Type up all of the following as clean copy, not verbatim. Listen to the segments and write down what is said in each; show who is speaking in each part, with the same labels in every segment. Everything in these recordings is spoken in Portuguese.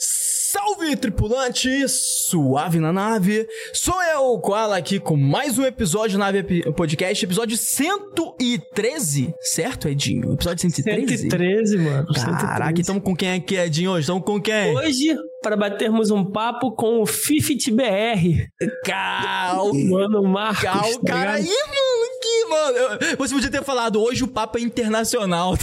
Speaker 1: Salve, tripulante! Suave na nave. Sou eu, Koala, aqui com mais um episódio na Nave Podcast, episódio 113, certo, Edinho? Episódio 113?
Speaker 2: 113, mano.
Speaker 1: Caraca, estamos com quem aqui, Edinho, hoje? Estamos com quem?
Speaker 2: Hoje, para batermos um papo com o Fifty BR. Mano, Marcos.
Speaker 1: Cara, aí, mano, você podia ter falado, hoje o papo é internacional.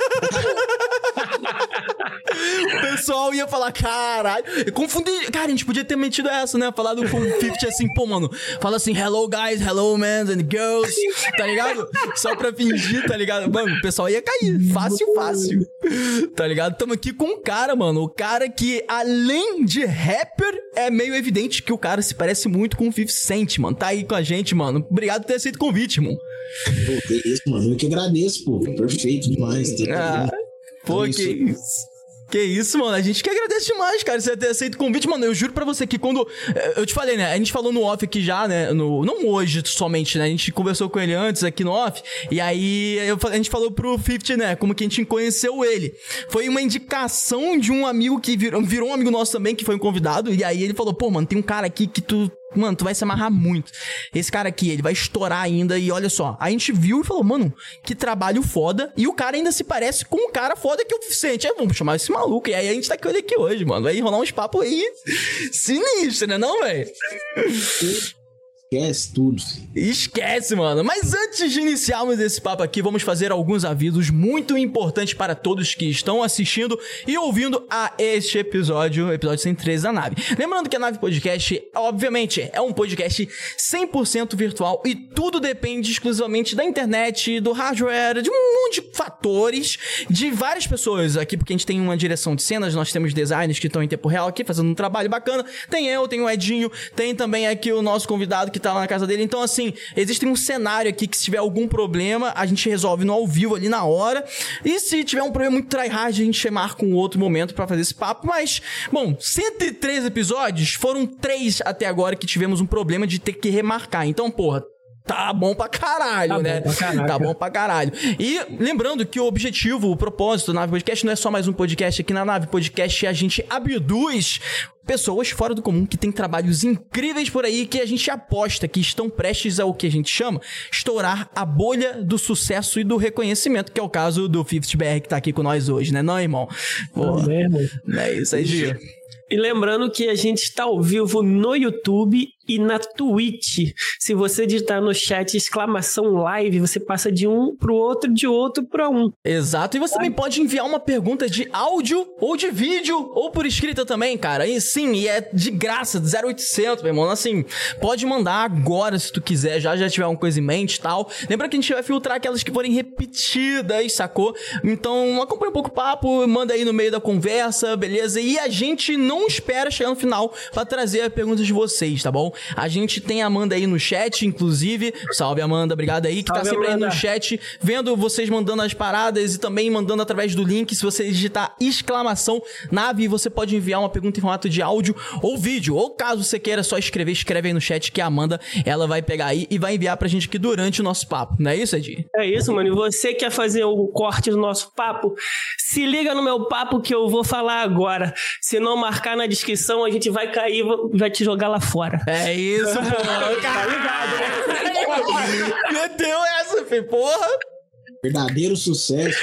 Speaker 1: O pessoal ia falar, caralho, eu confundi, cara, a gente podia ter metido essa, né, falado com o 50 assim, pô, mano, fala assim, hello guys, hello men and girls, tá ligado? Só pra fingir, tá ligado? Mano, o pessoal ia cair, fácil, tá ligado? Tamo aqui com um cara, mano, o cara que, além de rapper, é meio evidente que o cara se parece muito com o 50 Cent, mano, tá aí com a gente, mano, obrigado por ter aceito o convite, mano.
Speaker 3: Pô, que isso, mano, eu que agradeço, pô, perfeito demais.
Speaker 1: Pô, que isso, mano, a gente que agradece demais, cara, você ter aceito o convite, mano, eu juro pra você que quando, eu te falei, né, a gente falou no off aqui já, né, não hoje somente, né, a gente conversou com ele antes aqui no off, e aí a gente falou pro 50, né, como que a gente conheceu ele, foi uma indicação de um amigo que virou um amigo nosso também, que foi um convidado, e aí ele falou, pô, mano, tem um cara aqui que tu vai se amarrar muito. Esse cara aqui, ele vai estourar ainda. E olha só, a gente viu e falou, mano, que trabalho foda. E o cara ainda se parece com um cara foda que é o Vicente. Aí vamos chamar esse maluco. E aí a gente tá com ele aqui hoje, mano. Vai rolar uns papos aí sinistros, né não, velho?
Speaker 3: Esquece tudo.
Speaker 1: Esquece, mano. Mas antes de iniciarmos esse papo aqui, vamos fazer alguns avisos muito importantes para todos que estão assistindo e ouvindo a este episódio 113 da Nave. Lembrando que a Nave Podcast, obviamente, é um podcast 100% virtual e tudo depende exclusivamente da internet, do hardware, de um monte de fatores, de várias pessoas aqui, porque a gente tem uma direção de cenas, nós temos designers que estão em tempo real aqui, fazendo um trabalho bacana. Tem eu, tem o Edinho, tem também aqui o nosso convidado que tá lá na casa dele, então assim, existe um cenário aqui que se tiver algum problema, a gente resolve no ao vivo ali na hora, e se tiver um problema muito tryhard, a gente marca um outro momento pra fazer esse papo, mas, bom, 103 episódios, foram 3 até agora que tivemos um problema de ter que remarcar, então, porra, tá bom pra caralho, né? Tá bom pra caralho. E lembrando que o objetivo, o propósito da Nave Podcast não é só mais um podcast aqui na Nave Podcast, a gente abduz pessoas fora do comum que tem trabalhos incríveis por aí que a gente aposta que estão prestes ao que a gente chama estourar a bolha do sucesso e do reconhecimento, que é o caso do 50BR que tá aqui com nós hoje, né? Não, irmão? Porra, é isso aí, Gio.
Speaker 2: E lembrando que a gente está ao vivo no YouTube e na Twitch. Se você digitar no chat exclamação live, você passa de um pro outro, de outro pra um.
Speaker 1: Exato. E você também pode enviar uma pergunta de áudio ou de vídeo ou por escrita também, cara. E sim, e é de graça, 0800, meu irmão. Assim, pode mandar agora se tu quiser, já tiver uma coisa em mente e tal. Lembra que a gente vai filtrar aquelas que forem repetidas, sacou? Então, acompanha um pouco o papo, manda aí no meio da conversa, beleza? E a gente não espera chegar no final pra trazer as perguntas de vocês, tá bom? A gente tem a Amanda aí no chat, inclusive. Salve, Amanda, obrigado aí, que salve, tá sempre Amanda. Aí no chat, vendo vocês mandando as paradas e também mandando através do link. Se você digitar exclamação nave, você pode enviar uma pergunta em formato de áudio ou vídeo. Ou caso você queira só escrever, escreve aí no chat que a Amanda, ela vai pegar aí e vai enviar pra gente aqui durante o nosso papo. Não é isso, Edi?
Speaker 2: É isso, mano. E você quer fazer o corte do nosso papo? Se liga no meu papo que eu vou falar agora. Se não marcar na descrição, a gente vai cair e vai te jogar lá fora.
Speaker 1: É isso, pô. Tá ligado, né? Meteu essa, filho, porra.
Speaker 3: Verdadeiro sucesso.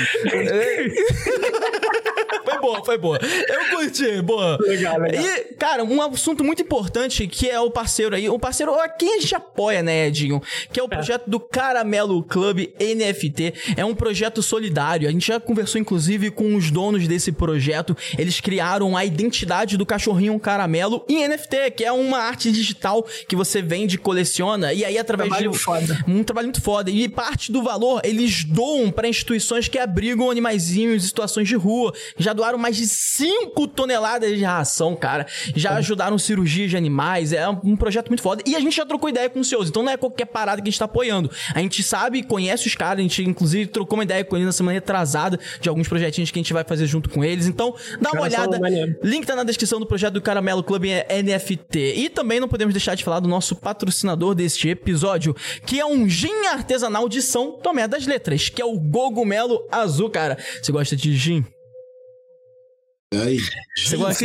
Speaker 1: Foi boa. Eu curti, boa.
Speaker 2: Legal.
Speaker 1: E, cara, um assunto muito importante que é o parceiro aí. O parceiro a quem a gente apoia, né, Edinho? Que é o projeto do Caramelo Club NFT. É um projeto solidário. A gente já conversou, inclusive, com os donos desse projeto. Eles criaram a identidade do cachorrinho caramelo em NFT, que é uma arte digital que você vende e coleciona. E aí, através de um trabalho muito foda. E parte do valor, eles doam para instituições que abrigam animaizinhos em situações de rua. Já doaram mais de 5 toneladas de ração, cara. Já ajudaram cirurgias de animais. É um projeto muito foda. E a gente já trocou ideia com o Cioso. Então não é qualquer parada que a gente tá apoiando. A gente sabe, conhece os caras. A gente, inclusive, trocou uma ideia com eles na semana retrasada de alguns projetinhos que a gente vai fazer junto com eles. Então, dá uma olhada. Link tá na descrição do projeto do Caramelo Club NFT. E também não podemos deixar de falar do nosso patrocinador deste episódio, que é um gin artesanal de São Tomé das Letras, que é o Cogumelo Azul, cara. Você gosta de gin?
Speaker 3: Aí.
Speaker 1: Você gosta?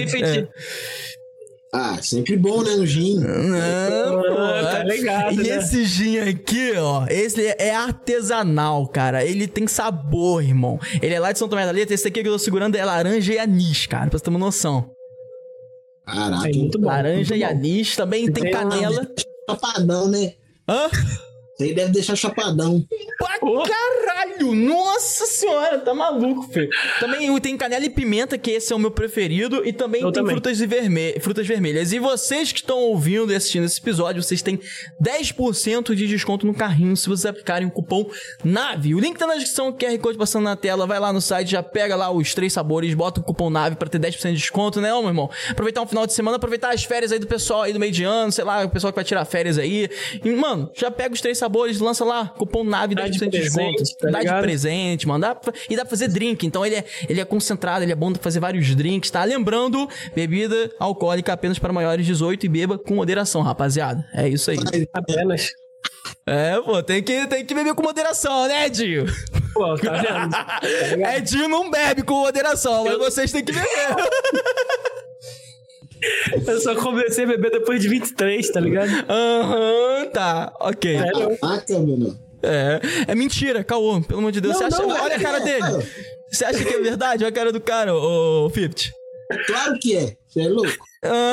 Speaker 3: Sempre bom, né? Um gin.
Speaker 1: Não, pô,
Speaker 2: tá ligado,
Speaker 1: e
Speaker 2: né?
Speaker 1: esse gin aqui, ó, esse é artesanal, cara. Ele tem sabor, irmão. Ele é lá de São Tomé da Letra. Esse aqui que eu tô segurando é laranja e anis, cara, pra você ter uma noção.
Speaker 3: Caraca.
Speaker 2: É muito bom.
Speaker 1: Laranja
Speaker 2: muito
Speaker 1: e
Speaker 2: bom.
Speaker 1: anis, também tem canela.
Speaker 3: Chapadão, né?
Speaker 1: Hã?
Speaker 3: Isso aí deve deixar chapadão.
Speaker 1: Pra caralho! Nossa senhora, tá maluco, filho. Também tem canela e pimenta, que esse é o meu preferido. E também tem frutas vermelhas. E vocês que estão ouvindo e assistindo esse episódio, vocês têm 10% de desconto no carrinho se vocês aplicarem o cupom NAVE. O link tá na descrição, o QR Code passando na tela. Vai lá no site, já pega lá os 3 sabores, bota o cupom NAVE pra ter 10% de desconto, né, meu irmão? Aproveitar um final de semana, aproveitar as férias aí do pessoal aí do meio de ano, sei lá, o pessoal que vai tirar férias aí. E, mano, já pega os 3 sabores, lança lá, cupom NAVE, 10% de desconto. Dá de presente, mano. E dá pra fazer drink. Então ele é concentrado, ele é bom pra fazer vários drinks, tá? Lembrando, bebida alcoólica apenas para maiores de 18 e beba com moderação, rapaziada. É isso aí.
Speaker 2: Apenas.
Speaker 1: Pô, tem que beber com moderação, né, Edinho?
Speaker 2: Pô, tá vendo? Tá ligado?
Speaker 1: Edinho não bebe com moderação, mas vocês têm que beber.
Speaker 2: Eu só comecei a beber depois de 23, tá ligado?
Speaker 1: Tá, ok.
Speaker 3: Caraca, mano.
Speaker 1: É mentira, caô, pelo amor de Deus. Olha a cara dele. Você acha que é verdade? Olha a cara do cara, ô 50.
Speaker 3: Claro que é. Você é louco.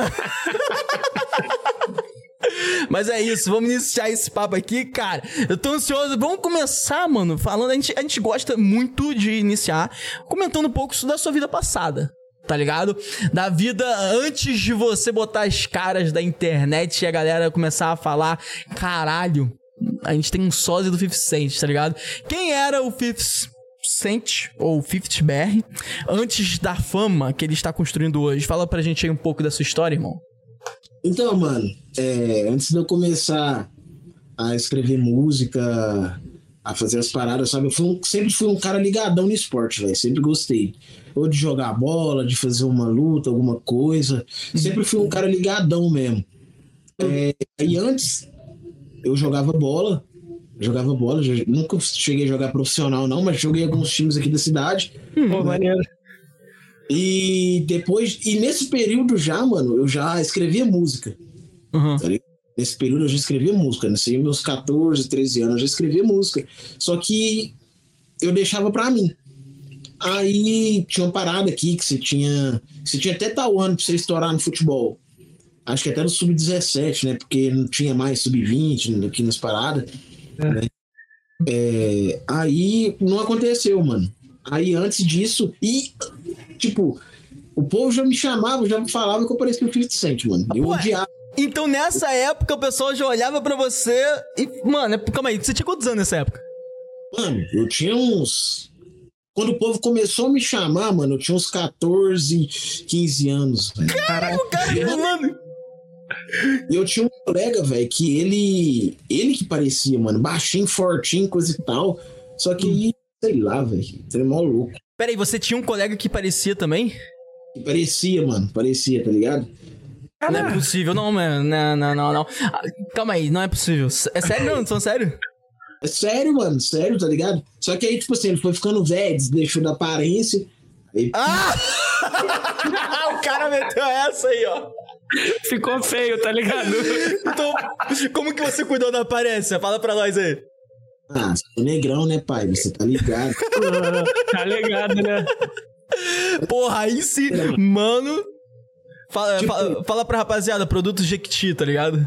Speaker 1: Mas é isso, vamos iniciar esse papo aqui, cara. Eu tô ansioso. Vamos começar, mano, falando. A gente gosta muito de iniciar comentando um pouco da sua vida passada. Tá ligado? Da vida antes de você botar as caras da internet e a galera começar a falar: caralho, a gente tem um sósia do 50 Cent, tá ligado? Quem era o 50 Cent, ou 50 BR, antes da fama que ele está construindo hoje? Fala pra gente aí um pouco da sua história, irmão.
Speaker 3: Então, mano, antes de eu começar a escrever música, a fazer as paradas, sabe? Eu sempre fui um cara ligadão no esporte, velho. Sempre gostei. Ou de jogar bola, de fazer uma luta, alguma coisa. Sempre fui um cara ligadão mesmo. E antes, eu jogava bola. Nunca cheguei a jogar profissional, não, mas joguei alguns times aqui da cidade.
Speaker 2: Pô, maneiro.
Speaker 3: E depois, nesse período já, mano, eu já escrevia música. Tá ligado? Nesse período eu já escrevia música, nesse meus 14, 13 anos eu já escrevia música. Só que eu deixava pra mim. Aí tinha uma parada aqui que você tinha até tal ano pra você estourar no futebol. Acho que até no sub-17, né? Porque não tinha mais sub-20 aqui nas paradas. Né? Aí não aconteceu, mano. Aí antes disso, tipo, o povo já me chamava, já me falava que eu parecia o 50 Cent, mano. Eu odiava.
Speaker 1: Então nessa época o pessoal já olhava pra você e, mano, calma aí, você tinha quantos anos nessa época?
Speaker 3: Mano, eu tinha uns... Quando o povo começou a me chamar, mano, eu tinha uns 14, 15 anos, velho.
Speaker 1: Caralho, cara, mano.
Speaker 3: E eu tinha um colega, velho, que ele que parecia, mano, baixinho, fortinho, coisa e tal. Só que, sei lá, velho, ele é mó louco.
Speaker 1: Peraí, você tinha um colega que parecia também?
Speaker 3: Que parecia, mano, tá ligado?
Speaker 1: Não é possível, não, mano, não. Calma aí, não é possível. É sério, não? São sério?
Speaker 3: É sério, mano, sério, tá ligado? Só que aí, tipo assim, ele foi ficando velho, deixou da aparência. Aí...
Speaker 1: O cara meteu essa aí, ó.
Speaker 2: Ficou feio, tá ligado?
Speaker 1: Então, como que você cuidou da aparência? Fala pra nós aí.
Speaker 3: Sou negrão, né, pai? Você tá ligado.
Speaker 2: Tá ligado, né?
Speaker 1: Porra, aí sim, mano. Fala pra rapaziada, produto Jequiti, tá ligado?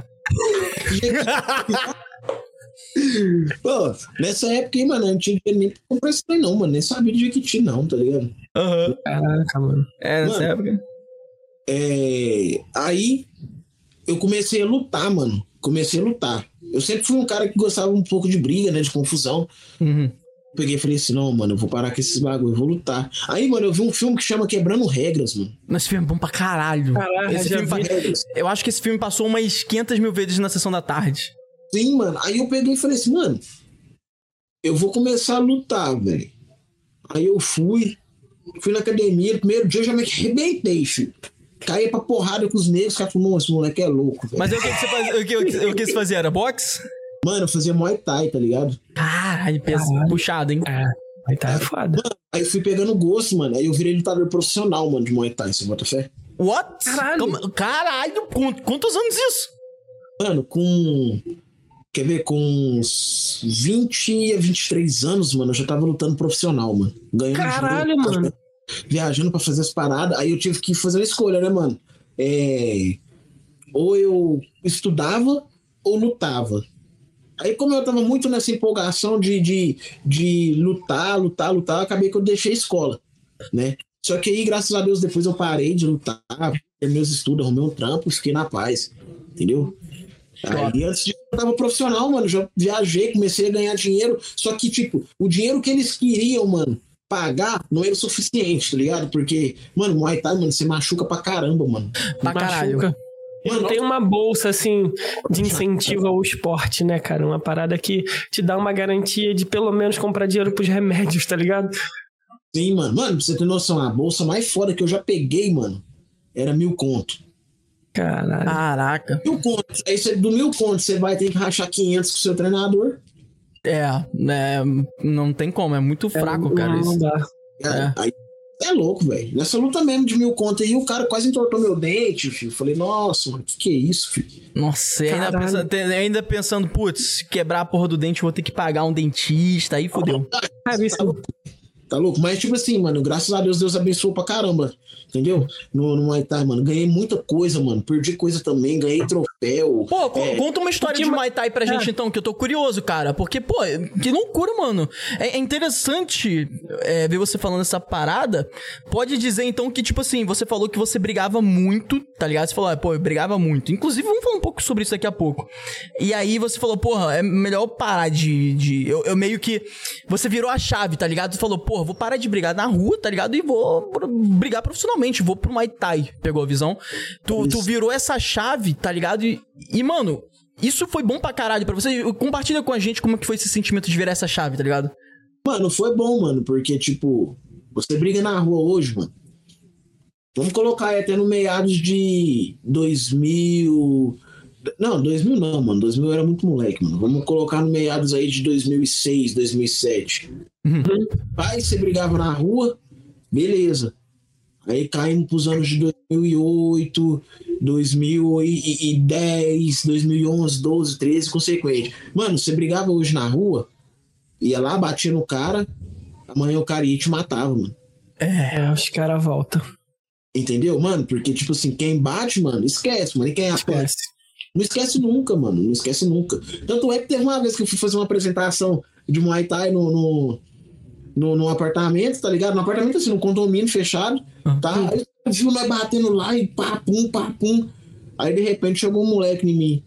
Speaker 3: Pô, nessa época aí, mano, eu não tinha nem pra comprar isso aí não, mano. Nem sabia de Jequiti não, tá ligado?
Speaker 2: Caraca, mano.
Speaker 1: Nessa época.
Speaker 3: Aí eu comecei a lutar, mano. Eu sempre fui um cara que gostava um pouco de briga, né? De confusão. Peguei e falei assim, não, mano, eu vou parar com esses bagulho, eu vou lutar. Aí, mano, eu vi um filme que chama Quebrando Regras, mano.
Speaker 1: Mas esse filme é bom pra caralho. Eu acho que esse filme passou umas 500 mil vezes na sessão da tarde.
Speaker 3: Sim, mano. Aí eu peguei e falei assim, mano, eu vou começar a lutar, velho. Aí eu fui na academia, no primeiro dia eu já me arrebentei, filho. Caía pra porrada com os negros, os caras falaram, esse moleque é louco, velho.
Speaker 1: Mas aí o que você fazia? O que você fazia? Era boxe?
Speaker 3: Mano, eu fazia Muay Thai, tá ligado?
Speaker 1: Caralho, puxado, hein?
Speaker 2: Muay Thai é foda.
Speaker 3: Mano, aí eu fui pegando gosto, mano. Aí eu virei lutador profissional, mano, de Muay Thai. Você bota fé?
Speaker 1: What? Caralho, quantos anos isso?
Speaker 3: Mano, quer ver, com uns 20 a 23 anos, mano, eu já tava lutando profissional, mano. Ganhando
Speaker 2: Caralho,
Speaker 3: dinheiro,
Speaker 2: mano.
Speaker 3: Viajando pra fazer as paradas. Aí eu tive que fazer uma escolha, né, mano? Ou eu estudava ou lutava. Aí, como eu tava muito nessa empolgação de lutar, acabei que eu deixei a escola, né? Só que aí, graças a Deus, depois eu parei de lutar, terminei os estudos, arrumei um trampo, fiquei na paz, entendeu? Aí, antes disso, eu tava profissional, mano, já viajei, comecei a ganhar dinheiro, só que, tipo, o dinheiro que eles queriam, mano, pagar não era o suficiente, tá ligado? Porque, mano, Muay Thai, mano, você machuca pra caramba, mano.
Speaker 1: Pra caralho.
Speaker 2: Não tem uma bolsa, assim, de incentivo ao esporte, né, cara? Uma parada que te dá uma garantia de pelo menos comprar dinheiro pros remédios, tá ligado?
Speaker 3: Sim, mano. Mano, pra você ter noção, a bolsa mais foda que eu já peguei, mano, era 1.000 conto.
Speaker 2: Caralho.
Speaker 1: Caraca.
Speaker 3: 1.000 conto. Aí do 1.000 conto você vai ter que rachar 500 com o seu treinador.
Speaker 1: Não tem como, é muito fraco, cara.
Speaker 2: Não dá.
Speaker 3: Aí é louco, velho. Nessa luta mesmo de 1.000 conto aí, o cara quase entortou meu dente, filho. Falei, nossa, mano, que é isso, filho?
Speaker 1: Nossa, ainda pensando, putz, quebrar a porra do dente, vou ter que pagar um dentista, aí fodeu.
Speaker 2: Cara, isso...
Speaker 3: Tá louco? Mas, tipo assim, mano, graças a Deus, Deus abençoou pra caramba. Entendeu? No Muay Thai, mano. Ganhei muita coisa, mano. Perdi coisa também, ganhei troféu.
Speaker 1: Pô, conta uma história de Muay Thai pra gente, então, que eu tô curioso, cara. Porque, pô, que loucura, mano. É interessante ver você falando essa parada. Pode dizer, então, que, tipo assim, você falou que você brigava muito, tá ligado? Você falou, pô, eu brigava muito. Inclusive, vamos falar um pouco sobre isso daqui a pouco. E aí você falou, porra, é melhor parar eu meio que... Você virou a chave, tá ligado? Você falou, porra, vou parar de brigar na rua, tá ligado? E vou brigar profissionalmente, vou pro Muay Thai. Pegou a visão? Tu virou essa chave, tá ligado? E, mano, isso foi bom pra caralho pra você. Compartilha com a gente como que foi esse sentimento de virar essa chave, tá ligado?
Speaker 3: Mano, foi bom, mano, porque, tipo, você briga na rua hoje, mano. Vamos colocar aí até no meados de 2000... Não, 2000 não, mano. 2000 eu era muito moleque, mano. Vamos colocar no meados aí de 2006, 2007. Aí você brigava na rua, beleza. Aí caímos pros anos de 2008, 2010, 2011, 12, 13, consequente. Mano, você brigava hoje na rua, ia lá, batia no cara, amanhã o cara ia e te matava, mano.
Speaker 2: Os caras voltam.
Speaker 3: Entendeu, mano? Porque, tipo assim, quem bate, mano, esquece, mano. E quem apoia? Não esquece nunca, mano. Não esquece nunca. Tanto é que teve uma vez que eu fui fazer uma apresentação de Muay Thai no apartamento, tá ligado? No apartamento, assim, num condomínio fechado, tá? Aí viu nós batendo lá e papum, papum. Aí, de repente, chegou um moleque em mim.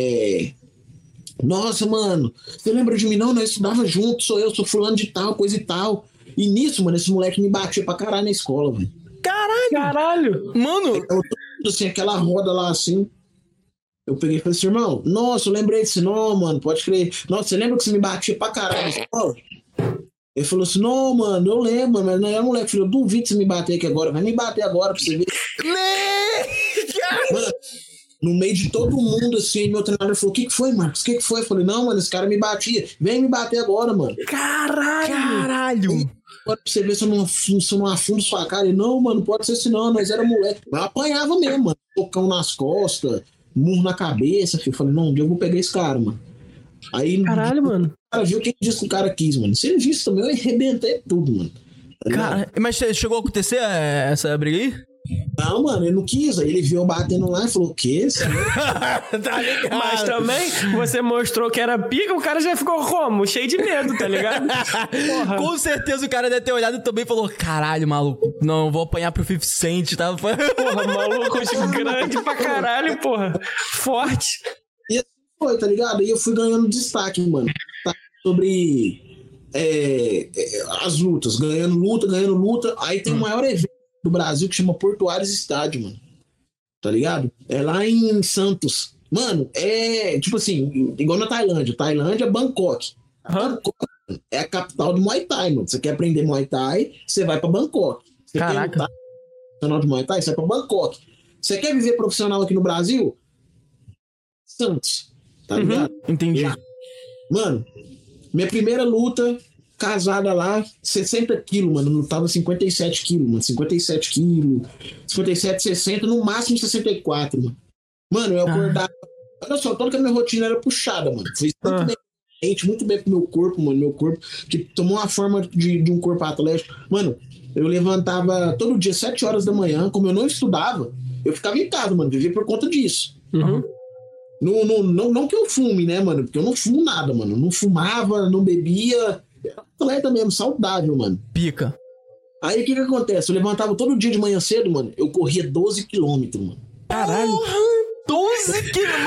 Speaker 3: Nossa, mano, você lembra de mim? Não, nós estudava junto, sou fulano de tal, coisa e tal. E nisso, mano, esse moleque me batia pra caralho na escola, velho.
Speaker 2: Caralho!
Speaker 1: Mano!
Speaker 3: Eu, assim, aquela roda lá, assim... Eu peguei e falei assim, irmão, nossa, eu lembrei desse nome, mano, pode crer. Nossa, você lembra que você me batia pra caralho na escola? Ele falou assim, não, mano, eu lembro, mas não é moleque, filho, eu duvido você me bater aqui agora, vai me bater agora pra você ver. Mano, no meio de todo mundo, assim, meu treinador falou, o que foi, Marcos? O que foi? Eu falei, não, mano, esse cara me batia, vem me bater agora, mano.
Speaker 1: Caralho!
Speaker 3: Pode você ver se eu não afundo sua cara. Ele, não, mano, pode ser assim não, nós era moleque. Mas eu apanhava mesmo, mano, tocão nas costas, murro na cabeça, filho. Falei, não, um dia eu vou pegar esse cara, mano. Aí,
Speaker 2: caralho, mano.
Speaker 3: O cara viu o que disse que o cara quis, mano. Se ele visse também, eu arrebentei tudo, mano. Tá
Speaker 1: cara, mas chegou a acontecer essa briga aí?
Speaker 3: Não, mano, ele não quis. Aí ele viu eu batendo lá e falou, o quê?
Speaker 1: Tá ligado?
Speaker 2: Mas também, você mostrou que era pica, o cara já ficou como? Cheio de medo, tá ligado? Porra.
Speaker 1: Com certeza o cara deve ter olhado também e falou, caralho, maluco, não, vou apanhar pro 50 Cent, tá?
Speaker 2: Porra, maluco, grande pra caralho, porra. Forte.
Speaker 3: E assim foi, tá ligado? E eu fui ganhando destaque, mano. Sobre as lutas, ganhando luta. Aí tem o maior evento do Brasil que chama Portuários Estádio, mano. Tá ligado? É lá em Santos. Mano, é tipo assim, igual na Tailândia. Tailândia é Bangkok. Bangkok é a capital do Muay Thai, mano. Você quer aprender Muay Thai, você vai pra Bangkok. Você
Speaker 1: Caraca.
Speaker 3: quer lutar profissional de Muay Thai, você vai pra Bangkok. Você quer viver profissional aqui no Brasil? Santos. Tá ligado?
Speaker 1: Entendi.
Speaker 3: Mano, minha primeira luta casada lá, 60 quilos, mano. Não tava 57 quilos, mano. 57 quilos, 57, 60, no máximo 64, mano. Mano, eu acordava. Olha só, toda que a minha rotina era puxada, mano. Fez muito bem pro meu corpo, mano. Meu corpo, que tomou uma forma de um corpo atlético. Mano, eu levantava todo dia, 7 horas da manhã, como eu não estudava, eu ficava em casa, mano. Vivia por conta disso.
Speaker 2: Uhum.
Speaker 3: Não que eu fume, né, mano? Porque eu não fumo nada, mano. Não fumava, não bebia. Era atleta mesmo, saudável, mano.
Speaker 1: Pica.
Speaker 3: Aí o que acontece? Eu levantava todo dia de manhã cedo, mano. Eu corria 12 quilômetros, mano.
Speaker 2: Caralho.
Speaker 1: 12 quilômetros,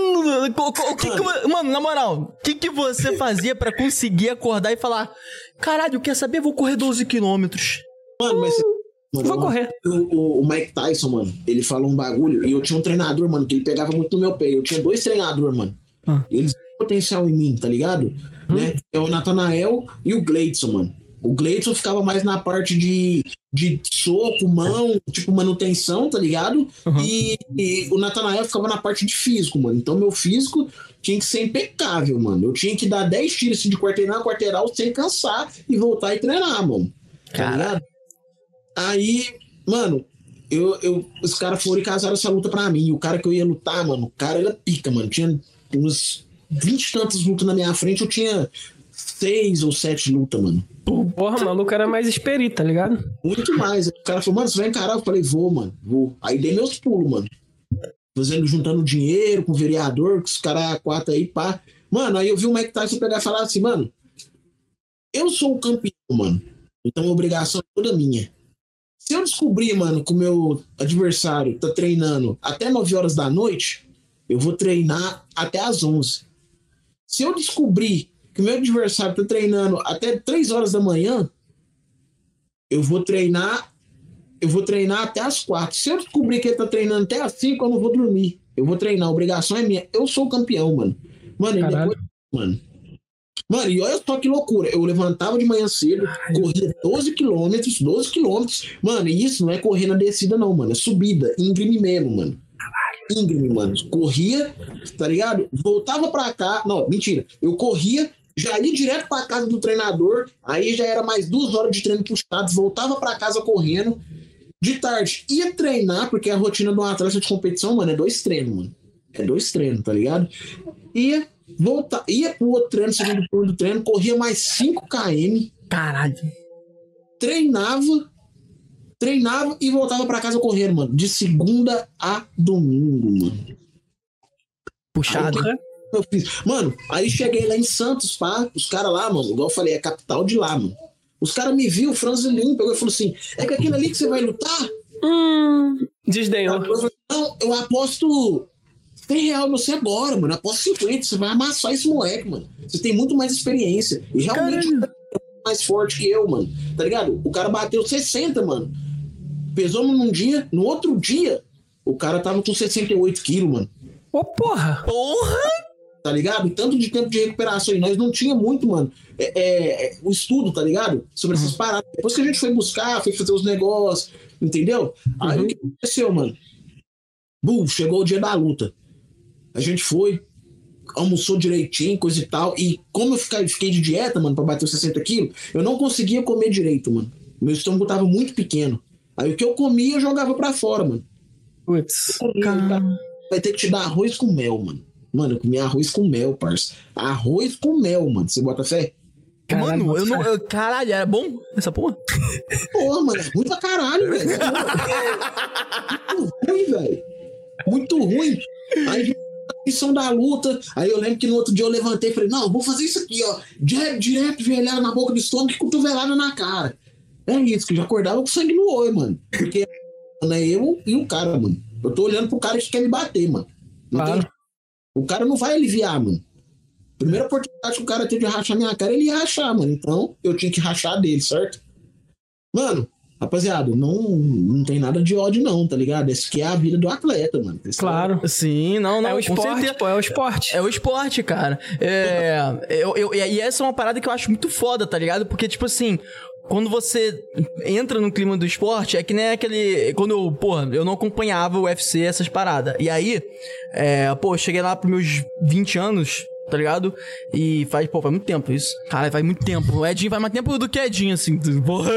Speaker 1: mano. Mano, na moral, o que você fazia pra conseguir acordar e falar: caralho, quer saber? Vou correr 12 quilômetros.
Speaker 3: Mano, mas... Mano,
Speaker 2: vou correr.
Speaker 3: O Mike Tyson, mano, ele falou um bagulho, e eu tinha um treinador, mano, que ele pegava muito no meu pé. Eu tinha 2 treinadores, mano. Eles têm potencial em mim, tá ligado? Né? É o Nathanael e o Gleidson, mano. O Gleidson ficava mais na parte de soco, mão, tipo manutenção, tá ligado? E o Nathanael ficava na parte de físico, mano. Então meu físico tinha que ser impecável, mano. Eu tinha que dar 10 tiros assim, de quarteiral sem cansar e voltar e treinar, mano. Tá ligado? Aí, mano, os caras foram e casaram essa luta pra mim. E o cara que eu ia lutar, mano, o cara era pica, mano. Tinha uns 20 e tantas lutas na minha frente, eu tinha 6 ou 7 lutas, mano.
Speaker 2: Porra, o maluco era mais experiente, tá ligado?
Speaker 3: Muito mais. O cara falou, mano, você vai encarar? Eu falei, vou, mano, vou. Aí dei meus pulos, mano. Juntando dinheiro com o vereador, com os caras 4 aí, pá. Mano, aí eu vi o Mike Tyson pegar e falar assim, mano, eu sou o campeão, mano. Então a obrigação é toda minha. Se eu descobrir, mano, que o meu adversário tá treinando até 9 horas da noite, eu vou treinar até as 11. Se eu descobrir que o meu adversário tá treinando até 3 horas da manhã, eu vou treinar até as 4. Se eu descobrir que ele tá treinando até as 5, eu não vou dormir. Eu vou treinar, a obrigação é minha. Eu sou o campeão, mano. Mano, e depois, mano, e olha só que loucura. Eu levantava de manhã cedo, corria 12 quilômetros. Mano, e isso não é correr na descida, não, mano. É subida, íngreme mesmo, mano. Íngreme, mano. Corria, tá ligado? Voltava pra cá. Não, mentira. Eu corria, já ia direto pra casa do treinador. Aí já era mais 2 horas de treino puxado. Voltava pra casa correndo. De tarde, ia treinar, porque a rotina de um atleta de competição, mano, é 2 treinos, mano. É 2 treinos, tá ligado? Ia pro outro treino, segundo turno do treino, corria mais 5 km.
Speaker 1: Caralho.
Speaker 3: Treinava e voltava pra casa correndo, mano. De segunda a domingo, mano.
Speaker 1: Puxado.
Speaker 3: Aí, eu fiz. Mano, aí cheguei lá em Santos, pá. Os caras lá, mano, igual eu falei, é a capital de lá, mano. Os caras me viram, o franzilinho, pegou e falou assim: é com aquilo ali que você vai lutar?
Speaker 2: Desdenhou.
Speaker 3: Eu falei, não, eu aposto R$100 você agora, mano. Eu aposto 50, você vai amassar esse moleque, mano. Você tem muito mais experiência. E realmente é mais forte que eu, mano. Tá ligado? O cara bateu 60, mano. Pesou num dia, no outro dia, o cara tava com 68 quilos, mano.
Speaker 2: Ô, porra!
Speaker 3: Tá ligado? Tanto de tempo de recuperação. E nós não tinha muito, mano, o estudo, tá ligado? Sobre essas paradas. Depois que a gente foi buscar, foi fazer os negócios, entendeu? Aí o que aconteceu, mano? Chegou o dia da luta. A gente foi, almoçou direitinho, coisa e tal. E como eu fiquei de dieta, mano, pra bater os 60 quilos, eu não conseguia comer direito, mano. Meu estômago tava muito pequeno. Aí o que eu comia, eu jogava pra fora, mano.
Speaker 2: Putz.
Speaker 3: Vai ter que te dar arroz com mel, mano. Mano, eu comia arroz com mel, parça. Arroz com mel, mano. Você bota fé?
Speaker 1: Caralho, mano, caralho, era bom essa porra?
Speaker 3: Porra, mano, é muito pra caralho, velho. Muito ruim, velho. Muito ruim. Aí a missão da luta. Aí eu lembro que no outro dia eu levantei e falei, não, vou fazer isso aqui, ó. Direto, joelhada na boca do estômago e cotovelada na cara. É isso, que eu já acordava com sangue no olho, mano. Porque é eu e o cara, mano. Eu tô olhando pro cara que quer me bater, mano. O cara não vai aliviar, mano. Primeira oportunidade que o cara teve de rachar minha cara, ele ia rachar, mano. Então, eu tinha que rachar dele, certo? Mano, rapaziada, não tem nada de ódio não, tá ligado? Esse aqui é a vida do atleta, mano.
Speaker 2: Claro.
Speaker 1: Sim, não.
Speaker 2: É o esporte, pô, é o esporte.
Speaker 1: É o esporte, cara. E essa é uma parada que eu acho muito foda, tá ligado? Porque, tipo assim, quando você entra no clima do esporte, é que nem aquele... Quando eu não acompanhava o UFC, essas paradas. E aí, eu cheguei lá pros meus 20 anos, tá ligado? E faz muito tempo isso. Cara, faz muito tempo. O Edinho faz mais tempo do que Edinho, assim. Porra.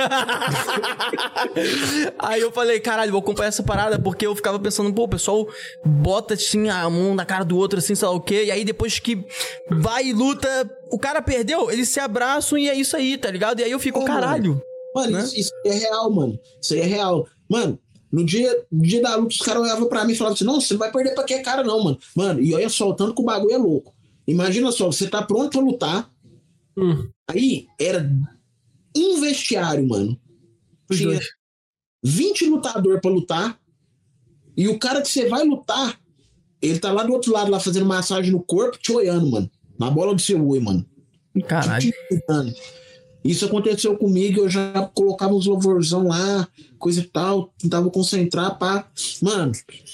Speaker 1: Aí eu falei, caralho, vou acompanhar essa parada, porque eu ficava pensando, pô, o pessoal bota, assim, a mão na cara do outro, assim, sei lá o quê, e aí depois que vai e luta, o cara perdeu, eles se abraçam e é isso aí, tá ligado? E aí eu fico, caralho.
Speaker 3: Mano,
Speaker 1: né?
Speaker 3: isso é real, mano. Isso aí é real. Mano, no dia da luta, os caras olhavam pra mim e falavam assim, não, você não vai perder pra que cara não, mano. Mano, e olha só, o tanto que o bagulho é louco. Imagina só, você tá pronto pra lutar, aí era um vestiário, mano. Tinha 20 lutadores pra lutar, e o cara que você vai lutar, ele tá lá do outro lado, lá fazendo massagem no corpo, te olhando, mano. Na bola do seu oi, mano.
Speaker 1: Caralho.
Speaker 3: Isso aconteceu comigo, eu já colocava uns louvorzão lá, coisa e tal, tentava concentrar, pá. Mano,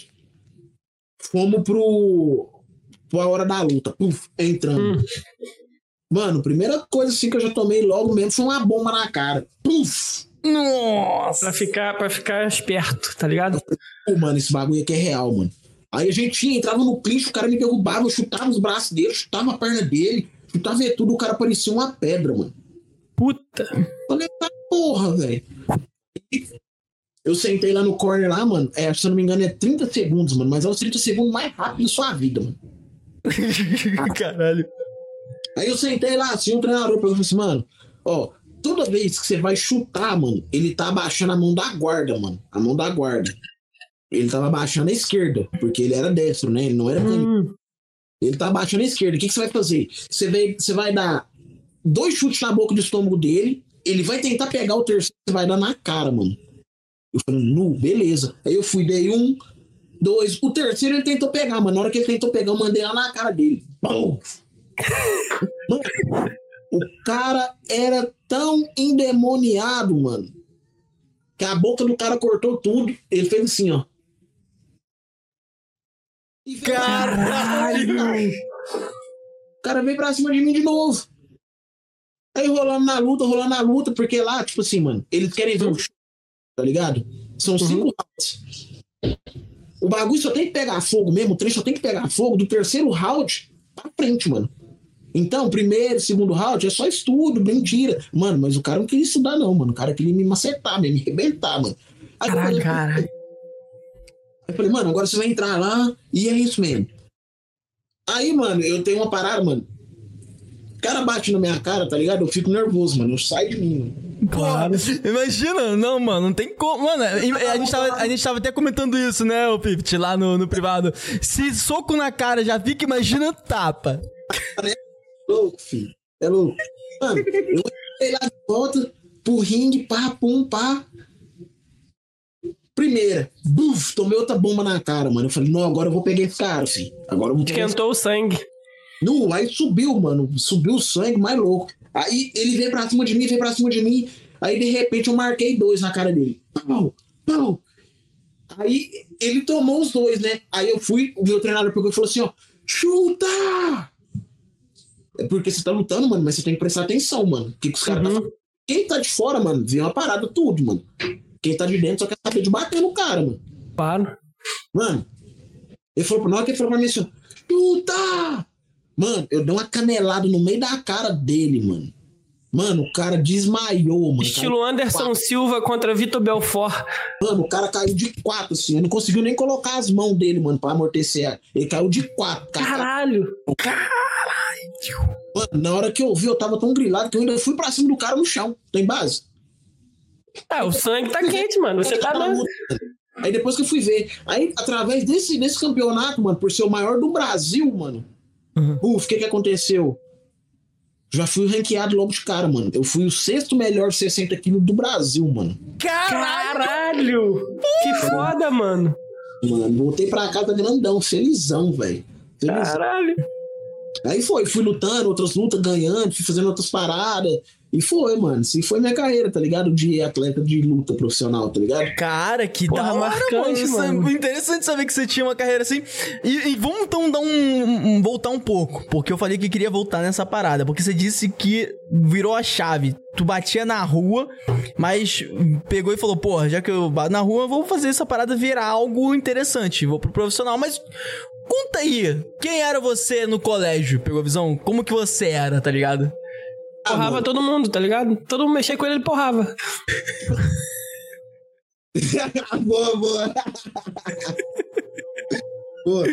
Speaker 3: fomos pra hora da luta, entrando. Mano, primeira coisa assim que eu já tomei logo mesmo foi uma bomba na cara.
Speaker 1: Nossa!
Speaker 2: Pra ficar esperto, tá ligado?
Speaker 3: Pô, mano, esse bagulho aqui é real, mano. Aí a gente entrava no clinch, o cara me derrubava, eu chutava os braços dele, chutava a perna dele, chutava tudo, o cara parecia uma pedra, mano.
Speaker 2: Puta.
Speaker 3: Falei, tá porra, velho. Eu sentei lá no corner lá, mano. Se eu não me engano, é 30 segundos, mano. Mas é os 30 segundos mais rápidos da sua vida, mano.
Speaker 1: Caralho.
Speaker 3: Aí eu sentei lá, assim, o treinador perguntou assim, mano, ó, toda vez que você vai chutar, mano, ele tá abaixando a mão da guarda, mano. A mão da guarda. Ele tava abaixando a esquerda, porque ele era destro, né? Ele não era canhoto. Ele tá abaixando a esquerda. O que você vai fazer? Você vai dar 2 chutes na boca do estômago dele, ele vai tentar pegar o terceiro, você vai dar na cara, mano. Eu falei, beleza. Aí eu fui, dei 1, 2, o terceiro ele tentou pegar, mano. Na hora que ele tentou pegar, eu mandei lá na cara dele. Bom. Mano, o cara era tão endemoniado, mano, que a boca do cara cortou tudo. Ele fez assim, ó.
Speaker 1: Caralho!
Speaker 3: O cara veio pra cima de mim de novo. Aí rolando na luta, porque lá, tipo assim, mano, eles querem ver o show, tá ligado? São 5 rounds. O bagulho só tem que pegar fogo mesmo, o trem só tem que pegar fogo do terceiro round pra frente, mano. Então, primeiro, segundo round é só estudo, mentira. Mano, mas o cara não queria estudar, não, mano. O cara queria me macetar, me arrebentar, mano. Aí
Speaker 1: Caralho.
Speaker 3: Eu falei, mano, agora você vai entrar lá e é isso mesmo. Aí, mano, eu tenho uma parada, mano. O cara bate na minha cara, tá ligado? Eu fico nervoso, mano. Eu saio de mim, mano.
Speaker 1: Claro. Imagina, não, mano, não tem como. Mano, a gente tava até comentando isso, né, o Pipt, lá no privado. Se soco na cara já fica, imagina tapa.
Speaker 3: É louco, filho. É louco. Mano, eu entrei lá de volta pro ringue, pá, pum, pá. Primeira, buf, tomei outra bomba na cara, mano. Eu falei, não, agora eu vou pegar esse cara, filho. Agora eu vou pegar.
Speaker 2: Esquentou o sangue.
Speaker 3: Não, aí subiu, mano. Subiu o sangue, mais louco. Aí ele veio pra cima de mim. Aí de repente eu marquei 2 na cara dele. Pau, pau. Aí ele tomou os 2, né? Aí eu fui, o meu treinador pegou e falou assim, ó, chuta! É porque você tá lutando, mano, mas você tem que prestar atenção, mano. O que os caras tá falando? Quem tá de fora, mano, vê uma parada tudo, mano. Quem tá de dentro só quer saber de bater no cara, mano.
Speaker 2: Claro.
Speaker 3: Mano, ele falou, na hora que ele falou pra mim assim, chuta! Mano, eu dei uma canelada no meio da cara dele, mano. Mano, o cara desmaiou, mano.
Speaker 2: Estilo Anderson Silva contra Vitor Belfort.
Speaker 3: Mano, o cara caiu de 4, assim. Ele não conseguiu nem colocar as mãos dele, mano, pra amortecer. Ele caiu de 4.
Speaker 2: Caralho!
Speaker 3: Mano, na hora que eu vi, eu tava tão grilado que eu ainda fui pra cima do cara no chão. Tem base?
Speaker 2: O sangue tá quente, mano. Você tá dando.
Speaker 3: Aí depois que eu fui ver. Aí, através desse campeonato, mano, por ser o maior do Brasil, mano. O que aconteceu? Já fui ranqueado logo de cara, mano. Eu fui o 6º melhor 60 quilos do Brasil, mano.
Speaker 2: Caralho! Que foda, mano.
Speaker 3: Mano, voltei pra casa grandão, felizão, velho.
Speaker 2: Caralho.
Speaker 3: Aí fui lutando, outras lutas ganhando, fui fazendo outras paradas. E foi, mano. Assim foi minha carreira, tá ligado? De atleta de luta profissional, tá ligado?
Speaker 1: Cara, que da hora,
Speaker 2: marcante,
Speaker 1: mano. É interessante saber que você tinha uma carreira assim. E vamos então dar voltar um pouco. Porque eu falei que queria voltar nessa parada. Porque você disse que virou a chave. Tu batia na rua, mas pegou e falou, porra, já que eu bato na rua, eu vou fazer essa parada virar algo interessante. Vou pro profissional. Mas conta aí. Quem era você no colégio? Pegou a visão? Como que você era, tá ligado?
Speaker 2: Porrava todo mundo, tá ligado? Todo mundo mexia com ele porrava.
Speaker 3: Boa. Boa.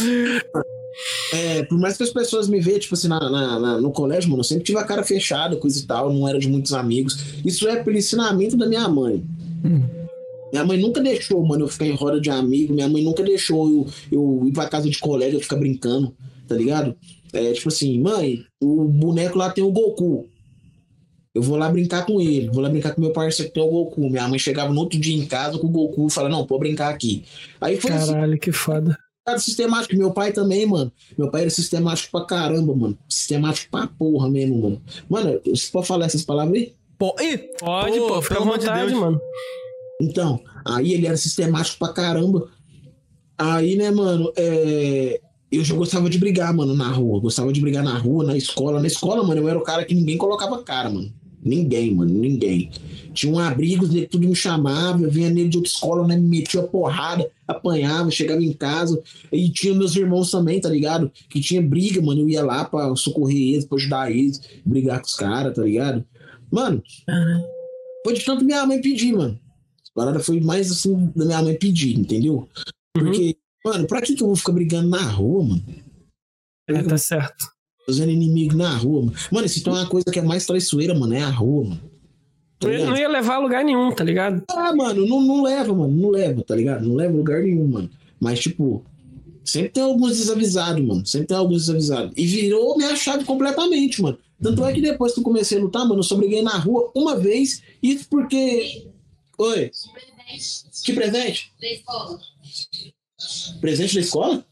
Speaker 3: Por mais que as pessoas me vejam, tipo assim, no colégio, mano, eu sempre tive a cara fechada, coisa e tal, não era de muitos amigos. Isso é pelo ensinamento da minha mãe. Minha mãe nunca deixou, mano, eu ficar em roda de amigo. Minha mãe nunca deixou eu ir pra casa de colega, eu ficar brincando, tá ligado? Tipo assim, mãe, o boneco lá tem o Goku. Eu vou lá brincar com ele, vou lá brincar com meu parceiro que tem o Goku. Minha mãe chegava no outro dia em casa com o Goku e falava, não, pode brincar aqui. Aí foi
Speaker 2: Caralho, que foda.
Speaker 3: Sistemático. Meu pai também, mano. Meu pai era sistemático pra caramba, mano. Sistemático pra porra mesmo, mano. Mano, você pode falar essas palavras aí?
Speaker 2: Pode, fica à vontade, mano.
Speaker 3: Então, aí ele era sistemático pra caramba. Aí, né, mano, eu já gostava de brigar, mano, na rua. Gostava de brigar na rua, na escola. Na escola, mano, eu era o cara que ninguém colocava cara, mano. Ninguém, mano, ninguém. Tinha um abrigo, tudo me chamava, eu vinha nele de outra escola, né, me metia porrada, apanhava, chegava em casa. E tinha meus irmãos também, tá ligado? Que tinha briga, mano, eu ia lá pra socorrer eles, pra ajudar eles, brigar com os caras, tá ligado? Mano, foi de tanto minha mãe pedir, mano. A parada foi mais assim, da minha mãe pedir, entendeu? Porque, mano, pra que eu vou ficar brigando na rua, mano?
Speaker 2: Tá certo.
Speaker 3: Fazendo inimigo na rua, mano. Mano, se tem uma coisa que é mais traiçoeira, mano, é a rua, mano. Tá
Speaker 2: não ia levar a lugar nenhum, tá ligado?
Speaker 3: Mano, não leva, mano. Não leva, tá ligado? Não leva a lugar nenhum, mano. Mas, tipo, sempre tem alguns desavisados, mano. Sempre tem alguns desavisados. E virou minha chave completamente, mano. Tanto é que depois que eu comecei a lutar, mano, eu só briguei na rua uma vez. Isso porque... Oi? Que presente?
Speaker 4: Da escola.
Speaker 3: Presente da escola?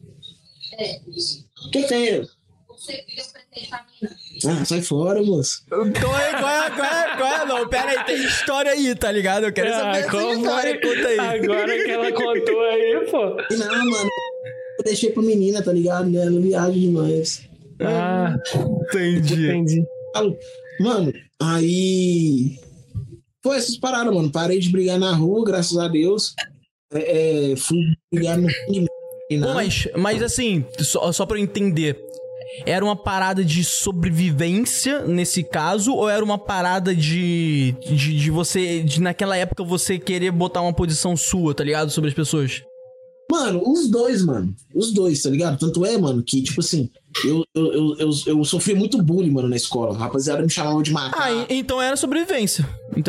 Speaker 3: O que tem?
Speaker 4: Você deu presente pra mim.
Speaker 3: Sai fora, moço.
Speaker 1: Qual é? Não, pera aí, tem história aí, tá ligado? Eu quero saber essa história, conta aí.
Speaker 2: Agora que ela contou aí, pô.
Speaker 3: Não, mano, eu deixei pra menina, tá ligado? Ela viaja demais.
Speaker 1: Entendi.
Speaker 3: Mano, aí... Foi essas paradas, mano. Parei de brigar na rua, graças a Deus. Fui brigar no...
Speaker 1: Pô, mas assim, só pra eu entender... Era uma parada de sobrevivência nesse caso? Ou era uma parada de você... naquela época você querer botar uma posição sua, tá ligado? Sobre as pessoas?
Speaker 3: Mano, os dois, mano. Os dois, tá ligado? Tanto é, mano, que, tipo assim... Eu sofri muito bullying, mano, na escola. A rapaziada me chamava de macaco.
Speaker 1: Então era sobrevivência.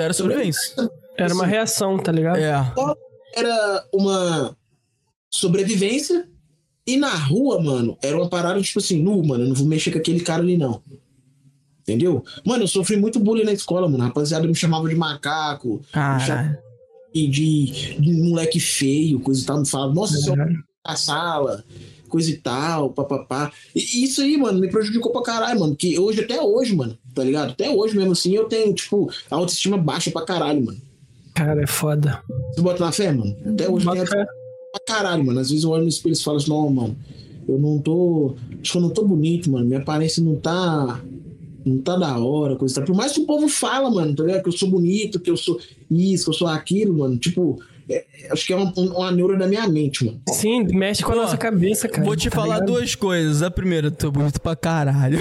Speaker 2: Era uma reação, tá ligado?
Speaker 3: Era uma sobrevivência... E na rua, mano, era uma parada tipo assim, mano, eu não vou mexer com aquele cara ali, não. Entendeu? Mano, eu sofri muito bullying na escola, mano. A rapaziada me chamava de macaco. De moleque feio, coisa e tal. Me falava, nossa, você é a sala, coisa e tal, papapá. E isso aí, mano, me prejudicou pra caralho, mano. Porque até hoje, mano, tá ligado? Até hoje mesmo assim, eu tenho, tipo, a autoestima baixa pra caralho, mano.
Speaker 2: Cara, é foda.
Speaker 3: Você bota na fé, mano? Até hoje eu tenho pra caralho, mano. Às vezes eu olho no espelho e falo assim, não, mano, acho que eu não tô bonito, mano. Minha aparência não tá da hora, coisa e tal. Por mais que o povo fala, mano, tá ligado? Que eu sou bonito, que eu sou isso, que eu sou aquilo, mano. Tipo, acho que é uma neura da minha mente, mano.
Speaker 2: Sim, mexe com a nossa cabeça, cara.
Speaker 1: Vou te falar duas coisas. A primeira, tô bonito pra caralho.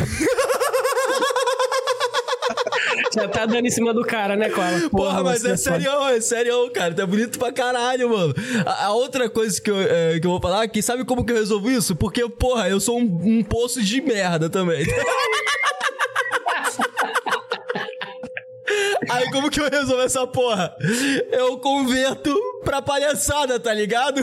Speaker 2: Já tá dando em cima do cara, né, Cola?
Speaker 1: Porra, mas é sério, cara. Tá bonito pra caralho, mano. A outra coisa que eu vou falar aqui, sabe como que eu resolvo isso? Porque, porra, eu sou um poço de merda também. Aí como que eu resolvo essa porra? Eu converto pra palhaçada, tá ligado?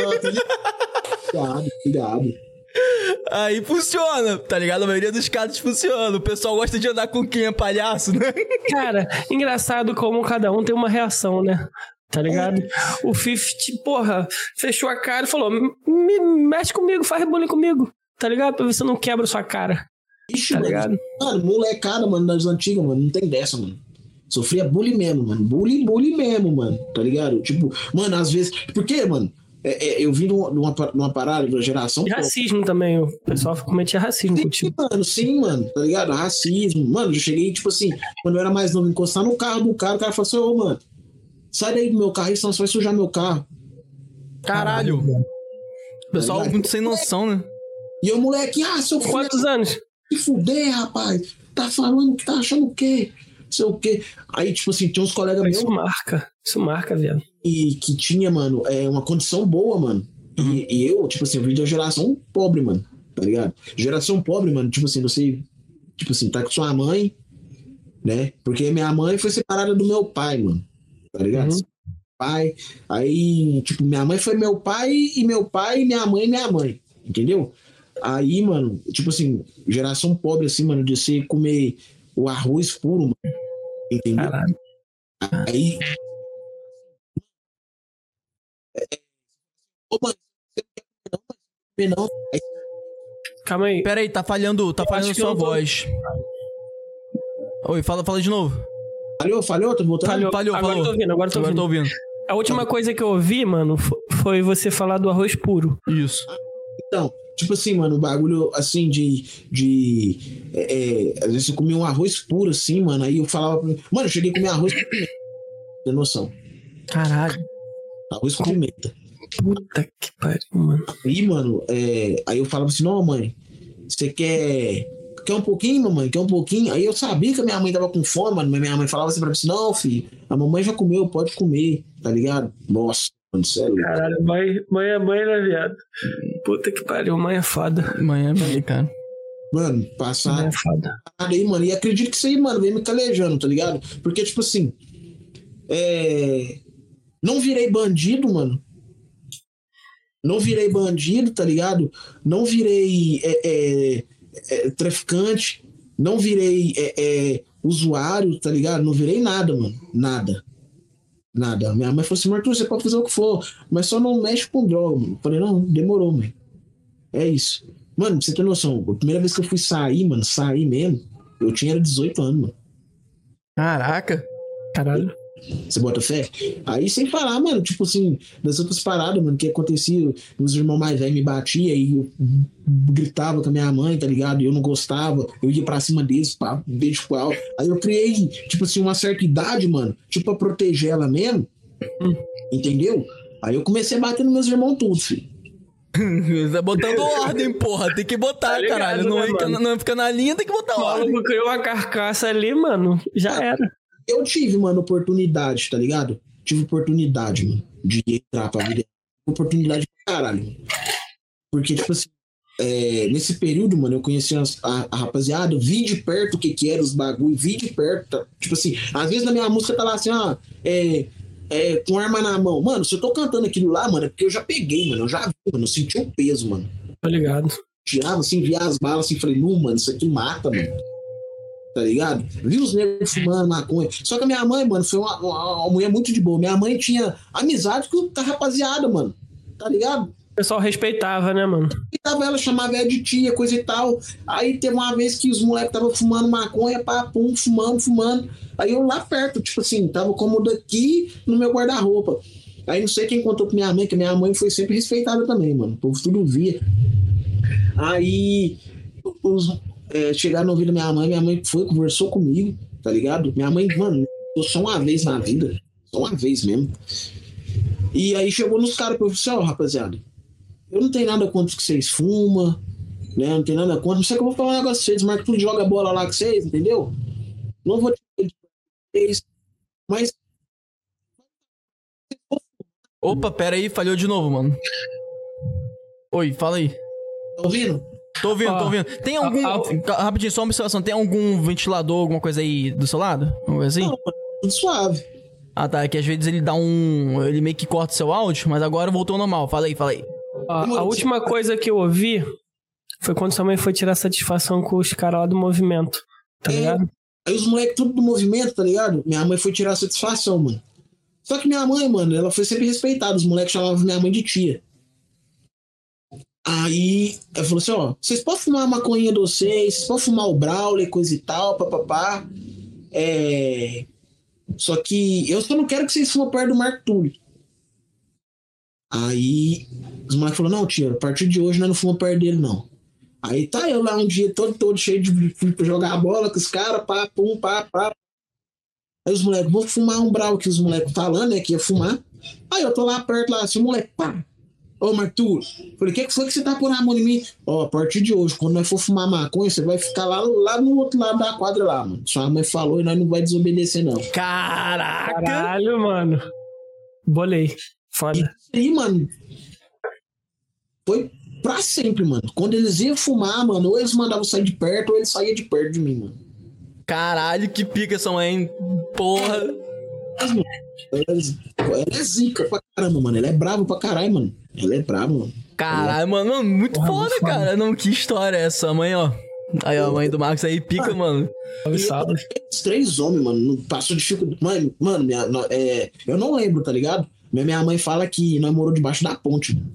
Speaker 3: Cuidado.
Speaker 1: Aí funciona, tá ligado? A maioria dos casos funciona. O pessoal gosta de andar com quem é palhaço, né?
Speaker 2: Cara, engraçado como cada um tem uma reação, né? Tá ligado? O 50, porra, fechou a cara e falou: mexe comigo, faz bullying comigo. Tá ligado? Pra ver se eu não quebro sua cara.
Speaker 3: Ixi,
Speaker 2: tá ligado?
Speaker 3: Mano, molecada, mano, das antigas, mano, não tem dessa, mano. Sofria bullying mesmo, mano. Bullying mesmo, mano. Tá ligado? Tipo, mano, às vezes. Por quê, mano? Eu vim de uma parada de uma geração.
Speaker 2: E racismo também, o pessoal cometia racismo contigo.
Speaker 3: Sim, mano, tá ligado? Racismo. Mano, eu cheguei, tipo assim, quando eu era mais novo, encostar no carro do cara, o cara falou assim: ô, mano, sai daí do meu carro, senão você vai sujar meu carro.
Speaker 1: Caralho. O pessoal
Speaker 3: ligado?
Speaker 1: muito sem noção, né?
Speaker 3: E o moleque, seu filho
Speaker 2: Quantos anos?
Speaker 3: se fuder, rapaz. Tá falando que tá achando o quê? Não sei o quê. Aí, tipo assim, tinha uns colegas meus
Speaker 2: Isso marca, velho.
Speaker 3: e que tinha, mano, uma condição boa, mano. E eu, tipo assim, eu vim da geração pobre, mano. Tá ligado? Geração pobre, mano, tipo assim, você, tipo assim, tá com sua mãe, né? Porque minha mãe foi separada do meu pai, mano. Tá ligado? Pai. Aí, tipo, minha mãe foi meu pai, e minha mãe. Entendeu? Aí, mano, tipo assim, geração pobre, assim, mano, de você comer o arroz puro, mano. Entendeu?
Speaker 2: Caralho.
Speaker 3: Aí. Ô, mano, você não quer não. Aí,
Speaker 2: Calma aí.
Speaker 1: Pera aí, tá falhando
Speaker 2: acho que
Speaker 1: sua
Speaker 2: eu tô-
Speaker 1: voz. Oi, fala de novo.
Speaker 3: falhou, tô voltando.
Speaker 1: Falhou.
Speaker 2: Agora eu tô ouvindo, agora eu tô
Speaker 1: Agora eu tô
Speaker 2: ouvindo.
Speaker 1: ouvindo.
Speaker 2: A última coisa que eu ouvi, mano, foi você falar do arroz puro.
Speaker 1: Isso.
Speaker 3: Então, tipo assim, mano, o bagulho, assim, às vezes eu comia um arroz puro, assim, mano, aí eu falava pra mim, mano, eu cheguei a comer arroz com pimenta, tem noção?
Speaker 1: Caralho.
Speaker 3: Arroz com pimenta.
Speaker 2: Puta que pariu, mano.
Speaker 3: Aí, mano, aí eu falava assim, não, mãe, você quer um pouquinho, mamãe? Quer um pouquinho? Aí eu sabia que a minha mãe tava com fome, mano, mas minha mãe falava assim pra mim, assim, não, filho, a mamãe já comeu, pode comer, tá ligado? Nossa, mano, sério.
Speaker 2: Caralho, mãe é mãe, né, viado? Puta que pariu, mãe é foda.
Speaker 1: Amanhã é bem, cara.
Speaker 3: Mano,
Speaker 2: Mãe
Speaker 3: passar
Speaker 2: é foda.
Speaker 3: aí, mano, e acredito que isso aí, mano, vem me calejando, tá ligado? Porque, tipo assim, não virei bandido, mano. Não virei bandido, tá ligado? Não virei traficante. Não virei usuário, tá ligado? Não virei nada, mano. Nada. Minha mãe falou assim, Arthur, você pode fazer o que for, mas só não mexe com droga, mano. Eu falei, não, demorou, mãe. É isso. Mano, pra você ter noção, a primeira vez que eu fui sair, mano, sair mesmo, eu tinha 18 anos, mano.
Speaker 1: Caraca.
Speaker 2: Caralho.
Speaker 3: Você bota fé? Aí sem falar, mano, tipo assim, das outras paradas, mano, que acontecia, os irmãos mais velhos me batiam e eu gritava com a minha mãe, tá ligado? E eu não gostava, eu ia pra cima deles, pá, beijo pau. Aí eu criei, tipo assim, uma certa idade, mano, tipo pra proteger ela mesmo, entendeu? Aí eu comecei a bater nos meus irmãos todos, filho.
Speaker 1: Tá botando ordem, porra. Tem que botar,
Speaker 2: Tá ligado,
Speaker 1: caralho.
Speaker 2: né,
Speaker 1: Não fica na linha, tem que botar
Speaker 2: O
Speaker 1: ordem.
Speaker 2: maluco criou uma carcaça ali, mano. Já era.
Speaker 3: Eu tive, mano, oportunidade, tá ligado? Tive oportunidade, mano, de entrar pra vida. Oportunidade pra caralho, mano. Porque, tipo assim, nesse período, mano, eu conheci a rapaziada, vi de perto o que era os bagulho, vi de perto, tá? Tipo assim, às vezes na minha música tá lá assim, com arma na mão. Mano, se eu tô cantando aquilo lá, mano, é porque eu já peguei, mano, eu já vi, mano, eu senti o peso, mano.
Speaker 2: Tô ligado.
Speaker 3: Tirava assim, via as balas assim, falei, não, mano, isso aqui mata, mano. Tá ligado? Vi os negros fumando maconha. Só que a minha mãe, mano, foi uma mulher muito de boa. Minha mãe tinha amizade com a rapaziada, mano. Tá ligado?
Speaker 2: O pessoal respeitava, né, mano?
Speaker 3: Ela chamava ela de tia, coisa e tal. Aí teve uma vez que os moleques estavam fumando maconha, papum, fumando. Aí eu lá perto, tipo assim, tava cômodo aqui no meu guarda-roupa. Aí não sei quem contou pra minha mãe, que minha mãe foi sempre respeitada também, mano. O povo tudo via. Aí chegaram no ouvido da minha mãe foi, conversou comigo, tá ligado? Minha mãe, mano, eu só uma vez na vida, só uma vez mesmo. E aí chegou nos caras, professor, rapaziada, eu não tenho nada contra que vocês fumam, né? Não tenho nada contra, não sei que eu vou falar um negócio pra vocês, mas tudo joga bola lá com vocês, entendeu? Não vou te dizer pra vocês, mas.
Speaker 1: Opa, pera aí, falhou de novo, mano. Oi, fala aí.
Speaker 3: Tá ouvindo?
Speaker 1: Tô ouvindo. Tem algum... Rapidinho, só uma observação. Tem algum ventilador, alguma coisa aí do seu lado? Alguma coisa assim?
Speaker 3: Não, tudo suave.
Speaker 1: Ah, tá. É que às vezes ele dá um... Ele meio que corta o seu áudio, mas agora voltou ao normal. Fala aí.
Speaker 2: A última coisa que eu ouvi foi quando sua mãe foi tirar satisfação com os caras lá do movimento. Tá ligado?
Speaker 3: Aí os moleques tudo do movimento, tá ligado? Minha mãe foi tirar satisfação, mano. Só que minha mãe, mano, ela foi sempre respeitada. Os moleques chamavam minha mãe de tia. Aí ela falou assim, ó, vocês podem fumar a maconha de vocês podem fumar o Brawley, coisa e tal, papapá. Só que eu só não quero que vocês fumem perto do Marco Túlio. Aí os moleques falaram, não, tia, a partir de hoje nós não fumamos perto dele, não. Aí tá eu lá um dia todo cheio de jogar a bola com os caras, pá, pum, pá. Aí os moleques, vou fumar um Brawley, que os moleques falando, né, que ia fumar. Aí eu tô lá perto, lá assim, o moleque, pá. Ô, Arthur, falei, o que foi que você tá pondo a mão em mim? Ó, a partir de hoje, quando nós for fumar maconha, você vai ficar lá no outro lado da quadra lá, mano. Sua mãe falou e nós não vai desobedecer, não.
Speaker 1: Caraca!
Speaker 2: Caralho, mano. Bolei. Foda.
Speaker 3: Isso aí, mano, foi pra sempre, mano. Quando eles iam fumar, mano, ou eles mandavam sair de perto, ou eles saíam de perto de mim, mano.
Speaker 1: Caralho, que pica essa mãe, porra.
Speaker 3: Ela é zica pra caramba, mano. Ela é brava pra caralho, mano. Ela é brava, mano.
Speaker 1: Caralho, mano, muito foda, cara. Não, que história é essa, mãe, ó. Aí, ó, a mãe do Marcos aí pica, mano.
Speaker 3: Os 3 homens, mano, não passou dificuldade. Mano, eu não lembro, tá ligado? Minha mãe fala que nós morou debaixo da ponte, mano.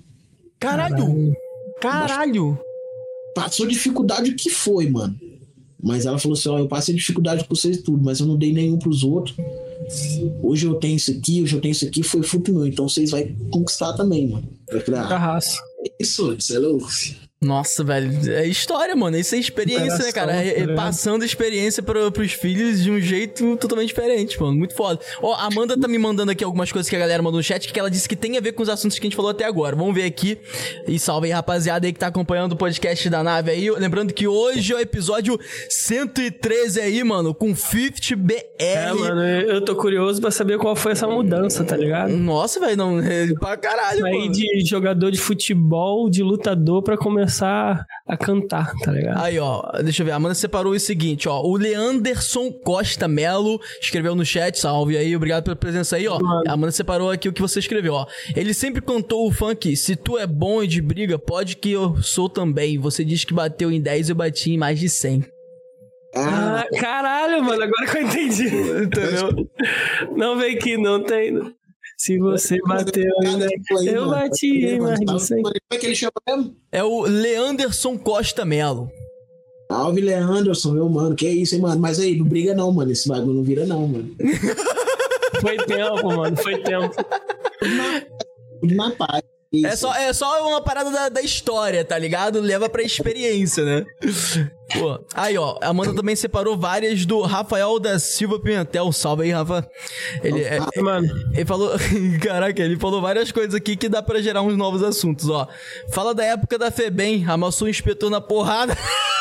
Speaker 1: Caralho.
Speaker 3: Passou dificuldade o que foi, mano. Mas ela falou assim, ó, eu passei dificuldade com vocês e tudo, mas eu não dei nenhum pros outros. Hoje eu tenho isso aqui, foi fruto meu, então vocês vão conquistar também, mano. Eu falei,
Speaker 2: Carraço.
Speaker 3: isso é louco.
Speaker 1: Nossa, velho, é história, mano. Isso é experiência, né, cara? Passando experiência pros filhos de um jeito totalmente diferente, mano. Muito foda. Ó, a Amanda tá me mandando aqui algumas coisas que a galera mandou no chat, que ela disse que tem a ver com os assuntos que a gente falou até agora. Vamos ver aqui. E salve aí, rapaziada aí que tá acompanhando o podcast da nave aí. Lembrando que hoje é o episódio 113 aí, mano, com 50BR.
Speaker 2: É, mano, eu tô curioso pra saber qual foi essa mudança, tá ligado?
Speaker 1: Nossa, velho, não, pra caralho,
Speaker 2: aí
Speaker 1: mano.
Speaker 2: De jogador de futebol, de lutador, pra começar a cantar, tá ligado?
Speaker 1: Aí, ó, deixa eu ver, a Amanda separou o seguinte, ó, o Leanderson Costa Melo escreveu no chat, salve aí, obrigado pela presença aí, ó.
Speaker 2: Mano.
Speaker 1: A Amanda separou aqui o que você escreveu, ó. Ele sempre cantou o funk, se tu é bom e de briga, pode que eu sou também. Você diz que bateu em 10, eu bati em mais de 100.
Speaker 2: Ah, caralho, mano, agora que eu entendi.
Speaker 1: Entendeu?
Speaker 2: Não vem que não tem... Se você bateu ainda, eu bati em mais de 100.
Speaker 3: Como é que ele chama mesmo?
Speaker 1: É o Leanderson Costa Melo.
Speaker 3: Salve, Leanderson, meu mano. Que isso, hein, mano? Mas aí, não briga não, mano. Esse bagulho não vira não, mano.
Speaker 2: Foi tempo, mano. Foi tempo.
Speaker 3: Tudo na paz. Isso.
Speaker 1: É só uma parada da história, tá ligado? Leva pra experiência, né? Pô, aí, ó, a Amanda também separou várias do Rafael da Silva Pimentel. Salve aí, Rafa. Ele falou... Caraca, ele falou várias coisas aqui que dá pra gerar uns novos assuntos, ó. Fala da época da FEBEM, amassou o inspetor na porrada.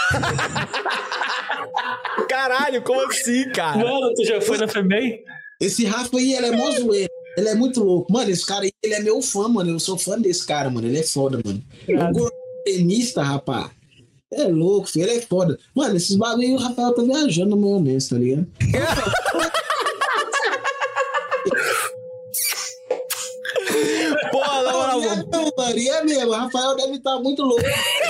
Speaker 1: Caralho, como assim, cara?
Speaker 2: Mano, tu já foi na FEBEM?
Speaker 3: Esse Rafa aí, ele é mó zoeiro. Ele é muito louco. Mano, esse cara aí, ele é meu fã, mano. Eu sou fã desse cara, mano. Ele é foda, mano. O tenista, rapaz. É louco, filho. Ele é foda. Mano, esses bagulho aí, o Rafael tá viajando no meu mês, tá ligado?
Speaker 1: Porra, na moral.
Speaker 3: É mesmo. O Rafael deve estar muito louco.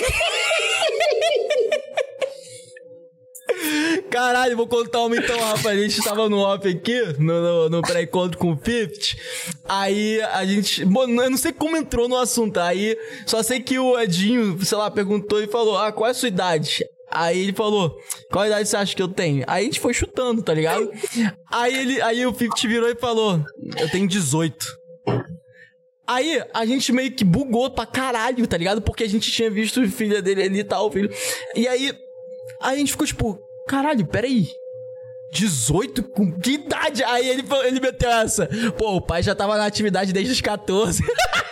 Speaker 1: Caralho, vou contar uma então, rapaz. A gente tava no off aqui, no pré-encontro com o 50. Aí a gente... Mano, eu não sei como entrou no assunto. Aí só sei que o Edinho, sei lá, perguntou e falou: ah, qual é a sua idade? Aí ele falou: qual idade você acha que eu tenho? Aí a gente foi chutando, tá ligado? Aí o 50 virou e falou: eu tenho 18. Aí a gente meio que bugou pra caralho, tá ligado? Porque a gente tinha visto a filha dele ali e tal, filho. E aí a gente ficou tipo: caralho, peraí, 18? Com que idade? Aí ele meteu essa: pô, o pai já tava na atividade desde os 14.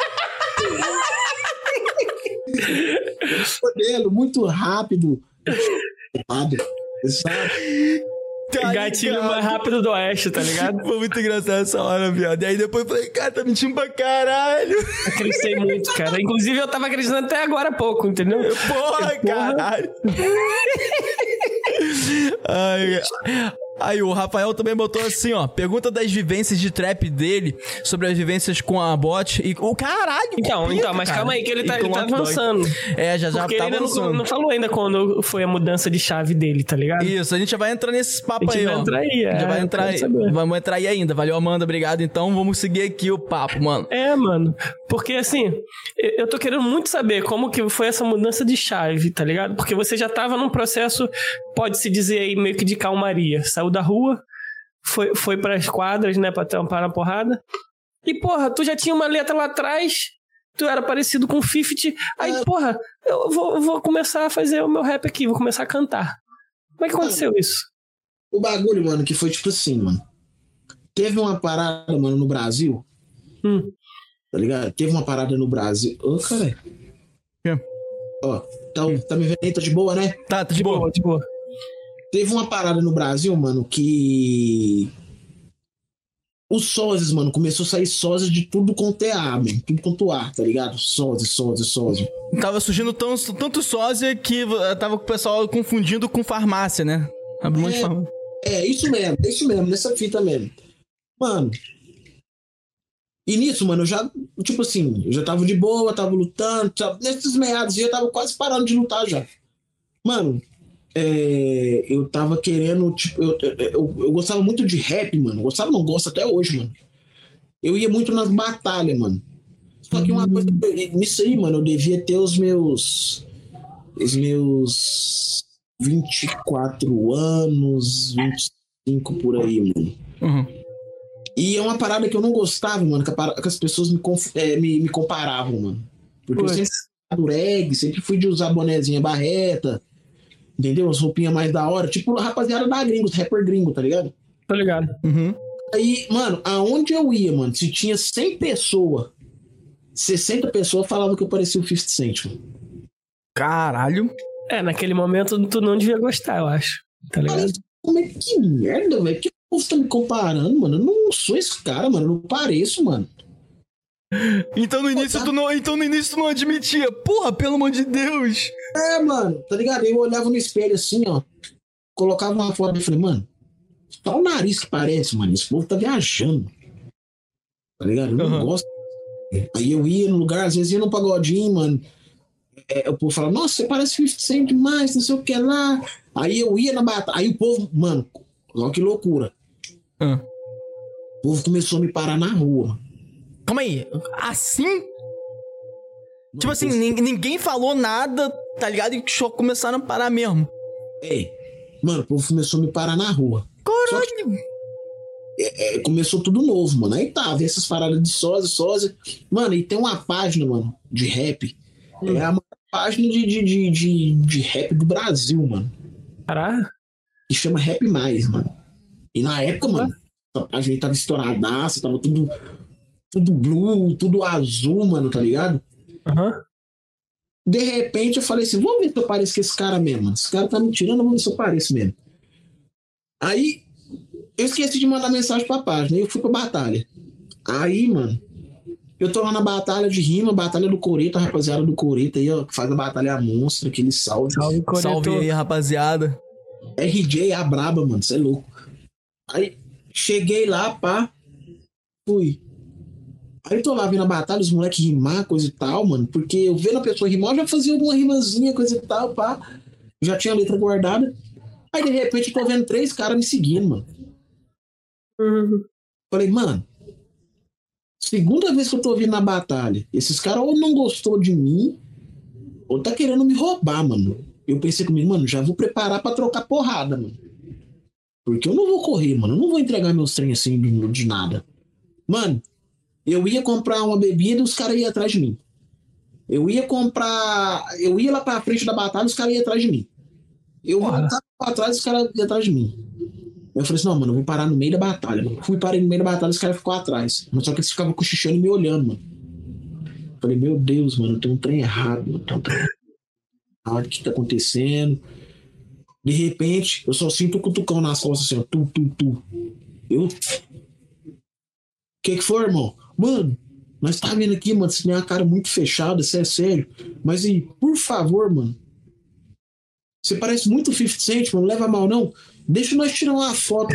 Speaker 3: Modelo, muito rápido. Sabe?
Speaker 2: Gatilho mais rápido do oeste, tá ligado?
Speaker 1: Foi muito engraçado essa hora, viado. E aí depois eu falei: cara, tá mentindo pra caralho.
Speaker 2: Acreditei muito, cara. Inclusive eu tava acreditando até agora há pouco, entendeu?
Speaker 1: Porra, caralho. Aí o Rafael também botou assim, ó: pergunta das vivências de trap dele, sobre as vivências com a bot e o caralho.
Speaker 2: Então, mas cara, calma aí que ele tá avançando.
Speaker 1: É, já
Speaker 2: porque
Speaker 1: tá
Speaker 2: ele
Speaker 1: avançando.
Speaker 2: não falou ainda quando foi a mudança de chave dele, tá ligado?
Speaker 1: Isso, a gente já vai entrar nesses papos aí, ó.
Speaker 2: Vai entrar aí,
Speaker 1: vamos entrar aí ainda. Valeu, Amanda, obrigado. Então vamos seguir aqui o papo, mano.
Speaker 2: É, mano, porque assim, eu tô querendo muito saber como que foi essa mudança de chave, tá ligado? Porque você já tava num processo, pode-se dizer aí, meio que de calmaria. Saiu da rua, foi pras quadras, né, pra tampar na porrada. E, porra, tu já tinha uma letra lá atrás, tu era parecido com o 50. Aí, porra, eu vou começar a fazer o meu rap aqui, vou começar a cantar. Como é que aconteceu isso?
Speaker 3: O bagulho, mano, que foi tipo assim, mano. Teve uma parada, mano, no Brasil, Tá ligado? Teve uma parada no Brasil. Ô, cara. Ó, tá me vendo aí? Tá de boa, né?
Speaker 1: Tá de boa.
Speaker 2: De boa.
Speaker 3: Teve uma parada no Brasil, mano, que os sósias, mano, começou a sair sósia de tudo quanto é ar, mano. Tudo quanto ar, tá ligado? Sósia.
Speaker 1: Tava surgindo tanto sósia que tava com o pessoal confundindo com farmácia, né? Abriu um monte de farmácia.
Speaker 3: Isso mesmo, nessa fita mesmo. Mano. E nisso, mano, eu já, tipo assim, eu já tava de boa, tava lutando, nesses meados eu tava quase parando de lutar já. Mano, eu tava querendo, tipo, eu gostava muito de rap, mano. Gostava, não gosto até hoje, mano. Eu ia muito nas batalhas, mano. Só que uma coisa, nisso aí, mano, eu devia ter os meus 24 anos, 25 por aí, mano.
Speaker 1: Uhum.
Speaker 3: E é uma parada que eu não gostava, mano, que as pessoas me comparavam, mano. Porque eu sempre fui do reggae, sempre fui de usar bonezinha barreta, entendeu? As roupinhas mais da hora, tipo a rapaziada da gringos, rapper gringo, tá ligado?
Speaker 2: Tô ligado.
Speaker 1: Uhum.
Speaker 3: Aí, mano, aonde eu ia, mano, se tinha 100 pessoas, 60 pessoas falavam que eu parecia o 50 Cent, mano.
Speaker 1: Caralho.
Speaker 2: Naquele momento tu não devia gostar, eu acho. Tá ligado?
Speaker 3: Como é que merda, velho? Que o povo tá me comparando, mano? Eu não sou esse cara, mano. Eu não pareço, mano.
Speaker 1: Então no início tu não admitia. Porra, pelo amor de Deus.
Speaker 3: Mano, tá ligado? Eu olhava no espelho assim, ó. Colocava uma foto e falei, mano, só o nariz que parece, mano. Esse povo tá viajando. Tá ligado? Eu não gosto. Aí eu ia no lugar, às vezes ia no pagodinho, mano. O povo falava, nossa, você parece 50 Cent demais, não sei o que lá. Aí eu ia na batalha. Aí o povo, mano, olha que loucura. O povo começou a me parar na rua.
Speaker 1: Calma aí. Assim?
Speaker 3: Não,
Speaker 1: tipo assim, ninguém falou nada, tá ligado? E só começaram a parar mesmo.
Speaker 3: Mano, o povo começou a me parar na rua.
Speaker 1: Caralho.
Speaker 3: Começou tudo novo, mano. Aí vê essas paradas de sósia. Mano, e tem uma página, mano, de rap. É a maior página de rap do Brasil, mano.
Speaker 2: Caralho.
Speaker 3: Que chama Rap Mais, mano. E na época, mano, a gente tava estouradaço, tava tudo blue, tudo azul, mano, tá ligado? De repente eu falei assim, vamos ver se eu pareço com esse cara mesmo, mano. Esse cara tá me tirando, vamos ver se eu pareço mesmo. Aí eu esqueci de mandar mensagem pra página, aí eu fui pra batalha. Aí, mano, eu tô lá na batalha de rima, batalha do Coreta, a rapaziada do Coreta aí, ó, que faz a batalha monstra, aquele salve.
Speaker 1: Salve aí, rapaziada.
Speaker 3: RJ, a braba, mano, cê é louco. Aí, cheguei lá, pá, fui. Aí tô lá vendo a batalha, os moleques rimar, coisa e tal, mano, porque eu vendo a pessoa rimar, eu já fazia alguma rimazinha, coisa e tal, pá. Já tinha a letra guardada. Aí, de repente, eu tô vendo 3 caras me seguindo, mano. Falei, mano, segunda vez que eu tô vindo na batalha, esses caras ou não gostou de mim, ou tá querendo me roubar, mano. Eu pensei comigo, mano, já vou preparar pra trocar porrada, mano. Porque eu não vou correr, mano. Eu não vou entregar meus trem assim de nada. Mano, eu ia comprar uma bebida e os caras iam atrás de mim. Eu ia lá pra frente da batalha e os caras iam atrás de mim. Eu voltava pra trás e os caras iam atrás de mim. Eu falei assim, não, mano, eu vou parar no meio da batalha, mano. Parei no meio da batalha e os caras ficaram atrás. Mas só que eles ficavam cochichando e me olhando, mano. Eu falei, meu Deus, mano, tem um trem errado, mano. Tem um trem errado. O que tá acontecendo? De repente, eu só sinto o cutucão nas costas assim, ó. Tu. Eu? Que foi, irmão? Mano, nós tá vendo aqui, mano, você tem uma cara muito fechada, isso é sério. Mas e, por favor, mano, você parece muito 50 Cent, mano, não leva mal, não. Deixa nós tirar uma foto.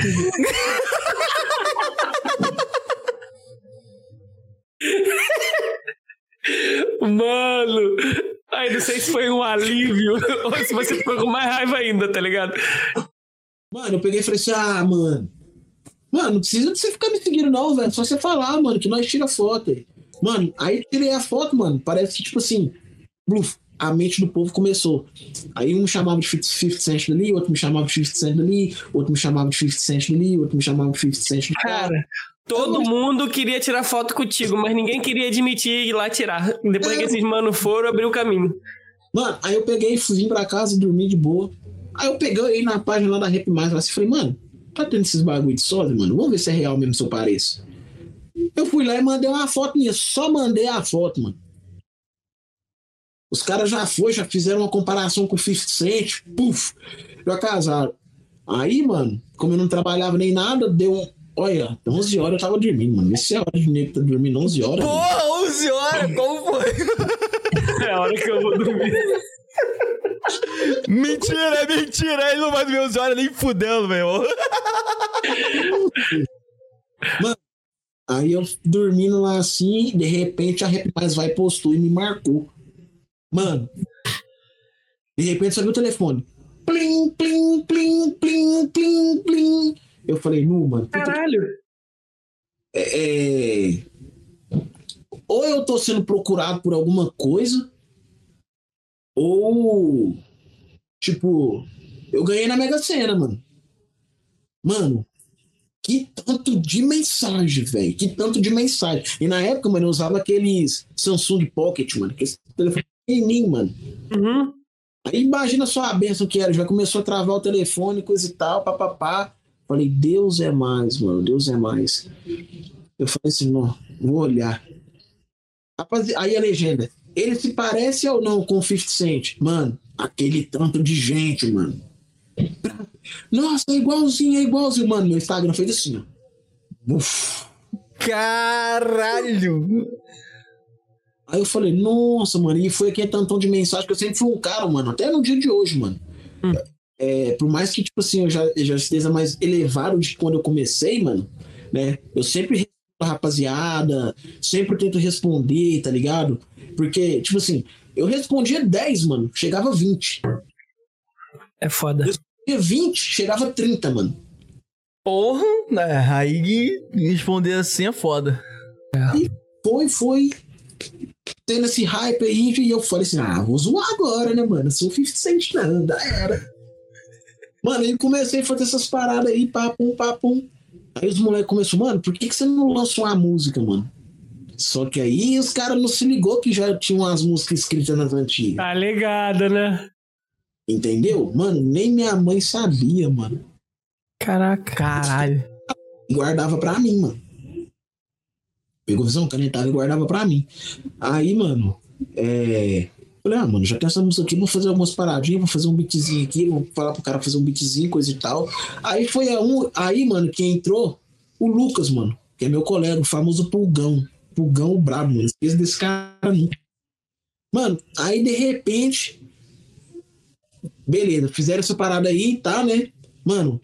Speaker 2: Mano, ai, não sei se foi um alívio ou se você ficou com mais raiva ainda, tá ligado?
Speaker 3: Mano, eu peguei e falei assim, mano, não precisa de você ficar me seguindo não, velho, só você falar, mano, que nós tira foto aí. Mano, aí tirei a foto, mano, parece que, tipo assim, a mente do povo começou. Aí um me chamava de 50 Cent dali, outro me chamava de 50 Cent dali, outro me chamava de 50 Cent dali, outro me chamava de 50 Cent dali.
Speaker 2: Cara, todo mundo queria tirar foto contigo, mas ninguém queria admitir ir lá tirar. Depois que esses manos foram, abriu o caminho.
Speaker 3: Mano, aí eu peguei, vim pra casa, dormi de boa. Aí eu peguei na página lá da Rap Mais, lá assim, falei, mano, tá tendo esses bagulho de sósia, mano? Vamos ver se é real mesmo, se eu pareço. Eu fui lá e mandei uma foto minha. Só mandei a foto, mano. Os caras já fizeram uma comparação com o 50 Cent. Puf, já casaram. Aí, mano, como eu não trabalhava nem nada, deu... Olha, 11 horas eu tava dormindo, mano. Esse é a hora de nego tá dormindo 11 horas.
Speaker 1: Porra, 11 horas, como foi?
Speaker 2: É a hora que eu vou dormir.
Speaker 1: Mentira, ele não vai dormir 11 horas nem fudendo, meu irmão.
Speaker 3: Mano, aí eu dormindo lá assim, de repente a Rap Mais Vai postou e me marcou. Mano, de repente só viu o telefone. Plim, plim, plim, plim, plim, plim. Eu falei, nu, mano.
Speaker 2: Caralho.
Speaker 3: Ou eu tô sendo procurado por alguma coisa, ou, tipo, eu ganhei na Mega Sena, mano. Mano, que tanto de mensagem, velho. Que tanto de mensagem. E na época, mano, eu usava aqueles Samsung Pocket, mano. Que esse telefone pequenininho, mano.
Speaker 2: Uhum.
Speaker 3: Aí imagina só a benção que era. Já começou a travar o telefone, coisa e tal, papapá. Falei, Deus é mais, mano. Deus é mais. Eu falei assim, não, vou olhar. Aí a legenda. Ele se parece ou não com o 50 Cent? Mano, aquele tanto de gente, mano. Nossa, é igualzinho. Mano, meu Instagram fez assim, ó. Uf.
Speaker 1: Caralho.
Speaker 3: Aí eu falei, nossa, mano. E foi aquele tantão de mensagem que eu sempre fui um cara, mano. Até no dia de hoje, mano. Por mais que, tipo assim, eu já esteja mais elevado de quando eu comecei, mano, né? Eu sempre respondo a rapaziada, sempre tento responder, tá ligado? Porque, tipo assim, eu respondia 10, mano, chegava 20.
Speaker 2: É foda.
Speaker 3: Eu respondia 20, chegava 30, mano.
Speaker 1: Porra, né? Aí responder assim é foda.
Speaker 3: E foi tendo esse hype aí, e eu falei assim, vou zoar agora, né, mano? Eu sou 50 Cent, não, já era. Mano, aí comecei a fazer essas paradas aí, papum. Aí os moleques começaram, mano, por que você não lançou uma música, mano? Só que aí os caras não se ligou que já tinham umas músicas escritas nas antigas.
Speaker 2: Tá ligado, né?
Speaker 3: Entendeu? Mano, nem minha mãe sabia, mano.
Speaker 2: Caraca.
Speaker 1: Caralho.
Speaker 3: E guardava pra mim, mano. Pegou visão, canetava e guardava pra mim. Aí, mano, falei, mano, já tem essa música aqui, vou fazer algumas paradinhas, vou fazer um beatzinho aqui, vou falar pro cara fazer um beatzinho, coisa e tal. Aí foi aí, mano, que entrou o Lucas, mano, que é meu colega, o famoso Pulgão. Pulgão o brabo, mano. Esqueça desse cara nunca. Mano, aí de repente, beleza, fizeram essa parada aí, tá, né? Mano,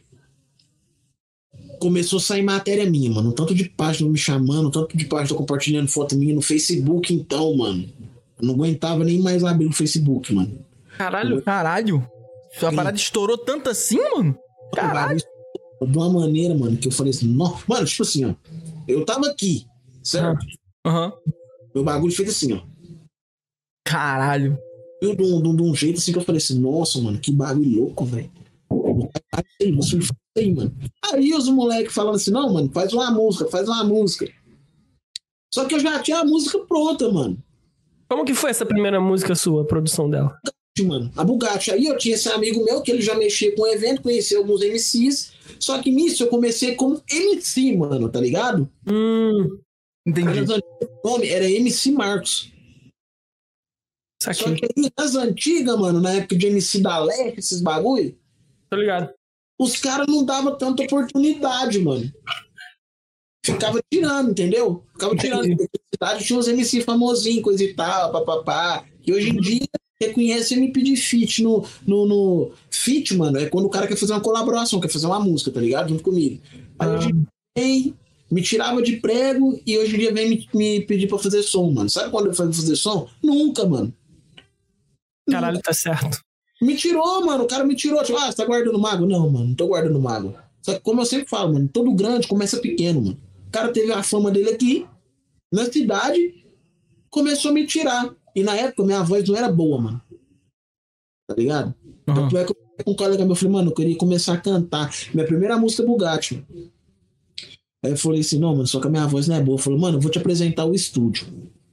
Speaker 3: começou a sair matéria minha, mano. Tanto de página me chamando, tanto de página compartilhando foto minha no Facebook, então, mano. Eu não aguentava nem mais abrir o Facebook, mano.
Speaker 1: Caralho. Sua parada estourou tanto assim, mano? Caralho.
Speaker 3: De uma maneira, mano, que eu falei assim, não. Mano, tipo assim, ó. Eu tava aqui, certo?
Speaker 1: Aham.
Speaker 3: Meu bagulho fez assim, ó.
Speaker 1: Caralho.
Speaker 3: Eu de um jeito assim que eu falei assim, nossa, mano, que bagulho louco, velho. Você me faz aí, mano. Aí os moleques falando assim, não, mano, faz uma música. Só que eu já tinha a música pronta, mano.
Speaker 2: Como que foi essa primeira música sua, a produção dela?
Speaker 3: Mano, a Bugatti. Aí eu tinha esse amigo meu que ele já mexia com o evento, conhecia alguns MCs. Só que nisso eu comecei como MC, mano, tá ligado?
Speaker 1: Entendi.
Speaker 3: O nome era MC Marcos. Só que aí, nas antigas, mano, na época de MC da Leste, esses bagulho,
Speaker 2: Tô ligado.
Speaker 3: os caras não davam tanta oportunidade, mano. Ficava tirando, entendeu? Ficava tirando. Na cidade tinha uns MC famosinhos, coisa e tal, papapá. E hoje em dia reconhece MP de feat no feat, mano. É quando o cara quer fazer uma colaboração, quer fazer uma música, tá ligado? Junto comigo. Aí hoje em dia me tirava de prego e hoje em dia vem me pedir pra fazer som, mano. Sabe quando eu fazer som? Nunca, mano.
Speaker 2: Caralho, tá certo.
Speaker 3: Me tirou, mano. O cara me tirou. Tipo, você tá guardando mago? Não, mano. Não tô guardando mago. Só que, como eu sempre falo, mano, todo grande começa pequeno, mano. O cara teve a fama dele aqui, na cidade, começou a me tirar. E na época, minha voz não era boa, mano. Tá ligado? Tanto é que eu falei com um colega meu, eu falei, mano, eu queria começar a cantar. Minha primeira música é Bugatti, mano. Aí eu falei assim, não, mano, só que a minha voz não é boa. Eu falei, mano, eu vou te apresentar o estúdio.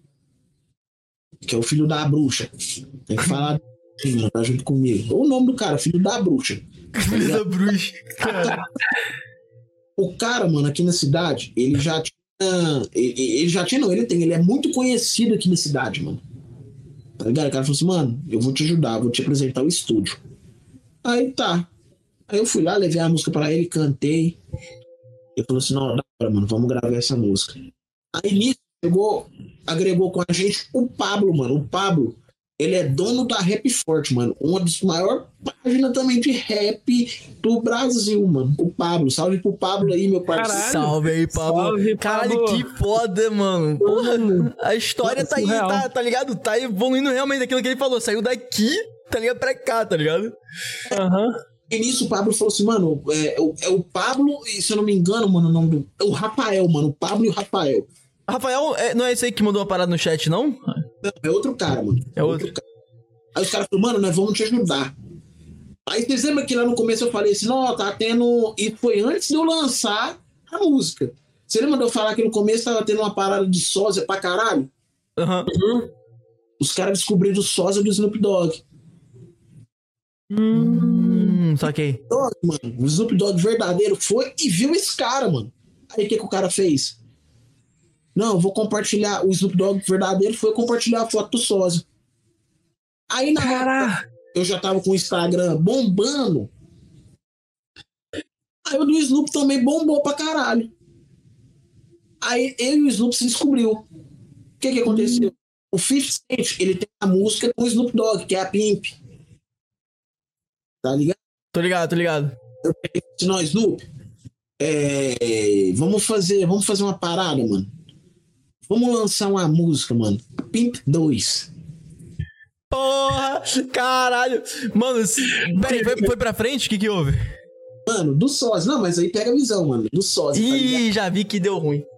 Speaker 3: Que é o filho da bruxa. Tem que falar assim, mano, tá junto comigo. O nome do cara, filho da bruxa.
Speaker 1: Filho da bruxa.
Speaker 3: O cara, mano, aqui na cidade, ele já tinha Ele já tinha, não, ele é muito conhecido aqui na cidade, mano. Tá ligado? O cara falou assim, mano, eu vou te ajudar, vou te apresentar o estúdio. Aí tá. Aí eu fui lá, levei a música pra ele, cantei. Ele falou assim, não, mano, vamos gravar essa música. Aí nisso, agregou com a gente o Pablo, mano. O Pablo, ele é dono da Rap Forte, mano. Uma das maiores páginas também de rap do Brasil, mano. O Pablo. Salve pro Pablo aí, meu parceiro.
Speaker 2: Caralho.
Speaker 1: Salve aí, Pablo.
Speaker 2: Salve,
Speaker 1: Caralho,
Speaker 2: Pablo.
Speaker 1: que foda, mano. Porra, a história tá aí,
Speaker 2: surreal.
Speaker 1: tá ligado? Tá evoluindo realmente aquilo que ele falou. Saiu daqui, tá ligado? Pra cá, tá ligado?
Speaker 2: Aham.
Speaker 3: E nisso o Pablo falou assim, mano, é o Pablo, e se eu não me engano, mano, o nome do... É o Rafael, mano. O Pablo e o Rafael.
Speaker 1: Rafael, não é esse aí que mandou uma parada no chat, não?
Speaker 3: Não, é outro cara, mano.
Speaker 1: É outro.
Speaker 3: Cara. Aí os caras falaram, mano, nós vamos te ajudar. Aí vocês lembram que lá no começo eu falei assim, não, tá tendo... E foi antes de eu lançar a música. Você lembra de eu falar que no começo tava tendo uma parada de sósia pra caralho?
Speaker 1: Aham.
Speaker 3: Os caras descobriram o sósia do Snoop Dogg.
Speaker 1: Saquei.
Speaker 3: Mano, o Snoop Dogg verdadeiro foi e viu esse cara, mano. Aí o que o cara fez? Não, eu vou compartilhar. O Snoop Dogg verdadeiro foi compartilhar a foto do sósia. Aí na hora eu já tava com o Instagram bombando. Aí o do Snoop também bombou pra caralho. Aí eu e o Snoop se descobriu. O que aconteceu? O 50 Cent, ele tem a música com o Snoop Dogg, que é a Pimp. Tá ligado?
Speaker 1: Tô ligado.
Speaker 3: Eu falei assim, não, Snoop, vamos fazer uma parada, mano. Vamos lançar uma música, mano. Pimp 2.
Speaker 1: Porra, caralho. Mano, peraí, foi pra frente? O que houve?
Speaker 3: Mano, do sósia. Não, mas aí pega a visão, mano. Do sósia.
Speaker 1: Ih, já vi que deu ruim.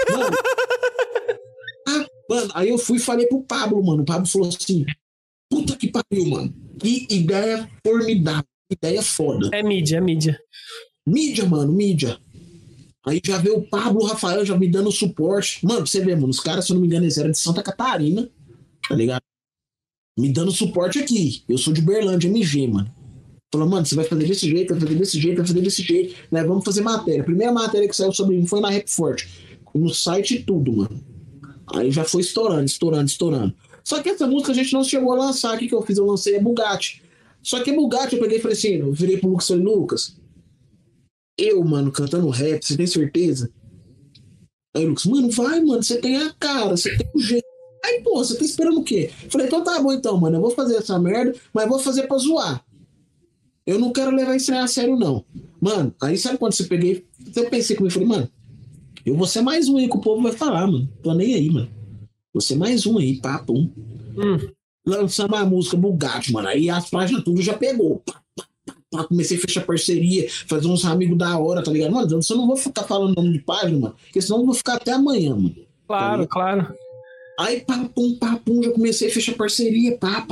Speaker 3: Mano, aí eu fui e falei pro Pablo, mano. O Pablo falou assim, puta que pariu, mano. Que ideia formidável. Ideia foda.
Speaker 2: É mídia.
Speaker 3: Mídia, mano, mídia. Aí já veio o Pablo, o Rafael já me dando suporte. Mano, pra você ver, mano, os caras, se eu não me engano, eles eram de Santa Catarina, tá ligado? Me dando suporte aqui. Eu sou de Berlândia, MG, mano. Falou, mano, você vai fazer desse jeito, vai fazer desse jeito, vai fazer desse jeito. Né? Vamos fazer matéria. A primeira matéria que saiu sobre mim foi na Rap Forte. No site e tudo, mano. Aí já foi estourando. Só que essa música a gente não chegou a lançar. O que eu fiz? Eu lancei a Bugatti. Só que a Bugatti eu peguei e falei assim, eu virei pro Lucas e falei, Lucas, eu, mano, cantando rap, você tem certeza? Aí o Lucas, mano, vai, mano, você tem a cara, você tem o jeito. Aí, pô, você tá esperando o quê? Falei, então tá bom então, mano, eu vou fazer essa merda, mas vou fazer pra zoar. Eu não quero levar isso aí a sério, não. Mano, aí sabe quando você peguei? Eu pensei comigo, falei, mano, eu vou ser mais um aí que o povo vai falar, mano. Tô nem aí, mano. Vou ser mais um aí, pá, pum. Lançamos a música Bugatti, mano. Aí as páginas tudo já pegou. Pá, pá, pá, pá. Comecei a fechar parceria, fazer uns amigos da hora, tá ligado? Mano, eu não vou ficar falando nome de página, mano, porque senão eu vou ficar até amanhã, mano.
Speaker 2: Claro,
Speaker 3: tá
Speaker 2: claro.
Speaker 3: Aí, pá, pum, já comecei a fechar parceria, pá.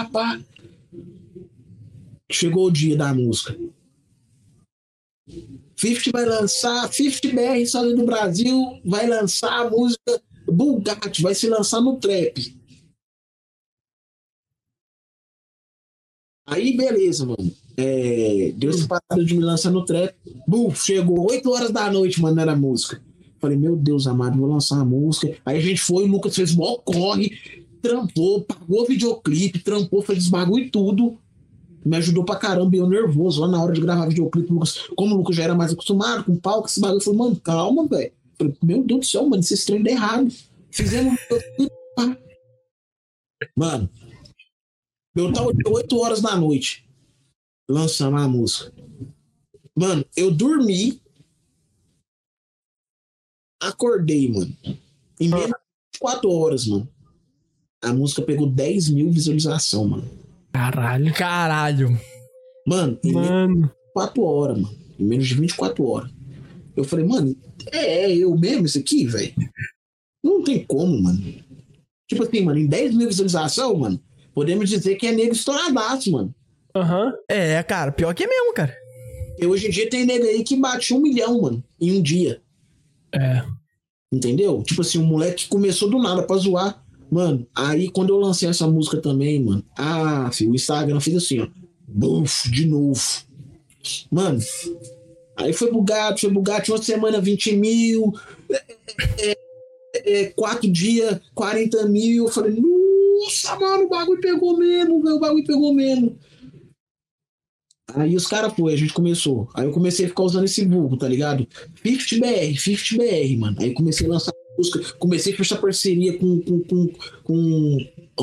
Speaker 3: Chegou o dia da música. 50 vai lançar, 50 BR só do Brasil, vai lançar a música Bugatti, vai se lançar no trap. Aí, beleza, mano. Deu essa parada de me lançar no trap. Chegou 8 horas da noite, mano, era a música. Falei, meu Deus amado, vou lançar a música. Aí a gente foi, o Lucas fez mó corre, trampou, pagou videoclipe, trampou, fez os bagulho e tudo. Me ajudou pra caramba, e eu nervoso lá na hora de gravar videoclipe. Como o Lucas já era mais acostumado com palco, esse bagulho, eu falei, mano, calma, velho. Falei, meu Deus do céu, mano, esse trem deu errado. Fizemos. Mano, eu tava 8 horas da noite lançando a música. Mano, eu dormi, acordei, mano. Em menos de 4 horas, mano. A música pegou 10 mil visualizações, mano.
Speaker 2: Caralho.
Speaker 3: Mano, em menos de 4 horas, mano. Em menos de 24 horas. Eu falei, mano, eu mesmo isso aqui, velho? Não tem como, mano. Tipo assim, mano, em 10 mil visualizações, mano, podemos dizer que é nego estouradaço, mano.
Speaker 1: Cara, pior que é mesmo, cara.
Speaker 3: E hoje em dia tem nego aí que bate 1 milhão, mano, em um dia. Entendeu? Tipo assim, um moleque que começou do nada pra zoar. Mano, aí quando eu lancei essa música também, mano, filho, o Instagram fez assim, ó. Buf, de novo. Mano, aí foi Bugatti, uma semana 20 mil, 4 dias, 40 mil. Eu falei, nossa, mano, o bagulho pegou mesmo, velho, o bagulho pegou mesmo. Aí os caras, a gente começou. Aí eu comecei a ficar usando esse vulgo, tá ligado? 50BR, mano. Aí comecei a lançar música, comecei a fechar parceria com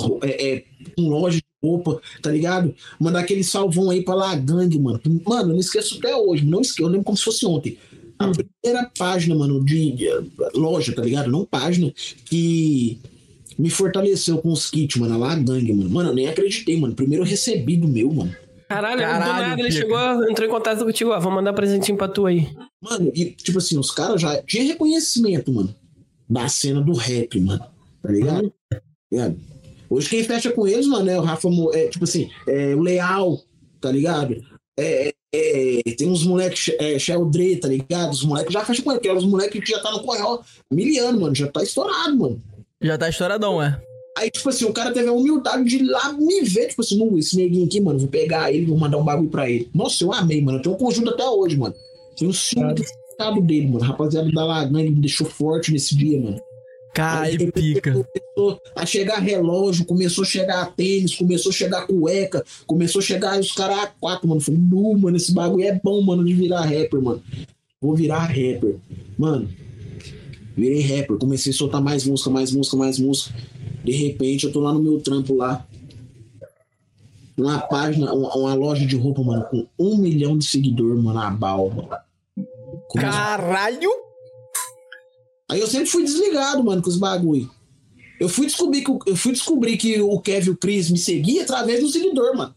Speaker 3: loja de roupa, tá ligado? Mandar aquele salvão aí pra La Gangue, mano. Mano, eu não esqueço até hoje, não esqueço, eu lembro como se fosse ontem. A primeira página, mano, de loja, tá ligado? Não página, que me fortaleceu com os kits, mano, a La Gangue, mano. Mano, eu nem acreditei, mano. Primeiro eu recebi do meu, mano.
Speaker 2: Caralho, do nada ele chegou, entrou em contato contigo, vou mandar um presentinho pra tu aí.
Speaker 3: Mano, e tipo assim, os caras já tinham reconhecimento, mano, da cena do rap, mano, tá ligado? Hoje quem fecha com eles, mano, é o Rafa, tipo assim, o Leal, tá ligado? Tem uns moleques, Sheldre, tá ligado? Os moleques já fecham com ele, que os moleques que já tá no correio miliano, mano, já tá estourado, mano.
Speaker 1: Já tá estouradão,
Speaker 3: Aí, tipo assim, o cara teve a humildade de ir lá me ver, tipo assim, esse neguinho aqui, mano, vou pegar ele, vou mandar um bagulho pra ele. Nossa, eu amei, mano. Eu tenho um conjunto até hoje, mano. Tem um significado dele, mano. Rapaziada da La Gangue me deixou forte nesse dia, mano.
Speaker 1: Cara, pica.
Speaker 3: Começou a chegar relógio, começou a chegar tênis, começou a chegar cueca, começou a chegar os caras A4, mano. Falei, mano, esse bagulho é bom, mano, de virar rapper, mano. Vou virar rapper. Mano, virei rapper. Comecei a soltar mais música. De repente, eu tô lá no meu trampo lá. Uma página, uma loja de roupa, mano, com 1 milhão de seguidores, mano, a balma.
Speaker 1: Caralho!
Speaker 3: Aí eu sempre fui desligado, mano, com os bagulho. Eu fui descobrir que o Kevin e o Chris me seguiam através do seguidor, mano.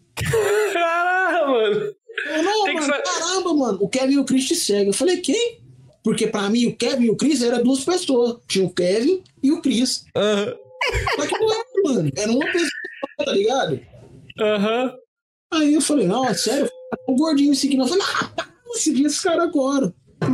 Speaker 2: Caralho, mano.
Speaker 3: Caramba, mano, o Kevin e o Chris te seguem. Eu falei, quem? Porque pra mim, o Kevin e o Chris eram 2 pessoas. Tinha o Kevin e o Chris. Só que não era, mano. Era uma pessoa, tá ligado? Aí eu falei, não, sério, o gordinho me seguindo. Eu falei, vou seguir esse cara agora.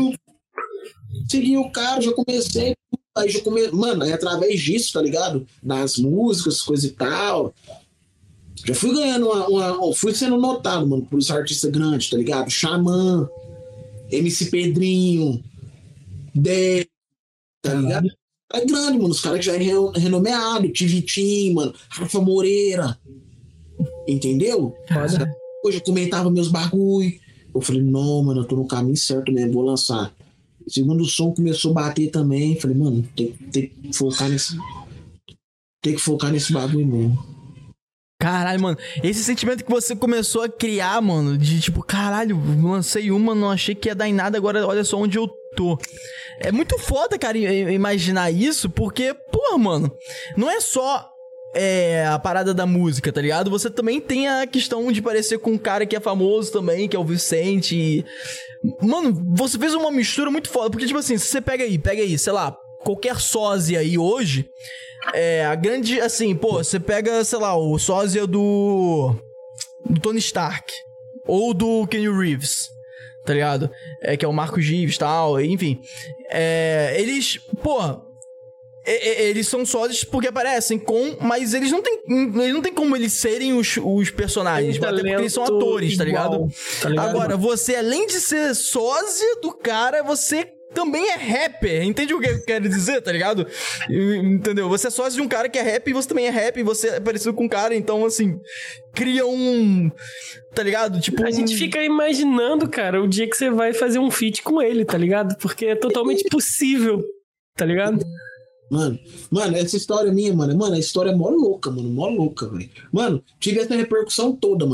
Speaker 3: Segui o cara, já comecei. Mano, aí através disso, tá ligado? Das músicas, coisa e tal. Já fui ganhando fui sendo notado, mano, por os artistas grandes, tá ligado? Xamã, MC Pedrinho, Dé, tá ligado? É grande, mano. Os caras que já é renomeado, Tivitim, mano, Rafa Moreira. Entendeu? Hoje eu comentava meus bagulho. Eu falei, não, mano, eu tô no caminho certo mesmo, vou lançar. Segundo o som começou a bater também. Falei, mano, tem que focar nesse. Tem que focar nesse bagulho mesmo.
Speaker 1: Caralho, mano, esse sentimento que você começou a criar, mano, de tipo, caralho, lancei uma, não achei que ia dar em nada, agora olha só onde eu tô. É muito foda, cara, imaginar isso, porque, pô, mano, não é só a parada da música, tá ligado? Você também tem a questão de parecer com um cara que é famoso também, que é o Vicente. E... Mano, você fez uma mistura muito foda, porque, tipo assim, se você pega aí, sei lá, qualquer sósia aí hoje, a grande, assim, pô, você pega, sei lá, o sósia do Tony Stark, ou do Keanu Reeves, tá ligado? Que é o Marcos Gives e tal, enfim. Eles, pô... Eles são sólidos porque aparecem mas eles não tem como eles serem os personagens, até porque eles são atores, tá ligado? Agora, você, além de ser sósia do cara, você também é rapper, entende o que eu quero dizer, tá ligado? Entendeu? Você é sócio de um cara que é rap e você também é rap e você é parecido com um cara, então, assim, cria tá ligado? Tipo,
Speaker 2: a gente fica imaginando, cara, o dia que você vai fazer um feat com ele, tá ligado? Porque é totalmente possível, tá ligado?
Speaker 3: Mano, essa história minha, mano, a história é mó louca, velho. Mano, tive essa repercussão toda,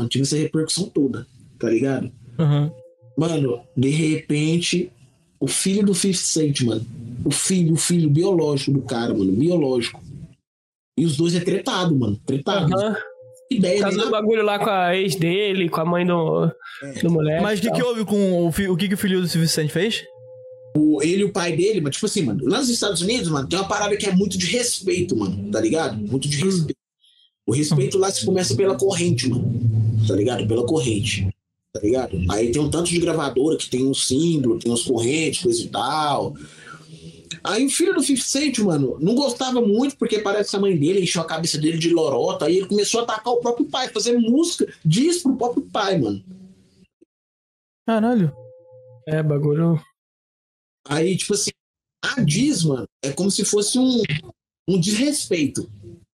Speaker 3: tá ligado? Mano, de repente, o filho do 50 Cent, mano, o filho biológico do cara, mano, biológico. E os dois tretado, mano, Ideia
Speaker 2: fazendo bagulho lá com a ex dele, com a mãe do moleque.
Speaker 1: Mas o que houve com o que o filho do 50 Cent fez?
Speaker 3: Ele e o pai dele, mas tipo assim, mano, lá nos Estados Unidos, mano, tem uma parada que é muito de respeito, mano, tá ligado? Muito de respeito. O respeito lá se começa pela corrente, mano, tá ligado? Pela corrente, tá ligado? Aí tem um tanto de gravadora que tem um símbolo, tem uns correntes, coisa e tal. Aí o filho do 50 Cent, mano, não gostava muito porque parece que a mãe dele encheu a cabeça dele de lorota, aí ele começou a atacar o próprio pai, fazer música disso pro próprio pai, mano.
Speaker 1: Caralho.
Speaker 2: Bagulho...
Speaker 3: Aí, tipo assim, A diz, mano, é como se fosse um desrespeito.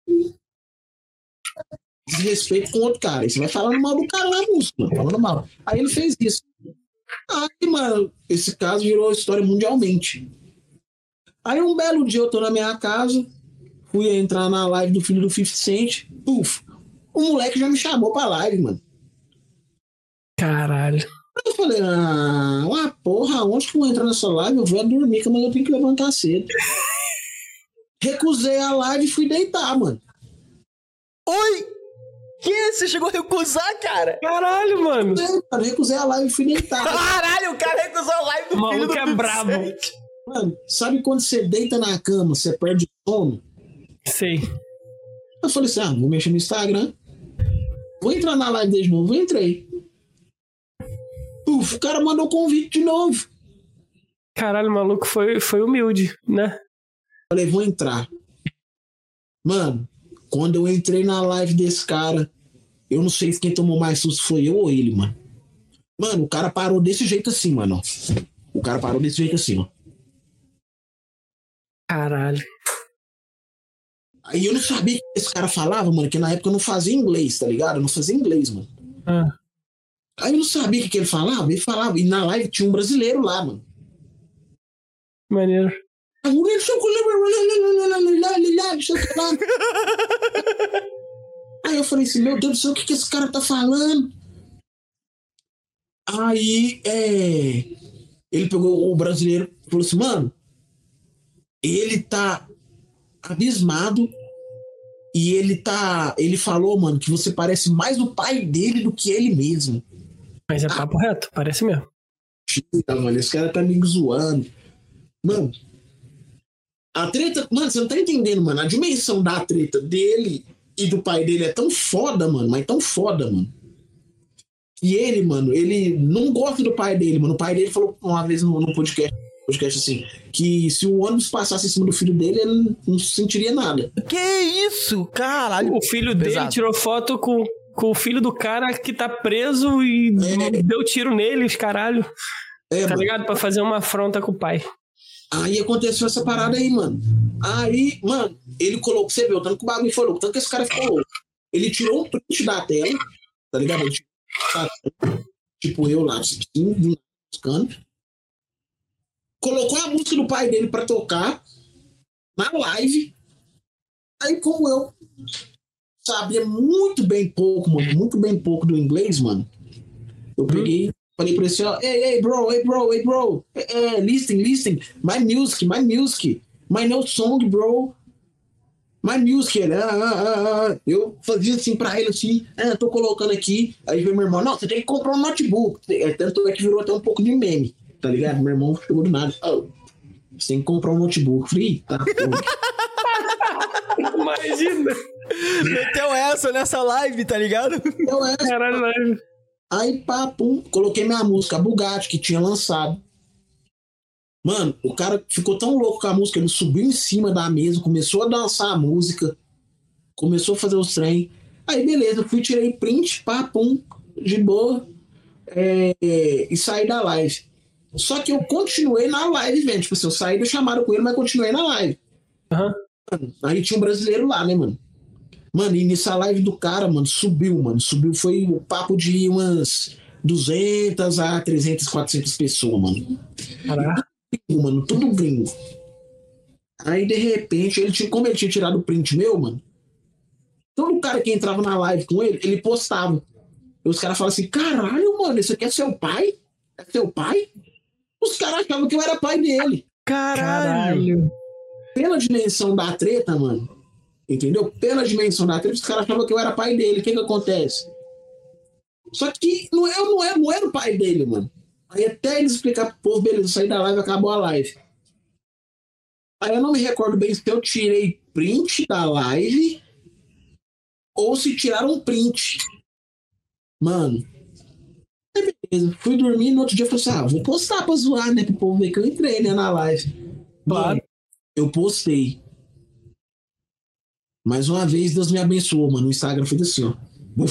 Speaker 3: Desrespeito com outro cara. Aí você vai falando mal do cara na música, mano, falando mal. Aí ele fez isso. Aí, mano, esse caso virou história mundialmente. Aí um belo dia eu tô na minha casa, fui entrar na live do filho do 50 Cent, puf, o moleque já me chamou pra live, mano.
Speaker 2: Caralho.
Speaker 3: Eu falei, uma porra, onde que eu vou entrar nessa live? Eu vou dormir, mas eu tenho que levantar cedo. Recusei a live e fui deitar, mano.
Speaker 1: Oi? Que? Você chegou a recusar, cara?
Speaker 2: Caralho, mano.
Speaker 3: Eu recusei a live e fui deitar.
Speaker 1: Caralho, o cara recusou a live do
Speaker 2: O
Speaker 1: filho do
Speaker 2: maluco é
Speaker 1: 50
Speaker 2: brabo.
Speaker 1: Cent.
Speaker 3: Mano, sabe quando você deita na cama, você perde o sono?
Speaker 2: Sei.
Speaker 3: Eu falei assim, vou mexer no Instagram. Vou entrar na live dele de novo. Eu entrei. O cara mandou convite de novo.
Speaker 2: Caralho, o maluco foi humilde, né?
Speaker 3: Falei, vou entrar. Mano, quando eu entrei na live desse cara, eu não sei se quem tomou mais susto foi eu ou ele, mano. Mano, o cara parou desse jeito assim, mano. O cara parou desse jeito assim, ó.
Speaker 2: Caralho.
Speaker 3: Aí eu não sabia o que esse cara falava, mano, que na época eu não fazia inglês, tá ligado? Eu não fazia inglês, mano. Aí eu não sabia o que ele falava. Ele falava, e na live tinha um brasileiro lá, mano.
Speaker 2: Maneiro.
Speaker 3: Aí eu falei assim, meu Deus do céu, o que esse cara tá falando? Aí, ele pegou o brasileiro e falou assim, mano, ele tá abismado e ele falou, mano, que você parece mais o pai dele do que ele mesmo.
Speaker 2: Mas é papo reto, parece mesmo.
Speaker 3: Mano, esse cara tá me zoando. Mano, a treta, mano, você não tá entendendo, mano, a dimensão da treta dele e do pai dele é tão foda, mano, mas tão foda, mano. E ele, mano, ele não gosta do pai dele, mano. O pai dele falou uma vez no podcast assim, que se o ônibus passasse em cima do filho dele, ele não sentiria nada.
Speaker 1: Que isso? Caralho.
Speaker 2: O filho dele
Speaker 1: Pesado.
Speaker 2: tirou foto com o filho do cara que tá preso e deu tiro nele, os caralho. Tá
Speaker 3: mano.
Speaker 2: ligado? Pra fazer uma afronta com o pai.
Speaker 3: Aí aconteceu essa parada aí, mano. Aí, mano, ele colocou, você viu, tanto que o bagulho foi louco, tanto que esse cara ficou louco. Ele tirou um print da tela, tá ligado? Ele tipo eu lá, buscando. Colocou a música do pai dele pra tocar na live. Aí, como eu sabia muito bem pouco, mano, muito bem pouco do inglês, mano, eu peguei, falei pra ele assim, ó, hey bro, listen, my music, my new song, bro, my music, ele, eu fazia assim pra ele, assim, tô colocando aqui, aí veio meu irmão, não, você tem que comprar um notebook, tanto é que virou até um pouco de meme, tá ligado? Meu irmão chegou do nada, você tem que comprar um notebook, falei, tá,
Speaker 2: Imagina.
Speaker 1: Meteu essa nessa live, tá ligado?
Speaker 3: então
Speaker 2: Caralho, live.
Speaker 3: Aí, pá, pum, coloquei minha música, a Bugatti, que tinha lançado. Mano, o cara ficou tão louco com a música, ele subiu em cima da mesa, começou a dançar a música, começou a fazer os trem. Aí, beleza, fui, tirei print, pá, pum, de boa, e saí da live. Só que eu continuei na live, velho. Tipo assim, eu saí da chamada com ele, mas continuei na live.
Speaker 2: Aham.
Speaker 3: Aí tinha um brasileiro lá, né, mano? Mano, e nessa live do cara, mano, subiu, foi o papo de umas 200 a 300, 400 pessoas, mano.
Speaker 2: Caraca.
Speaker 3: Mano, tudo gringo. Aí, de repente, como ele tinha tirado o print meu, mano, todo cara que entrava na live com ele, ele postava. E os caras falavam assim, caralho, mano, isso aqui é seu pai? É seu pai? Os caras achavam que eu era pai dele.
Speaker 2: Caralho.
Speaker 3: Pela dimensão da treta, mano, entendeu? Pela dimensão da treta, os caras achavam que eu era pai dele. O que acontece? Só que eu não era o pai dele, mano. Aí até ele explicar pro povo, beleza, eu saí da live, acabou a live. Aí eu não me recordo bem se eu tirei print da live ou se tiraram um print. Mano, aí beleza, fui dormir, no outro dia eu falei assim, vou postar pra zoar, né, pro povo ver que eu entrei, né, na live. Mano, eu postei. Mais uma vez, Deus me abençoou, mano. O Instagram fez assim, ó.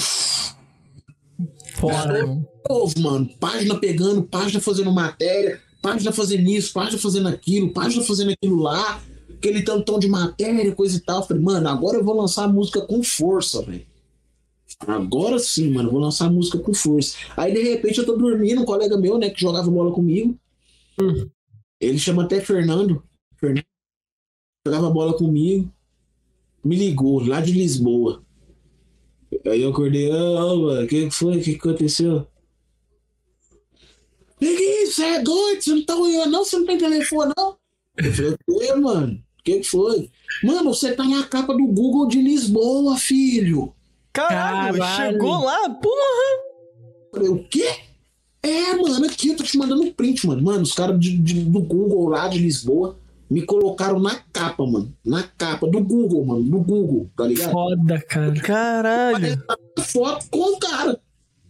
Speaker 1: Foda.
Speaker 3: Mano. Página pegando, página fazendo matéria, página fazendo isso, página fazendo aquilo, página fazendo aquilo lá, aquele tantão de matéria, coisa e tal. Eu falei, mano, agora eu vou lançar a música com força, velho. Agora sim, mano, eu vou lançar a música com força. Aí, de repente, eu tô dormindo, um colega meu, né, que jogava bola comigo. Ele chama até Fernando. Jogava bola comigo. Me ligou, lá de Lisboa. Aí eu acordei, mano, o que foi? O que aconteceu? Neguinho, você é doido? Você não tá olhando, não? Você não tem telefone, não? Eu falei, o que, mano? O que foi? Mano, você tá na capa do Google de Lisboa, filho.
Speaker 1: Caralho, chegou lá? Porra!
Speaker 3: Eu falei, o quê? Mano, aqui eu tô te mandando um print, mano. Mano, os caras do Google lá de Lisboa me colocaram na capa, mano. Na capa do Google, mano. Do Google, tá ligado?
Speaker 2: Foda, cara.
Speaker 1: Caralho.
Speaker 3: Foto com o cara.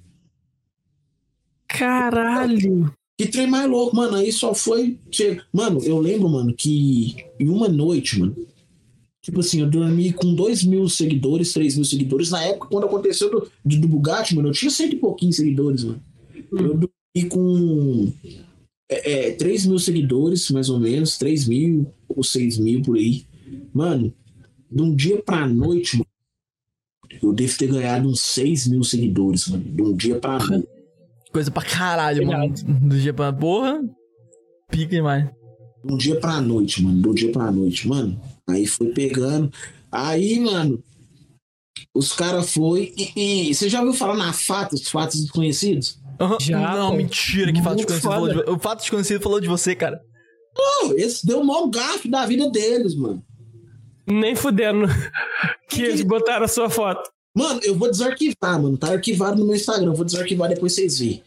Speaker 2: Caralho.
Speaker 3: Que trem mais louco, mano. Aí só foi... Mano, eu lembro, mano, que em uma noite, mano, tipo assim, eu dormi com 2.000 seguidores, 3.000 seguidores. Na época, quando aconteceu do Bugatti, mano, eu tinha 100 e pouquinhos seguidores, mano. Eu dormi com 3.000 seguidores, mais ou menos, 3.000 ou 6.000 por aí. Mano, de um dia pra noite, mano, eu devo ter ganhado uns 6.000 seguidores, mano. De um dia pra noite.
Speaker 1: Coisa pra caralho, mano. Do dia pra porra, pica demais.
Speaker 3: De um dia pra noite, mano. De um dia pra noite, mano. Aí foi pegando. Aí, mano, os caras foi e você já ouviu falar na Fatos Desconhecidos?
Speaker 2: Já,
Speaker 1: não,
Speaker 2: pô.
Speaker 1: mentira que Fatos Desconhecidos falou de o Fatos Desconhecidos falou de você, cara.
Speaker 3: Pô, esse deu o maior gafe da vida deles, mano.
Speaker 2: Nem fudendo que eles botaram a sua foto.
Speaker 3: Mano, eu vou desarquivar, mano. Tá arquivado no meu Instagram. Vou desarquivar depois vocês verem.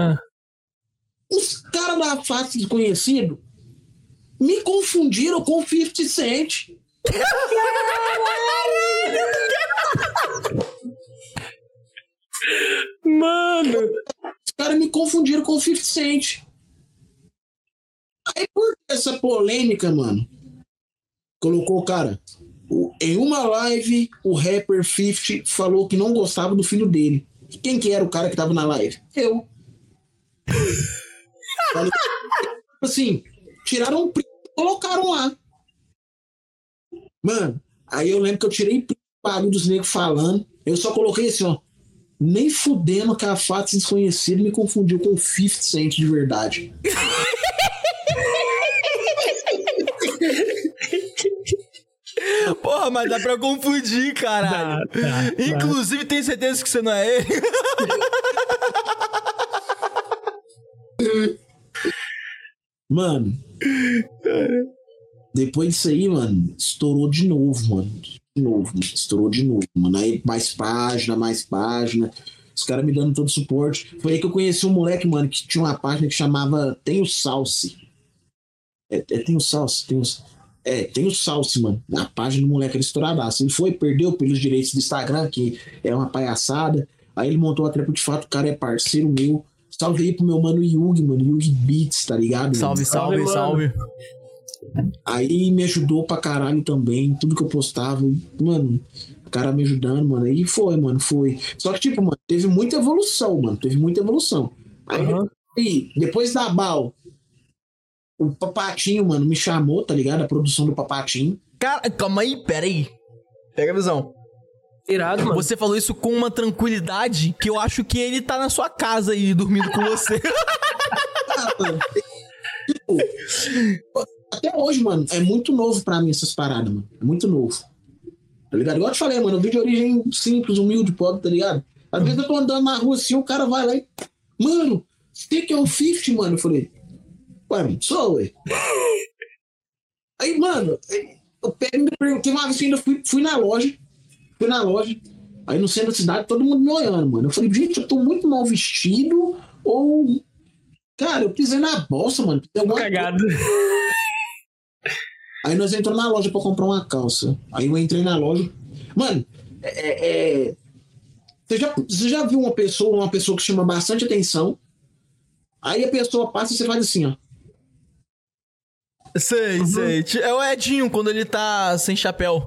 Speaker 3: Os caras da Fatos Desconhecidos me confundiram com o 50 Cent.
Speaker 2: Mano.
Speaker 3: Os caras me confundiram com o 50 Cent. Aí por que essa polêmica, mano? Colocou o cara. Em uma live, o rapper 50 falou que não gostava do filho dele. E quem que era o cara que tava na live? Eu. Assim, tiraram um print e colocaram lá. Mano, aí eu lembro que eu tirei pago dos negros falando. Eu só coloquei assim, ó. Nem fudendo que a Fatos Desconhecido me confundiu com o 50 Cent de verdade.
Speaker 1: Porra, mas dá pra confundir, caralho.
Speaker 2: Dá.
Speaker 1: Inclusive, tem certeza que você não é ele?
Speaker 3: Mano, depois disso aí, mano, estourou de novo, mano. Estourou de novo, mano. Aí mais página. Os caras me dando todo suporte. Foi aí que eu conheci um moleque, mano, que tinha uma página que chamava Tem o Salse. Tem o Salse, tem o Salse, mano. A página do moleque era estouradaço. Ele perdeu pelos direitos do Instagram, que é uma palhaçada. Aí ele montou a Trepa de Fato, o cara é parceiro meu. Salve aí pro meu mano Yugi, mano. Yugi Beats, tá ligado?
Speaker 1: Salve.
Speaker 3: Aí me ajudou pra caralho também. Tudo que eu postava. Mano, o cara me ajudando, mano. Aí foi. Só que, tipo, mano, teve muita evolução, mano. Aí, depois da Bal, o Papatinho, mano, me chamou, tá ligado? A produção do Papatinho.
Speaker 1: Cara, calma aí, pera aí. Pega a visão.
Speaker 2: Irado, mano.
Speaker 1: Você falou isso com uma tranquilidade que eu acho que ele tá na sua casa aí, dormindo com você.
Speaker 3: Até hoje, mano, é muito novo pra mim essas paradas, mano. É muito novo. Tá ligado? Igual eu te falei, mano, eu vi de origem simples, humilde, pobre, tá ligado? Às vezes eu tô andando na rua assim, o cara vai lá e... Mano, você que é o 50, mano? Eu falei... Ué, mano, sou, ué. Aí, mano, eu perguntei uma vez que ainda fui na loja. Aí no centro da cidade, todo mundo me olhando, mano. Eu falei, gente, eu tô muito mal vestido ou... Cara, eu pisei na bolsa, mano.
Speaker 2: Cagado.
Speaker 3: Aí nós entramos na loja pra comprar uma calça. Aí eu entrei na loja. Mano, você já viu uma pessoa que chama bastante atenção? Aí a pessoa passa e você faz assim, ó.
Speaker 1: Sei. É o Edinho quando ele tá sem chapéu.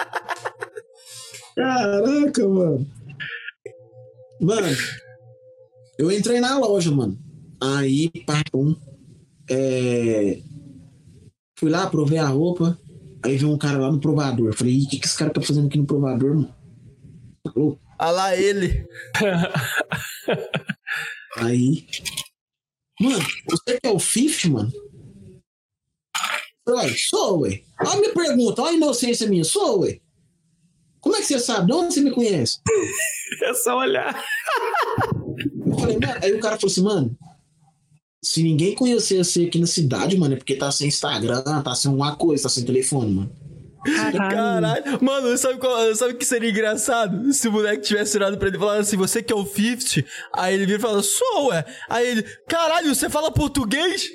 Speaker 3: Caraca, mano. Mano, Eu entrei na loja, mano. Aí, papum. Fui lá, provei a roupa. Aí veio um cara lá no provador. Eu falei, o que esse cara tá fazendo aqui no provador, mano? Falou.
Speaker 1: Ah lá ele.
Speaker 3: Aí. Mano, você que é o Fifth, mano? Eu falei, sou, ué. Olha a minha pergunta, olha a inocência minha. Sou, ué. Como é que você sabe? De onde você me conhece?
Speaker 2: É só olhar.
Speaker 3: Eu falei, mano. Aí o cara falou assim, mano. Se ninguém conhecer você aqui na cidade, mano, é porque tá sem Instagram, tá sem uma coisa, tá sem telefone, mano.
Speaker 1: Caralho. Mano, sabe o que seria engraçado? Se o moleque tivesse virado pra ele e falado assim, você que é o Fifth? Aí ele vira e fala, sou, ué. Aí ele, caralho, você fala português?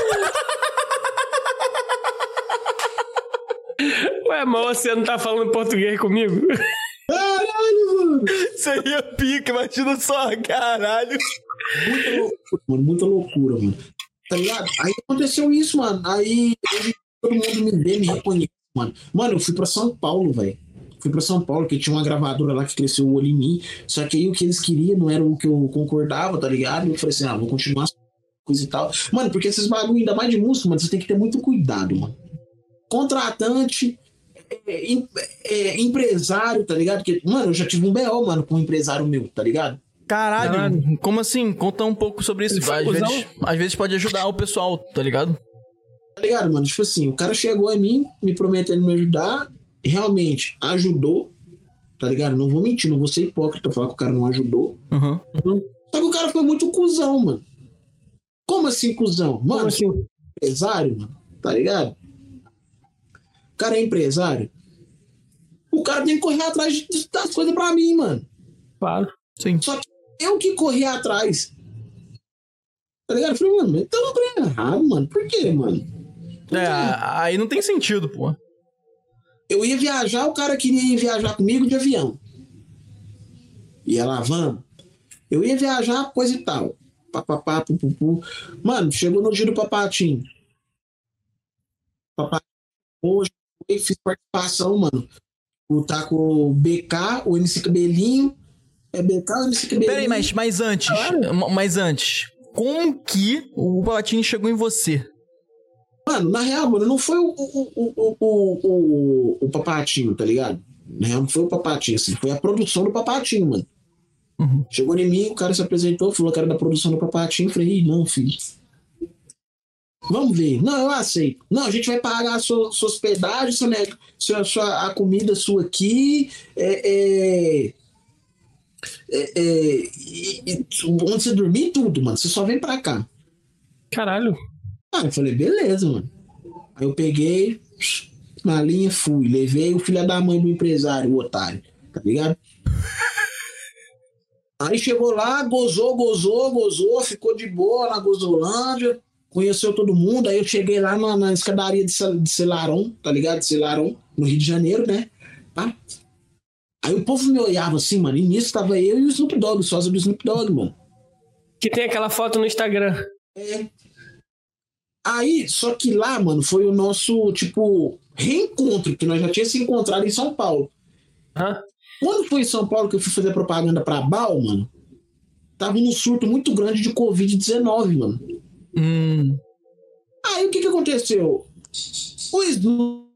Speaker 2: Ué, mas você não tá falando português comigo?
Speaker 3: Caralho, mano.
Speaker 1: Seria pica, imagina só, caralho.
Speaker 3: Muita loucura, mano. Tá ligado? Aí aconteceu isso, mano. Aí todo mundo me vê, me reconhece, mano. Mano, eu fui pra São Paulo, velho. Fui pra São Paulo, porque tinha uma gravadora lá que cresceu o olho em mim. Só que aí o que eles queriam não era o que eu concordava, tá ligado? E eu falei assim, vou continuar coisa e tal. Mano, porque esses bagulho, ainda mais de música, mano, você tem que ter muito cuidado, mano. Contratante, empresário, tá ligado? Porque, mano, eu já tive um BO, mano, com um empresário meu, tá ligado?
Speaker 1: Caralho, como assim? Conta um pouco sobre isso. Às vezes pode ajudar o pessoal, tá ligado?
Speaker 3: Tá ligado, mano? Tipo assim, o cara chegou em mim, me prometendo me ajudar, realmente ajudou, tá ligado? Não vou mentir, não vou ser hipócrita falar que o cara não ajudou.
Speaker 1: Uhum.
Speaker 3: Só que o cara foi muito cuzão, mano. Como assim, cuzão? Mano,
Speaker 2: Como assim?
Speaker 3: Empresário, mano, tá ligado? O cara é empresário. O cara tem que correr atrás das coisas pra mim, mano.
Speaker 2: Claro.
Speaker 1: Sim.
Speaker 3: Só que eu que corri atrás. Tá ligado? Eu falei, mano, então não tô errado, mano. Por quê, mano?
Speaker 1: Aí não tem sentido, pô.
Speaker 3: Eu ia viajar, o cara queria ir viajar comigo de avião. Ia lá, vamos. Eu ia viajar, coisa e tal. Papapá, pupupu. Mano, chegou no dia do Papatinho. Papatinho, hoje, fiz participação, mano. Lutar com o BK, o MC Cabelinho. É BK, o MC Cabelinho.
Speaker 1: Peraí, mas antes, como que o Papatinho chegou em você?
Speaker 3: Mano, na real, mano, não foi o Papatinho, tá ligado? Na real, não foi o Papatinho, assim. Foi a produção do Papatinho, mano.
Speaker 1: Uhum.
Speaker 3: Chegou em mim, o cara se apresentou, falou que era da produção do Papatinho. Falei, não, filho. Vamos ver. Não, eu aceito. Não, a gente vai pagar a sua hospedagem, a comida sua aqui, onde você dormir, tudo, mano. Você só vem pra cá.
Speaker 2: Caralho.
Speaker 3: Eu falei, beleza, mano. Aí eu peguei, na linha, fui. Levei o filho da mãe do empresário, o otário, tá ligado? Aí chegou lá, gozou, ficou de boa na Gozolândia, conheceu todo mundo. Aí eu cheguei lá na escadaria de Selarón, tá ligado? De Selarón, no Rio de Janeiro, né? Tá? Aí o povo me olhava assim, mano. E nisso tava eu e o Snoop Dogg, o sósia do Snoop Dogg, mano.
Speaker 2: Que tem aquela foto no Instagram.
Speaker 3: Aí, só que lá, mano, foi o nosso, tipo, reencontro, que nós já tínhamos se encontrado em São Paulo. Quando foi em São Paulo que eu fui fazer propaganda pra Bal, mano, tava num surto muito grande de Covid-19, mano. Aí o que aconteceu? O Snoop...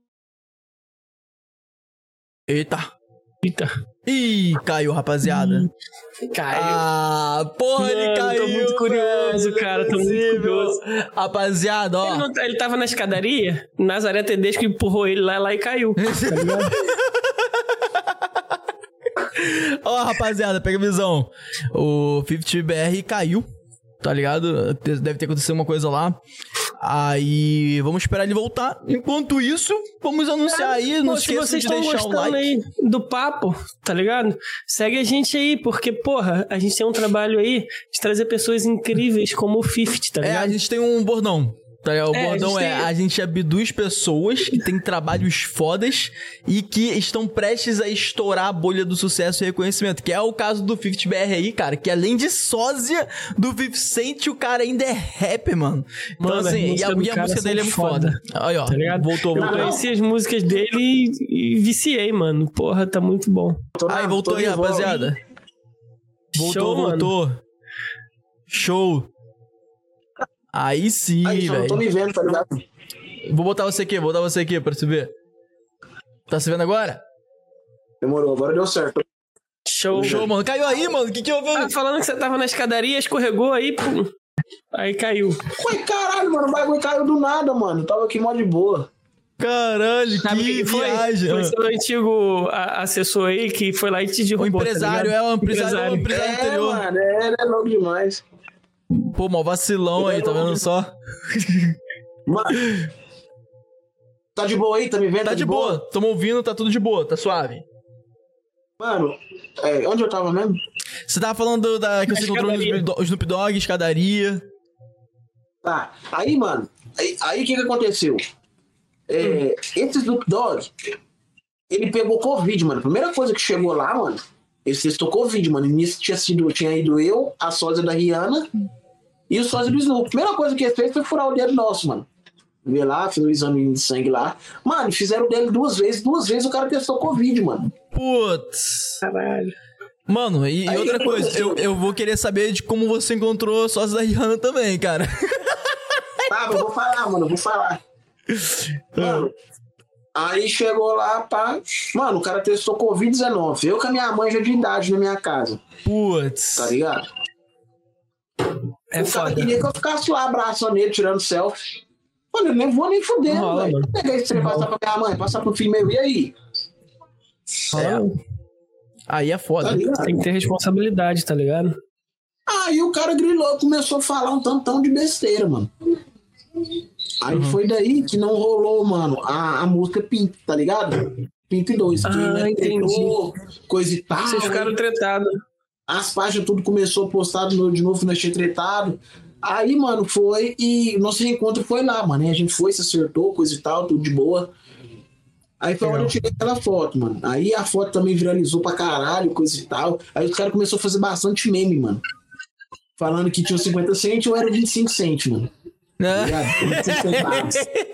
Speaker 1: Eita. Ih, caiu, rapaziada.
Speaker 2: Caiu.
Speaker 1: Porra, mano, ele caiu.
Speaker 2: Tô muito curioso, cara. Tô muito curioso.
Speaker 1: Rapaziada, ó.
Speaker 2: Ele tava na escadaria, Nazaré Tedesco empurrou ele lá e caiu. Tá ligado?
Speaker 1: Ó, rapaziada, pega a visão. O 50BR caiu, tá ligado? Deve ter acontecido uma coisa lá. Aí, vamos esperar ele voltar. Enquanto isso, vamos anunciar aí. Não esqueça de deixar o like.
Speaker 2: Aí do papo, tá ligado? Segue a gente aí, porque, porra, a gente tem um trabalho aí de trazer pessoas incríveis como o 50, tá ligado?
Speaker 1: A gente tem um bordão. Tá ligado? O bordão a gente abduz pessoas que têm trabalhos fodas e que estão prestes a estourar a bolha do sucesso e reconhecimento, que é o caso do 50BR aí, cara, que além de sósia do 50 Cent, o cara ainda é rapper, mano. Então, assim, e a música dele é muito foda. Aí, ó,
Speaker 2: tá
Speaker 1: voltou.
Speaker 2: Eu conheci as músicas dele e viciei, mano. Porra, tá muito bom.
Speaker 1: Aí, voltou aí, rapaziada. Voltou. Show. Aí sim,
Speaker 3: Aí, só não tô
Speaker 1: velho.
Speaker 3: me vendo, tá ligado?
Speaker 1: Vou botar você aqui pra você ver. Tá se vendo agora?
Speaker 3: Demorou, agora deu certo.
Speaker 2: Show.
Speaker 1: Show, mano. Caiu aí, mano. O que houve?
Speaker 2: Ah, falando que você tava na escadaria, escorregou aí, pum. Aí caiu.
Speaker 3: Ué, caralho, mano, o bagulho caiu do nada, mano. Eu tava aqui mó de boa.
Speaker 1: Caralho,
Speaker 2: Sabe
Speaker 1: que
Speaker 2: quem foi?
Speaker 1: viagem.
Speaker 2: Foi seu antigo assessor aí que foi lá e te
Speaker 1: O
Speaker 2: derrubou.
Speaker 1: empresário,
Speaker 2: tá
Speaker 1: o empresário anterior.
Speaker 3: Mano, ele é louco demais.
Speaker 1: Pô, mó vacilão aí, tá vendo só?
Speaker 3: Mano, tá de boa aí? Tá me vendo?
Speaker 1: Tá de boa. Tamo ouvindo, tá tudo de boa, tá suave.
Speaker 3: Mano, onde eu tava mesmo?
Speaker 1: Você tava falando que você encontrou o Snoop Dogg, escadaria.
Speaker 3: Tá, aí, mano, aí o que aconteceu? Esse Snoop Dogg, ele pegou Covid, mano. A primeira coisa que chegou lá, mano, ele testou Covid, mano. E nisso tinha ido eu, a sósia da Rihanna e o sósia do Snoop. A primeira coisa que ele fez foi furar o dedo nosso, mano. Veio lá, fez um exame de sangue lá. Mano, fizeram o dele duas vezes o cara testou Covid, mano.
Speaker 1: Putz.
Speaker 2: Caralho.
Speaker 1: Mano, e
Speaker 3: Aí,
Speaker 1: outra coisa,
Speaker 3: aconteceu?
Speaker 1: eu vou querer saber de como você encontrou sócio da Rihanna também, cara.
Speaker 3: Tá, eu vou falar, mano, eu vou falar. Mano, aí chegou lá, pá. Mano, o cara testou Covid-19. Eu com a minha mãe já de idade na minha casa,
Speaker 1: Putz.
Speaker 3: tá ligado?
Speaker 2: É
Speaker 3: O cara
Speaker 2: foda.
Speaker 3: queria que eu ficasse lá abraçando ele, tirando selfie. Mano, eu nem vou nem fudendo,
Speaker 2: Não rola,
Speaker 3: velho.
Speaker 2: mano.
Speaker 3: Vou pegar esse trem, passar pra minha mãe, passar pro filho meu, e aí?
Speaker 1: Aí é
Speaker 3: Tá
Speaker 1: foda.
Speaker 3: ligado?
Speaker 2: Tem que ter responsabilidade, tá ligado?
Speaker 3: Aí o cara grilou, começou a falar um tantão de besteira, mano. Aí foi daí que não rolou, mano, a música Pimp, tá ligado? Pimp 2. que, né,
Speaker 2: entendi.
Speaker 3: tentou, coisa e tal.
Speaker 2: Vocês ficaram tretados.
Speaker 3: As páginas tudo começou a postar de novo, nós tinha tretado. Aí, mano, foi e o nosso reencontro foi lá, mano. E a gente foi, se acertou, coisa e tal, tudo de boa. Aí foi onde eu tirei aquela foto, mano. Aí a foto também viralizou pra caralho, coisa e tal. Aí os caras começaram a fazer bastante meme, mano. Falando que tinha 50 cent ou era 25 cent, mano. Tá ligado? 25 centavos.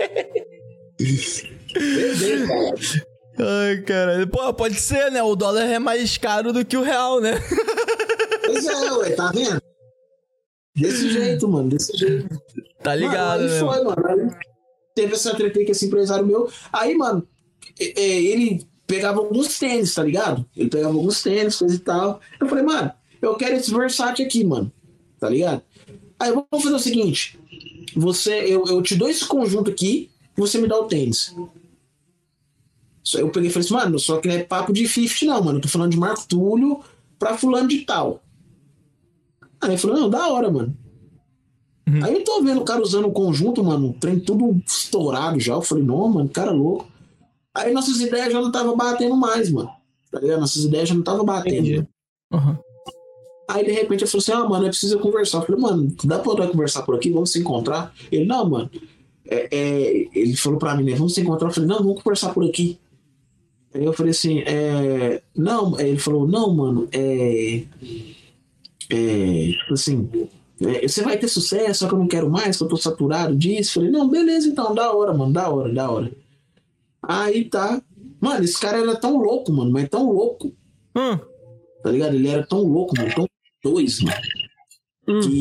Speaker 3: Beleza, cara.
Speaker 1: Ai, caralho. Pô, pode ser, né? O dólar é mais caro do que o real, né?
Speaker 3: Pois é, ué, tá vendo? Desse jeito, mano, desse jeito.
Speaker 1: Tá ligado,
Speaker 3: mano, aí
Speaker 1: né?
Speaker 3: foi, mano. Aí teve essa treta aí com esse empresário meu. Aí, mano, ele pegava alguns tênis, tá ligado? Ele pegava alguns tênis, coisa e tal. Eu falei, mano, eu quero esse Versace aqui, mano. Tá ligado? Aí vamos fazer o seguinte. Eu te dou esse conjunto aqui, você me dá o tênis. Eu peguei e falei assim, mano, só que não é papo de 50 não, mano. Eu tô falando de Marco Túlio pra fulano de tal. Aí ele falou, não, da hora, mano. Aí eu tô vendo o cara usando o conjunto, mano, o trem tudo estourado já. Eu falei, não, mano, cara louco. Aí nossas ideias já não estavam batendo mais, mano. Tá ligado? Nossas ideias já não estavam batendo.
Speaker 1: Uhum.
Speaker 3: Aí de repente eu falei assim, mano, eu preciso conversar. Eu falei, mano, dá pra eu conversar por aqui? Vamos se encontrar? Ele, não, mano. Ele falou pra mim, né, vamos se encontrar. Eu falei, não, vamos conversar por aqui. Aí eu falei assim, não, ele falou, não, mano, tipo assim, você vai ter sucesso, só que eu não quero mais, que eu tô saturado disso. Falei, não, beleza, então, da hora, mano, da hora. Aí tá. Mano, esse cara era tão louco, mano, mas tão louco. Tá ligado? Ele era tão louco, mano, tão dois, mano. Que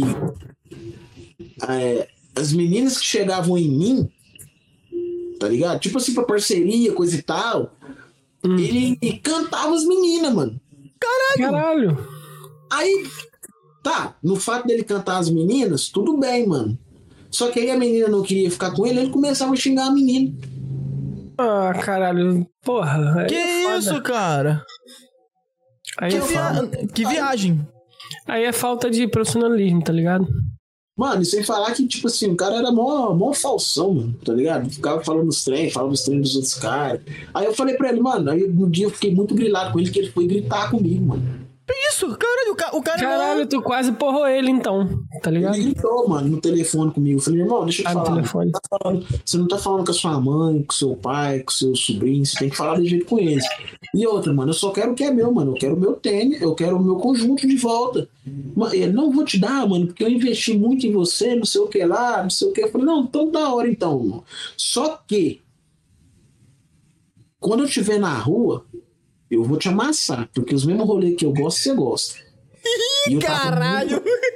Speaker 3: as meninas que chegavam em mim, tá ligado? Tipo assim, pra parceria, coisa e tal. Ele cantava as meninas, mano.
Speaker 2: Caralho.
Speaker 3: Aí, tá, no fato dele cantar as meninas, tudo bem, mano. Só que aí a menina não queria ficar com ele, ele começava a xingar a menina.
Speaker 2: Ah, caralho. Porra. Aí
Speaker 1: Que
Speaker 2: é foda.
Speaker 1: isso, cara?
Speaker 2: Aí é foda.
Speaker 1: Que viagem.
Speaker 2: Aí é falta de profissionalismo, tá ligado?
Speaker 3: Mano, e sem falar que, tipo assim, o cara era mó falsão, mano, tá ligado? Ficava falando os trem, falava os trem dos outros caras. Aí eu falei pra ele, mano, aí no dia eu fiquei muito grilado com ele, que ele foi gritar comigo, mano.
Speaker 1: Que isso? Caralho, o cara...
Speaker 2: Caralho, tu quase porrou ele então, tá ligado?
Speaker 3: Ele gritou, mano, no telefone comigo. Eu falei, irmão, deixa eu te
Speaker 2: No
Speaker 3: falar.
Speaker 2: telefone.
Speaker 3: Você não tá falando com a sua mãe, com seu pai, com seu sobrinho, você tem que falar de jeito com eles. E outra, mano, eu só quero o que é meu, mano. Eu quero o meu tênis, eu quero o meu conjunto de volta. Ele, não vou te dar, mano, porque eu investi muito em você, não sei o que lá, não sei o que. Eu falei, não, então da hora então, mano. Só que, quando eu estiver na rua, eu vou te amassar, porque os mesmos rolês que eu gosto, você gosta. E eu tava
Speaker 1: Caralho.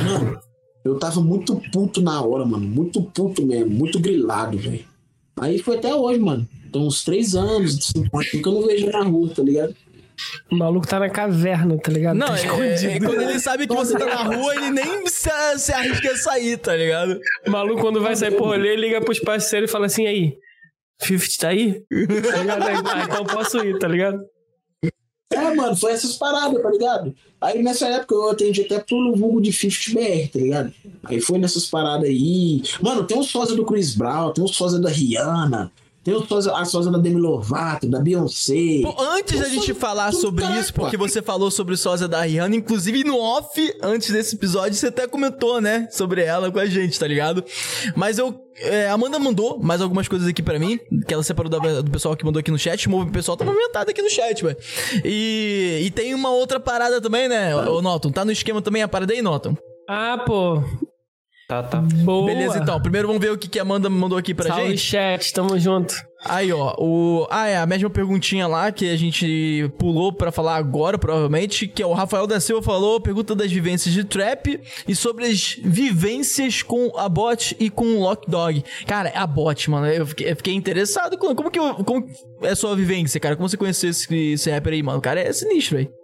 Speaker 3: Mano, eu tava muito puto na hora, mano. Muito puto mesmo. Muito grilado, velho. Aí foi até hoje, mano. Tem uns 3 anos, 5 anos que eu não vejo na rua, tá ligado?
Speaker 2: O maluco tá na caverna, tá ligado?
Speaker 1: Não,
Speaker 2: Tá
Speaker 1: quando ele sabe que você tá na rua, ele nem se arrisca a sair, tá ligado?
Speaker 2: O maluco, quando vai sair por rolê, liga pros parceiros e fala assim, aí, 50 tá aí? Tá ligado? Ah, então posso ir, tá ligado?
Speaker 3: Mano, foi essas paradas, tá ligado? Aí nessa época eu atendi até pelo vulgo de 50BR, tá ligado? Aí foi nessas paradas aí. Mano, tem uns sósia do Chris Brown, tem uns sósia da Rihanna, tem a sósia da Demi Lovato, da Beyoncé.
Speaker 1: Pô, antes da gente falar sobre isso, porque você falou sobre o sósia da Rihanna, inclusive no off, antes desse episódio, você até comentou, né, sobre ela com a gente, tá ligado? Mas a Amanda mandou mais algumas coisas aqui pra mim, que ela separou do pessoal que mandou aqui no chat. O pessoal tá movimentado aqui no chat, velho. E tem uma outra parada também, né, ô Norton? Tá no esquema também a parada aí, Norton?
Speaker 2: Ah, pô.
Speaker 5: Tá.
Speaker 2: Boa.
Speaker 1: Beleza, então. Primeiro vamos ver o que a Amanda mandou aqui pra
Speaker 2: Salve,
Speaker 1: gente.
Speaker 2: chat, tamo junto.
Speaker 1: Aí, ó, a mesma perguntinha lá que a gente pulou pra falar agora, provavelmente, que é o Rafael da Silva falou, pergunta das vivências de trap e sobre as vivências com a Bot e com o Lock Dog. Cara, a Bot, mano, eu fiquei interessado. Como é a sua vivência, cara? Como você conheceu esse rapper aí, mano? O cara é sinistro, velho.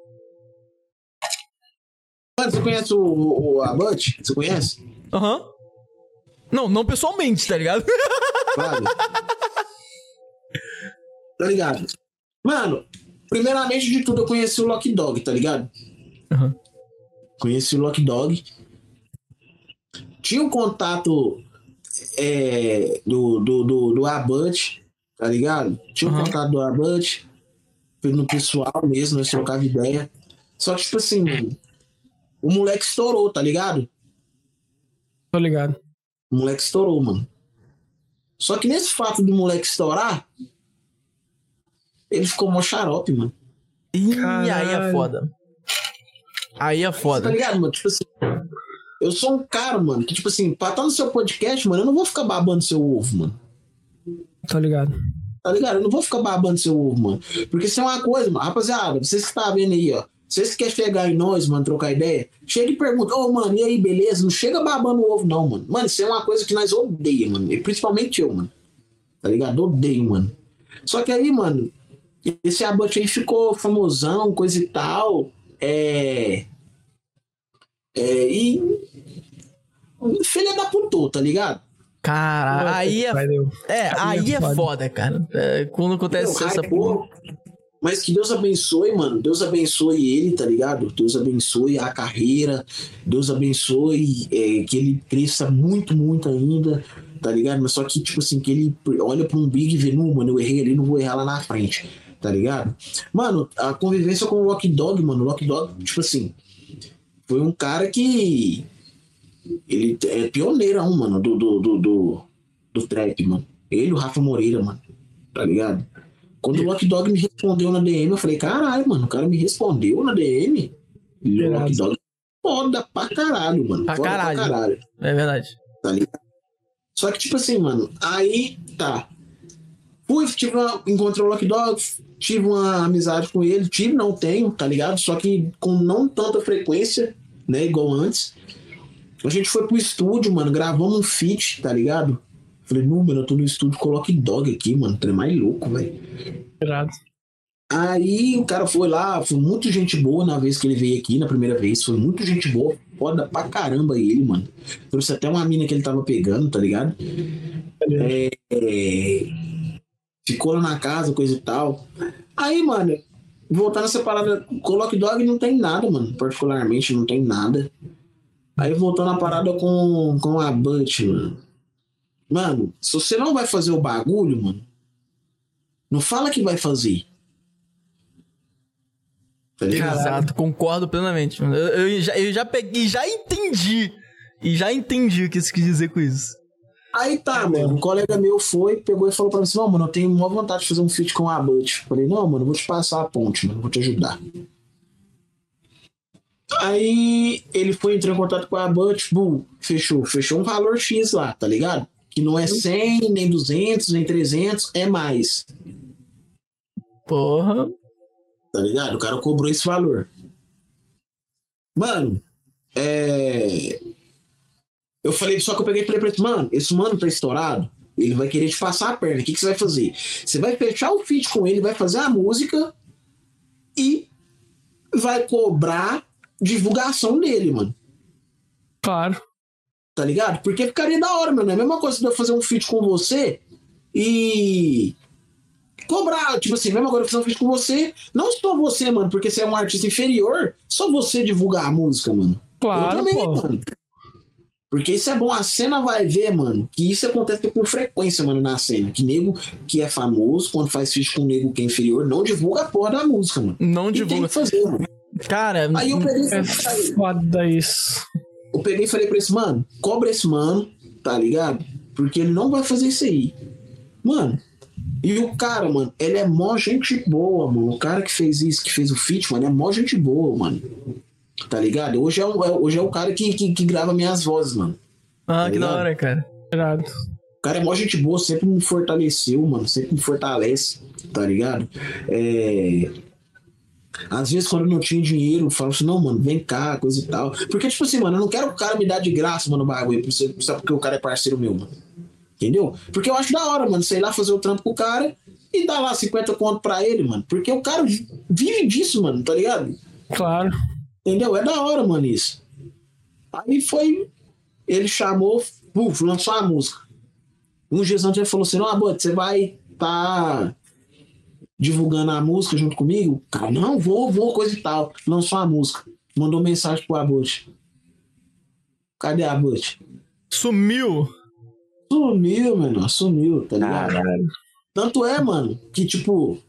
Speaker 3: Mano, você conhece o Abut? Você conhece?
Speaker 1: Aham. Não pessoalmente, tá ligado?
Speaker 3: Claro. Tá ligado? Mano, primeiramente de tudo eu conheci o Lock Dog, tá ligado?
Speaker 1: Uhum.
Speaker 3: Conheci o Lock Dog. Tinha um contato do Abut, tá ligado? Tinha um contato do Abut. No pessoal mesmo, nós trocava ideia. Só que, tipo assim, o moleque estourou, tá ligado?
Speaker 2: Tô ligado.
Speaker 3: O moleque estourou, mano. Só que nesse fato do moleque estourar, ele ficou mó xarope, mano.
Speaker 1: Ih,
Speaker 2: Caralho.
Speaker 1: aí é foda. Aí é foda.
Speaker 3: Tá ligado, mano? Tipo assim, eu sou um cara, mano, que, tipo assim, pra estar no seu podcast, mano, eu não vou ficar babando seu ovo, mano.
Speaker 2: Tô ligado.
Speaker 3: Tá ligado? Eu não vou ficar babando seu ovo, mano. Porque isso é uma coisa, mano. Rapaziada, vocês que tá vendo aí, ó. Vocês que querem chegar em nós, mano, trocar ideia, chega e pergunta, mano, e aí, beleza? Não chega babando o ovo, não, mano. Mano, isso é uma coisa que nós odeia, mano. E principalmente eu, mano. Tá ligado? Odeio, mano. Só que aí, mano, esse Abut aí ficou famosão, coisa e tal. E filha da putou, tá ligado?
Speaker 1: Cara, aí é foda, cara. Quando acontece essa porra.
Speaker 3: Mas que Deus abençoe, mano. Deus abençoe ele, tá ligado? Deus abençoe a carreira. Deus abençoe que ele cresça muito, muito ainda, tá ligado? Mas só que, tipo assim, que ele olha pra um big e vê, não, mano, eu errei ali, não vou errar lá na frente, tá ligado? Mano, a convivência com o Lock Dog, mano, o Lock Dog, tipo assim, foi um cara que ele é pioneirão, mano, do trap, mano. Ele e o Rafa Moreira, mano, tá ligado? Quando o Lock Dog me respondeu na DM, eu falei, caralho, mano, o cara me respondeu na DM. E o Lock Dog foda pra caralho, mano.
Speaker 1: Pra
Speaker 3: foda
Speaker 1: caralho.
Speaker 3: Pra caralho.
Speaker 1: É verdade.
Speaker 3: Tá ligado? Só que, tipo assim, mano, aí tá. Encontrei o Lock Dog, tive uma amizade com ele. Não tenho, tá ligado? Só que com não tanta frequência, né, igual antes. A gente foi pro estúdio, mano, gravamos um feat, tá ligado? Falei, não, mano, eu tô no estúdio com o Lock Dog aqui, mano. Tu é mais louco, velho.
Speaker 2: Irado.
Speaker 3: Aí o cara foi lá, foi muito gente boa na vez que ele veio aqui, na primeira vez. Foi muito gente boa, foda pra caramba ele, mano. Trouxe até uma mina que ele tava pegando, tá ligado? Ficou lá na casa, coisa e tal. Aí, mano, voltar nessa parada com o Lock Dog não tem nada, mano. Particularmente não tem nada. Aí voltando na parada com a Butch, mano. Mano, se você não vai fazer o bagulho, mano, não fala que vai fazer. Tá ligado?
Speaker 1: Exato, concordo plenamente. Eu já peguei, já entendi. E já entendi o que isso quis dizer com isso.
Speaker 3: Aí tá, mano, um colega meu pegou e falou pra mim assim, não, mano, eu tenho uma vontade de fazer um feat com a Butch. Falei, não, mano, eu vou te passar a ponte, mano, vou te ajudar. Aí ele entrou em contato com a Butch, fechou um valor X lá, tá ligado? Que não é 100, nem 200, nem 300, é mais.
Speaker 1: Porra.
Speaker 3: Tá ligado? O cara cobrou esse valor. Mano, Eu falei, só que eu peguei e falei pra ele, mano, esse mano tá estourado, ele vai querer te passar a perna. O que você vai fazer? Você vai fechar o feat com ele, vai fazer a música e vai cobrar divulgação dele, mano.
Speaker 2: Claro.
Speaker 3: Tá ligado? Porque ficaria da hora, mano. É a mesma coisa de eu fazer um feat com você e cobrar, tipo assim, a mesma coisa de eu fazer um feat com você, não só você, mano, porque você é um artista inferior, só você divulgar a música, mano.
Speaker 2: Claro,
Speaker 3: eu também,
Speaker 2: pô.
Speaker 3: mano. Porque isso é bom, a cena vai ver, mano, que isso acontece com frequência, mano, na cena. Que nego que é famoso, quando faz feat com um nego que é inferior, não divulga a porra da música, mano.
Speaker 1: Não
Speaker 3: E tem
Speaker 1: divulga.
Speaker 3: que fazer, mano.
Speaker 1: Cara,
Speaker 3: Aí eu peguei e
Speaker 2: É
Speaker 3: falei,
Speaker 2: foda isso.
Speaker 3: pra esse mano, cobra esse mano, tá ligado? Porque ele não vai fazer isso aí. Mano, e o cara, mano, ele é mó gente boa, mano. O cara que fez isso, que fez o feat, mano, é mó gente boa, mano. Tá ligado? Hoje é o cara que grava minhas vozes, mano.
Speaker 1: ah,
Speaker 3: tá
Speaker 1: que da
Speaker 3: ligado?
Speaker 1: hora, cara.
Speaker 2: Irado.
Speaker 3: O cara é mó gente boa, sempre me fortaleceu, mano. Sempre me fortalece, tá ligado? Às vezes, quando eu não tinha dinheiro, eu falo assim, não, mano, vem cá, coisa e tal. Porque, tipo assim, mano, eu não quero que o cara me dá de graça, mano, o bagulho, só porque o cara é parceiro meu, mano. Entendeu? Porque eu acho da hora, mano, sei lá, fazer o trampo com o cara e dar lá 50 conto pra ele, mano. Porque o cara vive disso, mano, tá ligado?
Speaker 2: Claro.
Speaker 3: Entendeu? É da hora, mano, isso. Aí foi, ele chamou, lançou a música. Uns dias antes ele falou assim, não, Bote, você vai tá divulgando a música junto comigo? Cara, não, vou, coisa e tal. Lançou a música. Mandou mensagem pro Abut. Cadê a Abut?
Speaker 1: Sumiu.
Speaker 3: Sumiu, mano. Sumiu, tá ligado?
Speaker 2: Caralho.
Speaker 3: Tanto é, mano, que tipo...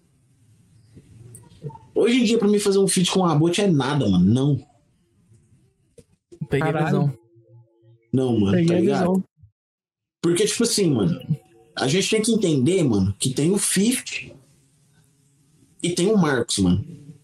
Speaker 3: Hoje em dia, pra mim fazer um feat com o Abut é nada, mano. Não.
Speaker 1: Peguei a
Speaker 2: Caralho.
Speaker 1: visão.
Speaker 3: Não, mano,
Speaker 2: Peguei
Speaker 3: tá
Speaker 2: a
Speaker 3: ligado?
Speaker 2: visão.
Speaker 3: Porque, tipo assim, mano, a gente tem que entender, mano, que tem o 50 e tem o Marcos, mano.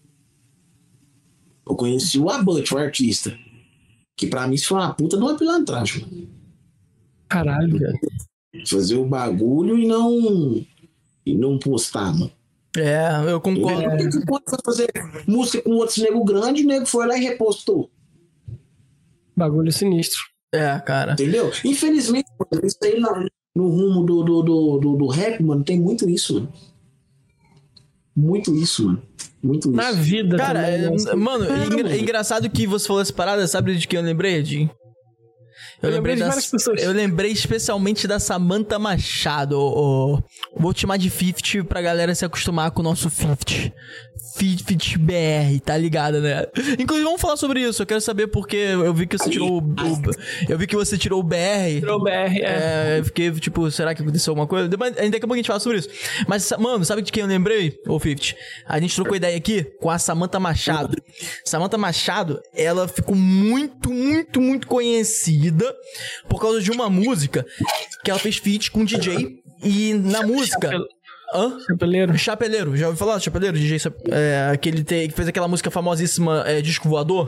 Speaker 3: Eu conheci o Abut, o artista. Que pra mim isso foi uma puta de uma pilantragem, mano.
Speaker 2: Caralho, velho.
Speaker 3: Fazer o bagulho e não postar, mano.
Speaker 1: É, eu concordo.
Speaker 3: Por que quando foi fazer música com outros nego grande, o nego foi lá e repostou?
Speaker 2: Bagulho sinistro.
Speaker 1: É, cara.
Speaker 3: Entendeu? Infelizmente, mano, isso aí no rumo do rap, mano, tem muito isso, mano. Muito isso, mano. Muito isso.
Speaker 2: Na vida
Speaker 1: Cara,
Speaker 2: também, né?
Speaker 1: mano,
Speaker 3: mano.
Speaker 1: é engraçado que você falou essa parada, sabe de que eu lembrei, Edinho?
Speaker 2: Eu lembrei de várias pessoas.
Speaker 1: Eu lembrei especialmente da Samantha Machado. Vou te chamar de 50 pra galera se acostumar com o nosso 50 BR, tá ligado, né? Inclusive, vamos falar sobre isso. Eu quero saber porque eu vi que você tirou eu vi que você tirou o BR.
Speaker 2: Tirou o BR,
Speaker 1: Eu fiquei, tipo, será que aconteceu alguma coisa? Daqui a pouco a gente fala sobre isso. Mas, mano, sabe de quem eu lembrei, ô 50? A gente trocou ideia aqui com a Samantha Machado. Samantha Machado, ela ficou muito, muito, muito conhecida por causa de uma música que ela fez feat com um DJ. E na música... Hã?
Speaker 2: Chapeleiro.
Speaker 1: Chapeleiro, já ouviu falar do Chapeleiro? DJ, que fez aquela música famosíssima, Disco Voador?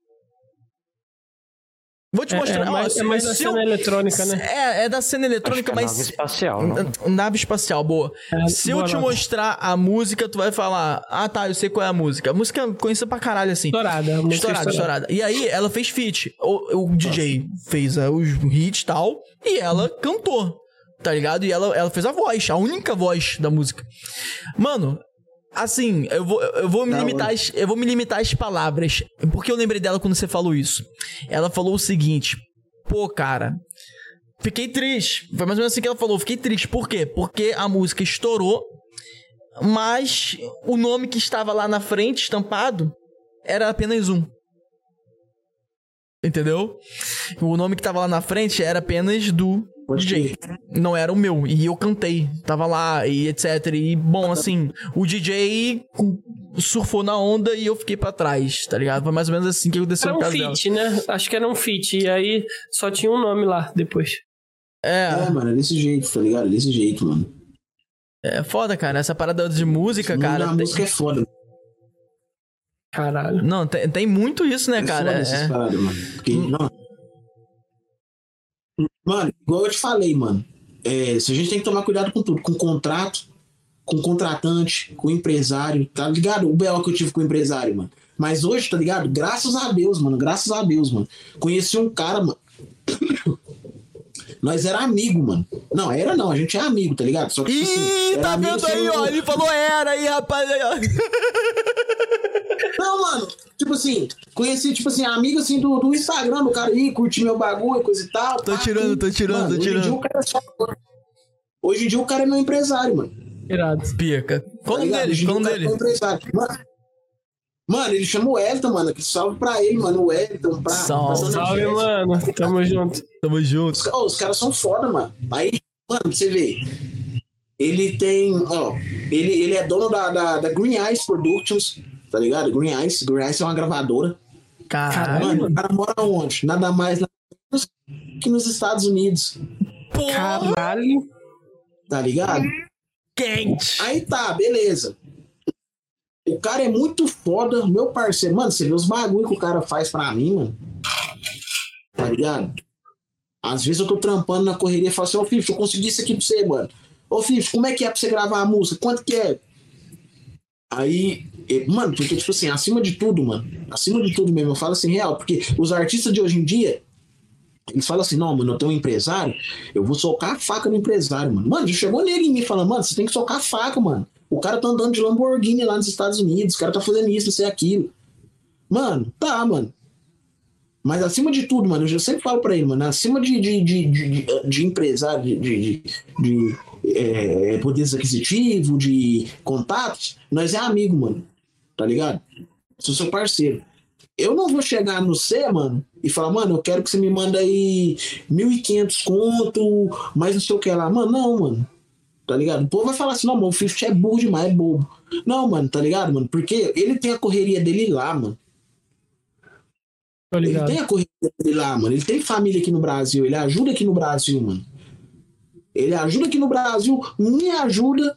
Speaker 1: Vou te mostrar.
Speaker 2: É mais da cena eletrônica, né?
Speaker 1: É da cena eletrônica, mas...
Speaker 5: Nave espacial, não?
Speaker 1: Nave espacial, boa. Se eu
Speaker 2: boa
Speaker 1: te
Speaker 2: nota.
Speaker 1: mostrar a música, tu vai falar, ah tá, eu sei qual é a música. A música é conhecida pra caralho, assim.
Speaker 2: Estourada.
Speaker 1: Estourada. E aí, ela fez feat. O DJ fez os hits e tal, e ela cantou, tá ligado? E ela fez a voz, a única voz da música. Mano, assim, eu vou me limitar às palavras, porque eu lembrei dela quando você falou isso. Ela falou o seguinte, pô, cara, fiquei triste. Foi mais ou menos assim que ela falou, fiquei triste. Por quê? Porque a música estourou, mas o nome que estava lá na frente, estampado, era apenas um. Entendeu? O nome que tava lá na frente era apenas do DJ. Não era o meu. E eu cantei. Tava lá e etc. E, bom, assim, o DJ surfou na onda e eu fiquei pra trás, tá ligado? Foi mais ou menos assim que aconteceu
Speaker 2: Era
Speaker 1: no
Speaker 2: um
Speaker 1: caso dela.
Speaker 2: feat, né? Acho que era um feat. E aí só tinha um nome lá depois.
Speaker 3: Mano, é desse jeito, tá ligado? Desse jeito, mano.
Speaker 1: É foda, cara. Essa parada de música, cara.
Speaker 3: A música é foda.
Speaker 2: Caralho.
Speaker 1: Não, tem muito isso, né, cara?
Speaker 3: Foda essas paradas, mano. Porque, não. Mano, igual eu te falei, mano. Se a gente tem que tomar cuidado com tudo. Com contrato, com contratante, com empresário, tá ligado? O B.O. que eu tive com o empresário, mano. Mas hoje, tá ligado? Graças a Deus, mano. Graças a Deus, mano. Conheci um cara, mano. Nós era amigo, mano. Não, era não. A gente é amigo, tá ligado? Só que, tipo assim,
Speaker 1: Ih, tá vendo aí, ó. Ele falou era aí, rapaz. Aí, ó.
Speaker 3: Não, mano. Tipo assim, conheci, tipo assim, amigo assim do Instagram do cara aí, curti meu bagulho, coisa e tal.
Speaker 1: Tô tirando.
Speaker 3: Mano, hoje em dia o cara é meu empresário, mano.
Speaker 2: Irado.
Speaker 1: Pica. Qual o nome dele? Qual o nome dele?
Speaker 3: Mano, ele chama o Wellington, mano. Que salve pra ele, mano. O Wellington.
Speaker 2: Salve, mano. Tamo junto.
Speaker 1: Tamo junto.
Speaker 3: Os caras são foda, mano. Aí, mano, você vê. Ele tem, ó. Ele é dono da Green Eyes Productions, tá ligado? Green Eyes é uma gravadora.
Speaker 1: Caralho.
Speaker 3: Mano, o cara mora onde? Nada mais nada menos que nos Estados Unidos.
Speaker 2: Caralho.
Speaker 3: Tá ligado?
Speaker 1: Quente.
Speaker 3: Aí tá, beleza. O cara é muito foda, meu parceiro. Mano, você vê os bagulho que o cara faz pra mim, mano. Tá ligado? Às vezes eu tô trampando na correria e falo assim, ô Fifth, eu consegui isso aqui pra você, mano. Ô Fifth, como é que é pra você gravar a música? Quanto que é? Aí, mano, porque tipo assim, acima de tudo mesmo, eu falo assim, real, porque os artistas de hoje em dia, eles falam assim, não, mano, eu tenho um empresário, eu vou socar a faca no empresário, mano. Mano, já chegou nele em mim falando, mano, você tem que socar a faca, mano. O cara tá andando de Lamborghini lá nos Estados Unidos, o cara tá fazendo isso, isso e aquilo. Mano, tá, mano. Mas acima de tudo, mano, eu já sempre falo pra ele, mano, acima de empresário, de poderes aquisitivos, de contatos, nós é amigo, mano. Tá ligado? Sou seu parceiro. Eu não vou chegar no C, mano, e falar, mano, eu quero que você me manda aí 1.500 conto, mas não sei o que lá. Mano, não, mano. Tá ligado? O povo vai falar assim, não, mano, o Fifth é burro demais, é bobo. Não, mano, tá ligado, mano? Porque ele tem a correria dele lá, mano.
Speaker 2: Tô ligado.
Speaker 3: Ele tem a correria dele lá, mano. Ele tem família aqui no Brasil, ele ajuda aqui no Brasil, mano. Ele ajuda aqui no Brasil, me ajuda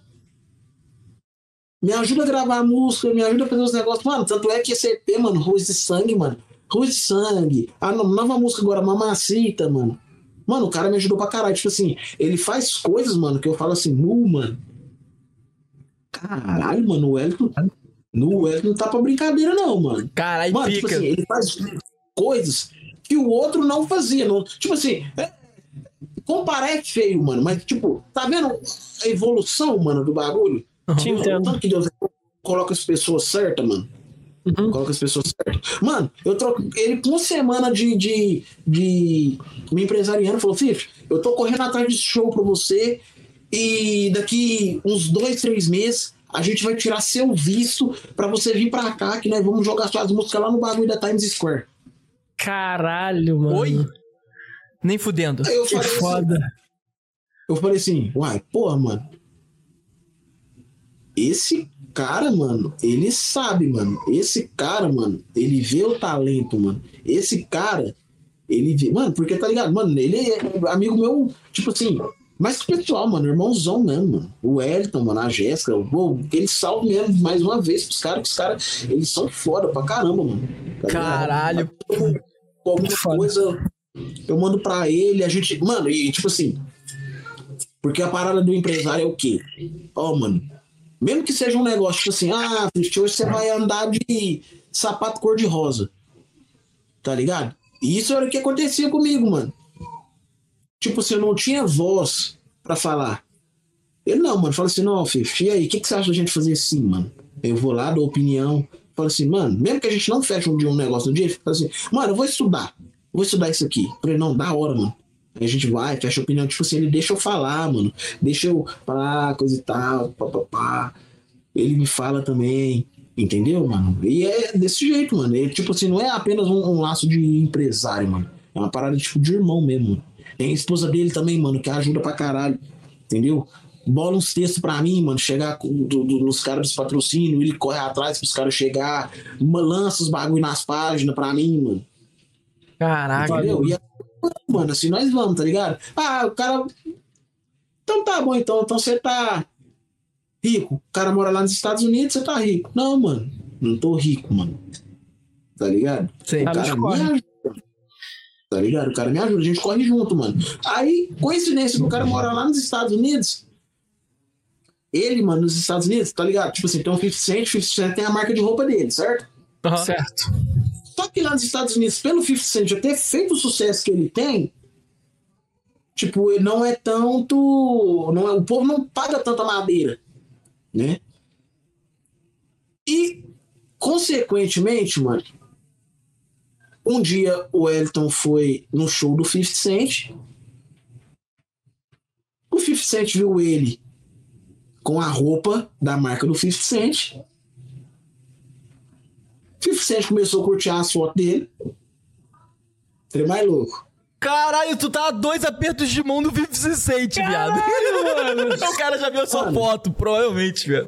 Speaker 3: a gravar música, me ajuda a fazer os negócios. Mano, tanto é que esse EP, mano, Rose de Sangue, mano. Rose de Sangue. A nova música agora, Mamacita, mano. Mano, o cara me ajudou pra caralho. Tipo assim, ele faz coisas, mano, que eu falo assim, mano. Caralho, mano, o Wellington não tá pra brincadeira, não, mano.
Speaker 1: Caralho,
Speaker 3: mano,
Speaker 1: pica.
Speaker 3: Tipo assim, ele faz coisas que o outro não fazia. Não, tipo assim, comparar é feio, mano, mas, tipo, tá vendo a evolução, mano, do bagulho?
Speaker 2: Te entendo.
Speaker 3: Tanto que Deus coloca as pessoas certas, mano.
Speaker 2: Uhum.
Speaker 3: Coloca as pessoas certas. Mano, eu troco ele com uma semana de me empresariando, falou, Fifth, eu tô correndo atrás de show pra você e daqui uns 2-3 meses a gente vai tirar seu visto pra você vir pra cá que nós vamos jogar suas músicas lá no bagulho da Times Square.
Speaker 2: Caralho, mano.
Speaker 1: Oi? Nem fudendo.
Speaker 3: Aí eu
Speaker 2: Que
Speaker 3: falei
Speaker 2: foda.
Speaker 3: assim, eu falei assim, uai, porra, mano. Esse cara, mano, ele sabe, mano. Esse cara, mano, ele vê o talento, mano. Esse cara, ele vê. Mano, porque tá ligado? Mano, ele é amigo meu, tipo assim, mais que pessoal, mano, irmãozão mesmo, mano. O Wellington, mano, a Jéssica, ele salve mesmo mais uma vez pros caras, que os caras, eles são foda pra caramba, mano. Tá
Speaker 1: Caralho.
Speaker 3: Alguma coisa, eu mando pra ele, a gente. Mano, e tipo assim. Porque a parada do empresário é o quê? Ó, mano. Mesmo que seja um negócio, tipo assim, hoje você vai andar de sapato cor-de-rosa. Tá ligado? E isso era o que acontecia comigo, mano. Tipo assim, eu não tinha voz pra falar. Ele não, mano. Fala assim, não, Fifth, e aí, o que você acha da gente fazer assim, mano? Eu vou lá, dou opinião. Fala assim, mano, mesmo que a gente não feche um negócio no dia, ele fala assim, mano, eu vou estudar isso aqui. Eu falei, não, da hora, mano. Aí a gente vai, fecha a opinião, tipo assim, ele deixa eu falar, mano. Deixa eu falar, coisa e tal, papapá. Ele me fala também, entendeu, mano? E é desse jeito, mano. Ele, tipo assim, não é apenas um laço de empresário, mano. É uma parada, tipo, de irmão mesmo, mano. Tem a esposa dele também, mano, que ajuda pra caralho, entendeu? Bola uns textos pra mim, mano, chegar nos caras dos patrocínios, ele corre atrás pros caras chegar, lança os bagulho nas páginas pra mim, mano.
Speaker 1: Caraca.
Speaker 3: Entendeu? E mano, assim nós vamos, tá ligado? O cara. Então tá bom, então você tá rico. O cara mora lá nos Estados Unidos, você tá rico. Não, mano, não tô rico, mano. Tá ligado?
Speaker 1: Sim,
Speaker 3: o cara me ajuda. Tá ligado? O cara me ajuda, a gente corre junto, mano. Aí, coincidência do cara mora lá nos Estados Unidos. Ele, mano, nos Estados Unidos, tá ligado? Tipo assim, tem um 50 Cent tem a marca de roupa dele, certo?
Speaker 1: Aham.
Speaker 2: Certo.
Speaker 3: Só que lá nos Estados Unidos, pelo 50 Cent já ter feito o sucesso que ele tem, tipo, ele não é tanto... o povo não paga tanta madeira, né? E, consequentemente, mano, um dia o Wellington foi no show do 50 Cent. O 50 Cent viu ele com a roupa da marca do 50 Cent. 50 Cent começou a curtir as fotos dele. Ele é mais louco.
Speaker 1: Caralho, tu tá a 2 apertos de mão do 50 Cent, viado.
Speaker 2: Mano.
Speaker 1: O cara já viu a sua
Speaker 3: Mano.
Speaker 1: foto, provavelmente, velho.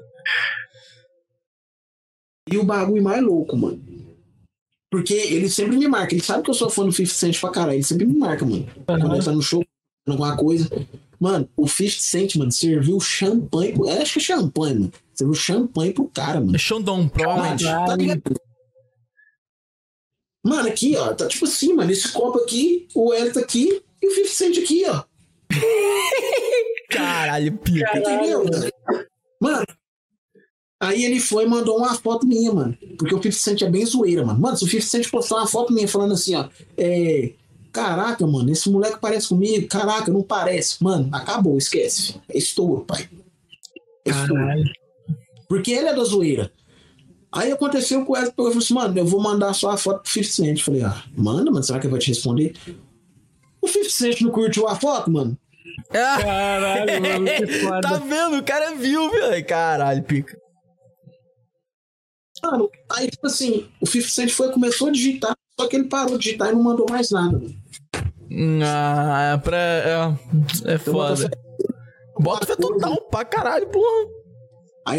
Speaker 3: E o bagulho mais louco, mano. Porque ele sempre me marca. Ele sabe que eu sou fã do 50 Cent pra caralho. Ele sempre me marca, mano. Quando ele tá no show, alguma coisa. Mano, o 50 Cent, mano, serviu champanhe. Acho que é champanhe, mano. Serviu champanhe pro cara, mano.
Speaker 1: É Xandão, provavelmente.
Speaker 3: Tá ligado? Mano, aqui, ó. Tá tipo assim, mano. Esse copo aqui, o Elton aqui e o 50 Cent aqui, ó.
Speaker 1: Caralho, pica.
Speaker 3: Entendeu? Mano. Aí ele foi e mandou uma foto minha, mano. Porque o 50 Cent é bem zoeira, mano. Mano, se o 50 Cent postar uma foto minha falando assim, ó. Caraca, mano, esse moleque parece comigo. Caraca, não parece. Mano, acabou, esquece. É estouro, pai. É estouro.
Speaker 2: Caralho.
Speaker 3: Porque ele é da zoeira. Aí aconteceu com o Elton, eu falei assim, mano, eu vou mandar só a foto pro 50 Cent. Eu falei, manda, mano, será que ele vai te responder? O 50 Cent não curtiu a foto, mano?
Speaker 2: Caralho, mano, que foda.
Speaker 1: Tá vendo? O cara viu, velho. Caralho, pica.
Speaker 3: Mano, aí, tipo assim, o 50 Cent começou a digitar, só que ele parou de digitar e não mandou mais nada, mano.
Speaker 1: É foda. Bota fé total pra caralho, porra.
Speaker 3: Aí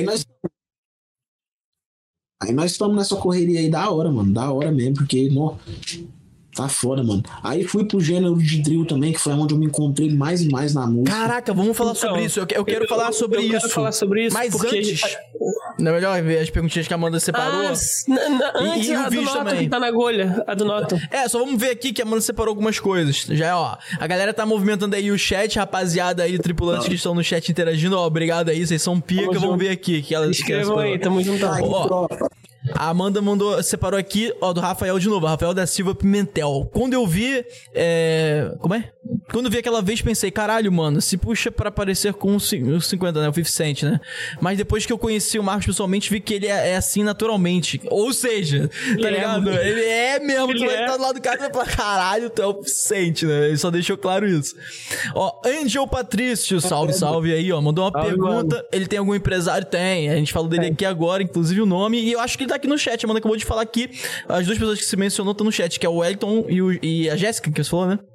Speaker 3: nós estamos nessa correria aí da hora, mano. Da hora mesmo, porque, não, tá foda, mano. Aí fui pro gênero de drill também, que foi onde eu me encontrei mais e mais na música.
Speaker 1: Caraca, vamos falar
Speaker 2: Então,
Speaker 1: sobre isso. Eu quero falar sobre
Speaker 2: eu
Speaker 1: isso.
Speaker 2: quero falar sobre isso,
Speaker 1: Mas
Speaker 2: porque...
Speaker 1: antes... Não é melhor ver as perguntinhas que a Amanda separou?
Speaker 2: Antes,
Speaker 1: E
Speaker 2: a
Speaker 1: o
Speaker 2: do
Speaker 1: vídeo
Speaker 2: Noto,
Speaker 1: também.
Speaker 2: que tá na agulha. A do Noto.
Speaker 1: Só vamos ver aqui que a Amanda separou algumas coisas. Já, ó, a galera tá movimentando aí o chat, rapaziada aí, tripulantes que estão no chat interagindo, ó, obrigado aí, vocês são pica,
Speaker 2: Tamo
Speaker 1: vamos
Speaker 2: junto.
Speaker 1: ver aqui que ela
Speaker 2: Escrevam aí, tamo junto.
Speaker 3: Aí,
Speaker 1: ó.
Speaker 3: tropa.
Speaker 1: A Amanda separou aqui, ó, do Rafael de novo, Rafael da Silva Pimentel. Quando eu vi, como é? Quando eu vi aquela vez, pensei, caralho, mano, se puxa pra parecer com os 50, né, o 50 Cent, né? Mas depois que eu conheci o Marcos pessoalmente, vi que ele é assim naturalmente. Ou seja, tá ligado? Ele é mesmo, tu vai estar do lado do cara e vai falar, caralho, tu é o 50 Cent, né? Ele só deixou claro isso. Ó, Angel Patrício, salve aí, ó, mandou uma pergunta. Mano. Ele tem algum empresário? Tem, a gente falou dele aqui agora, inclusive o nome, e eu acho que ele tá aqui no chat, a Amanda acabou de falar aqui, as duas pessoas que se mencionou estão no chat, que é o Wellington e a Jéssica, que você falou, né?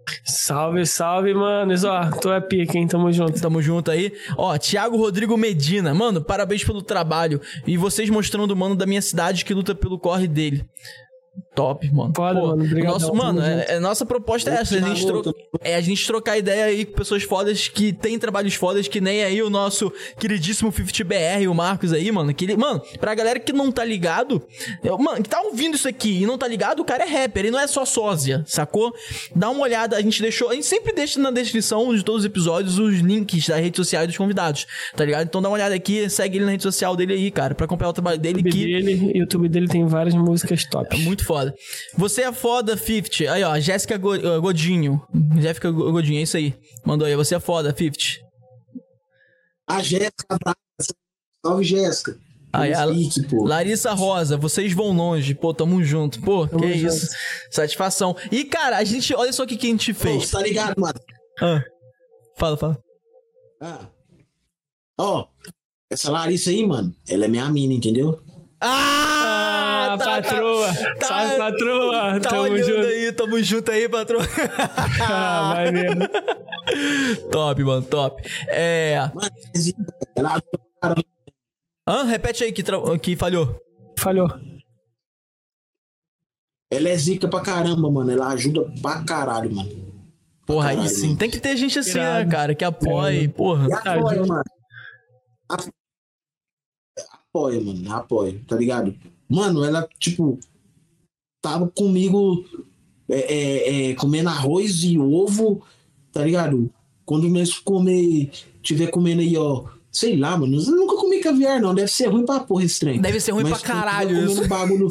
Speaker 2: Salve, manos. Ó, tu é pica, hein? Tamo junto.
Speaker 1: Tamo junto aí. Ó, Thiago Rodrigo Medina. Mano, parabéns pelo trabalho. E vocês mostrando o mano da minha cidade que luta pelo corre dele. Top, mano.
Speaker 2: Foda, mano. Obrigado.
Speaker 1: Mano, nossa proposta é essa. A gente trocar ideia aí com pessoas fodas que tem trabalhos fodas, que nem aí o nosso queridíssimo 50BR, o Marcos aí, mano. Que ele, mano, pra galera que não tá ligado, mano, que tá ouvindo isso aqui e não tá ligado, o cara é rapper, ele não é só sósia, sacou? Dá uma olhada, a gente sempre deixa na descrição de todos os episódios os links das redes sociais dos convidados, tá ligado? Então dá uma olhada aqui, segue ele na rede social dele aí, cara, pra acompanhar o trabalho dele.
Speaker 2: O YouTube dele tem várias músicas top.
Speaker 1: É muito foda. Você é foda, 50. Aí, ó, Jéssica Godinho. Jéssica Godinho, é isso aí. Mandou aí, você é foda, 50.
Speaker 3: A Jéssica, salve, Jéssica.
Speaker 1: Aí, Larissa Rosa, vocês vão longe. Pô, tamo junto. Pô, que isso. Satisfação. E, cara, a gente, olha só o que a gente fez.
Speaker 3: Pô, tá ligado, mano?
Speaker 1: Fala.
Speaker 3: Ó, essa Larissa aí, mano, ela é minha mina, entendeu?
Speaker 2: Patroa! Salve, patroa!
Speaker 1: Tá tamo junto aí, patroa!
Speaker 2: Maneiro.
Speaker 1: Top, mano, top.
Speaker 3: Mano,
Speaker 1: repete aí que falhou.
Speaker 2: Falhou.
Speaker 3: Ela é zica pra caramba, mano. Ela ajuda pra caralho, mano.
Speaker 1: Porra, aí sim. Tem que ter gente assim, né, cara, que apoie, porra.
Speaker 3: E apoia, mano. Apoia, tá ligado? Mano, ela, tipo, tava comigo comendo arroz e ovo, tá ligado? Quando nós tiver comendo aí, ó, Sei lá, mano. Eu nunca comi caviar, não. Deve ser ruim pra porra esse trem.
Speaker 1: Deve ser ruim pra caralho isso.
Speaker 3: Um bagulho...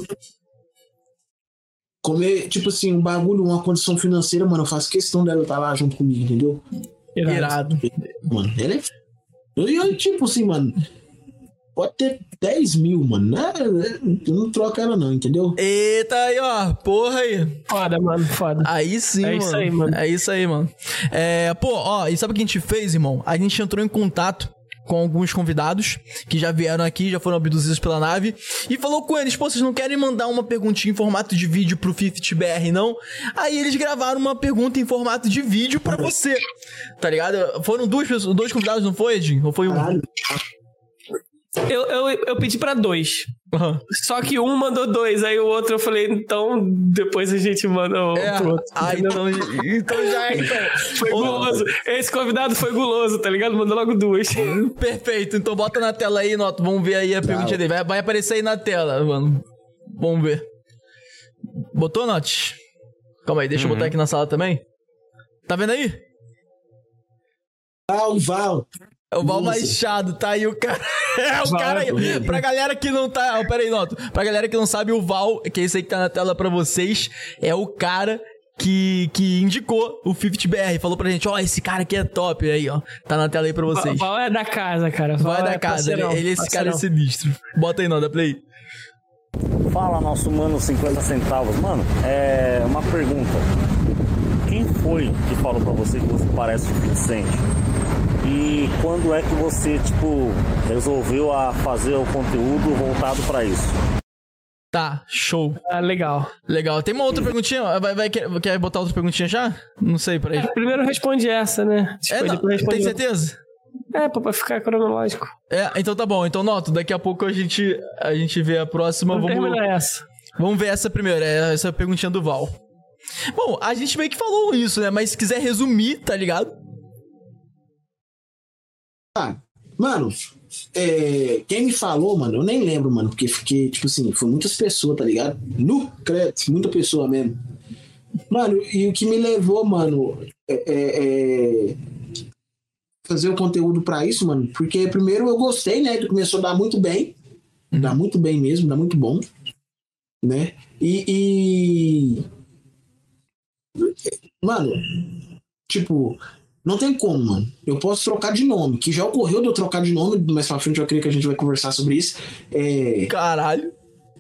Speaker 3: Comer, tipo assim, um bagulho, uma condição financeira, mano, eu faço questão dela estar lá junto comigo, entendeu?
Speaker 1: Irado.
Speaker 3: Mano, ela é... Eu, tipo assim, mano, pode ter 10 mil, mano. Eu não troco ela não, entendeu?
Speaker 1: Eita, aí, ó. Porra aí.
Speaker 2: Foda, mano, foda.
Speaker 1: Aí sim, mano.
Speaker 2: Isso aí, mano.
Speaker 1: É isso aí, mano. Pô, ó, e sabe o que a gente fez, irmão? A gente entrou em contato com alguns convidados que já vieram aqui, já foram abduzidos pela nave, e falou com eles, pô, vocês não querem mandar uma perguntinha em formato de vídeo pro FIFTBR, não? Aí eles gravaram uma pergunta em formato de vídeo pra você, tá ligado? Foram dois convidados, não foi, Edinho? Ou foi um?
Speaker 2: Eu pedi pra 2.
Speaker 1: Uhum.
Speaker 2: Só que um mandou 2, aí o outro eu falei, então depois a gente manda pro outro.
Speaker 1: Então já é.
Speaker 2: Foi guloso. Esse convidado foi guloso, tá ligado? Mandou logo 2.
Speaker 1: Perfeito, então bota na tela aí, Noto. Vamos ver aí a pergunta dele. Vai aparecer aí na tela, mano. Vamos ver. Botou, Note? Calma aí, deixa eu botar aqui na sala também. Tá vendo aí?
Speaker 3: O Val.
Speaker 1: É o Val Machado, tá aí o cara. É o cara aí. Pra galera que não tá. Pera aí, Noto. Pra galera que não sabe, o Val, que é esse aí que tá na tela pra vocês, é o cara que indicou o FIFTBR. Falou pra gente, ó, esse cara aqui é top. Aí, ó. Tá na tela aí pra vocês.
Speaker 2: O Val é da casa, cara.
Speaker 1: Val é da casa. Ele esse cara é sinistro. Bota aí, Noto, play.
Speaker 5: Fala, nosso mano 50 centavos. Mano, uma pergunta. Quem foi que falou pra você que você parece o 50 Cent? E quando é que você, tipo, resolveu a fazer o conteúdo voltado pra isso?
Speaker 1: Tá, show.
Speaker 2: Legal.
Speaker 1: Legal. Tem uma outra perguntinha? Quer botar outra perguntinha já? Não sei, peraí.
Speaker 2: Primeiro responde essa, né?
Speaker 1: Tem certeza?
Speaker 2: Pra ficar cronológico.
Speaker 1: Então tá bom. Então, Noto, daqui a pouco a gente vê a próxima.
Speaker 2: Vamos terminar essa.
Speaker 1: Vamos ver essa primeiro. Essa perguntinha do Val. Bom, a gente meio que falou isso, né? Mas se quiser resumir, tá ligado?
Speaker 3: Mano, quem me falou, mano, eu nem lembro, mano, porque fiquei, tipo assim, foi muitas pessoas, tá ligado? No crédito, muita pessoa mesmo. Mano, e o que me levou, mano, fazer o conteúdo pra isso, mano, porque primeiro eu gostei, né, que começou a dar muito bem, dá muito bem mesmo, dá muito bom, né, mano, tipo... Não tem como, mano. Eu posso trocar de nome, que já ocorreu de eu trocar de nome, mais pra frente eu creio que a gente vai conversar sobre isso.
Speaker 1: Caralho.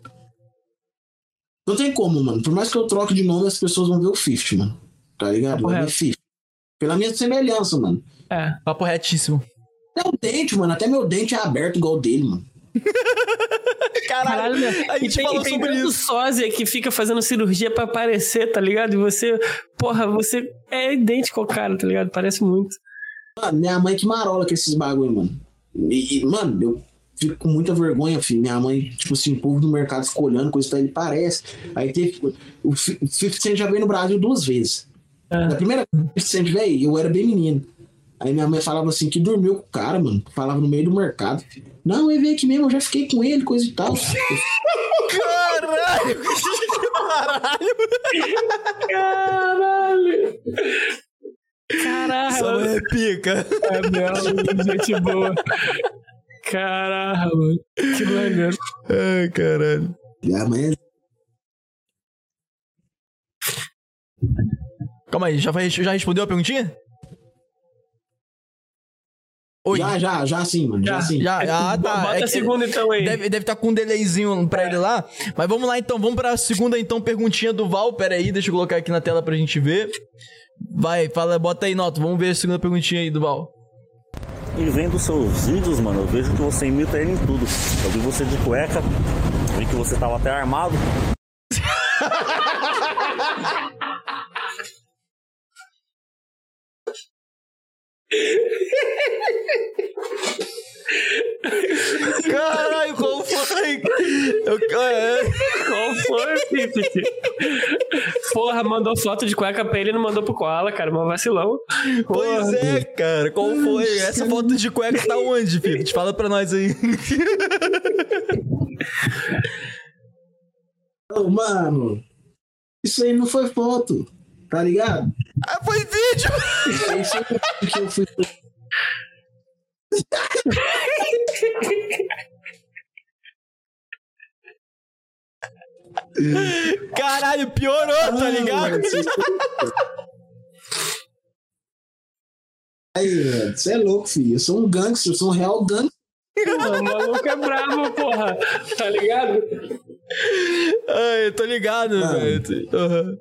Speaker 3: Não tem como, mano. Por mais que eu troque de nome, as pessoas vão ver o 50, mano. Tá ligado? Vai ver 50. Pela minha semelhança, mano.
Speaker 1: Papo retíssimo.
Speaker 3: É o dente, mano. Até meu dente é aberto igual o dele, mano.
Speaker 1: Caralho, a gente falou sobre isso.
Speaker 2: Sósia que fica fazendo cirurgia pra aparecer, tá ligado? E você, você é idêntico ao cara, tá ligado? Parece muito.
Speaker 3: Mano, minha mãe que marola com esses bagulho, mano. Mano, eu fico com muita vergonha, filho. Minha mãe, tipo assim, o povo do mercado ficou olhando, coisa pra ele parece. Aí teve. O 50 Cent já veio no Brasil 2 vezes. Na primeira vez que o 50 Cent veio, eu era bem menino. Aí minha mãe falava assim que dormiu com o cara, mano. Falava no meio do mercado. Não, ele veio aqui mesmo, eu já fiquei com ele, coisa e tal.
Speaker 1: Caralho!
Speaker 2: Caralho! Caralho!
Speaker 1: Só é pica.
Speaker 2: Não, gente boa. Caralho, mano. Que maneiro.
Speaker 1: Ai, caralho.
Speaker 3: Minha mãe...
Speaker 1: Calma aí, já respondeu a perguntinha? Oi.
Speaker 3: Já sim, mano. Já sim.
Speaker 1: Tá.
Speaker 2: Bota a segunda então aí.
Speaker 1: Deve estar com um delayzinho pra ele lá. Mas vamos lá então, vamos pra segunda então, perguntinha do Val. Pera aí, deixa eu colocar aqui na tela pra gente ver. Vai, bota aí, Noto. Vamos ver a segunda perguntinha aí do Val.
Speaker 5: E vendo seus vídeos, mano, eu vejo que você imita ele em tudo. Eu vi você de cueca, vi que você tava até armado.
Speaker 1: Caralho, qual foi?
Speaker 2: Qual foi, Fifty? Porra, mandou foto de cueca pra ele e não mandou pro Koala, cara. Uma vacilão.
Speaker 1: Pois é, cara. Qual foi? Essa foto de cueca tá onde, Fifty? Fala pra nós aí.
Speaker 3: Oh, mano, isso aí não foi foto, tá ligado?
Speaker 1: Foi vídeo!
Speaker 3: Isso aí foi que eu fui...
Speaker 1: Caralho, piorou, tá ligado?
Speaker 3: Aí, velho, você é louco, filho. Eu sou um gangster, eu sou um real gangster.
Speaker 2: O maluco é bravo, porra. Tá ligado?
Speaker 1: Ai, eu tô ligado, velho. Uhum.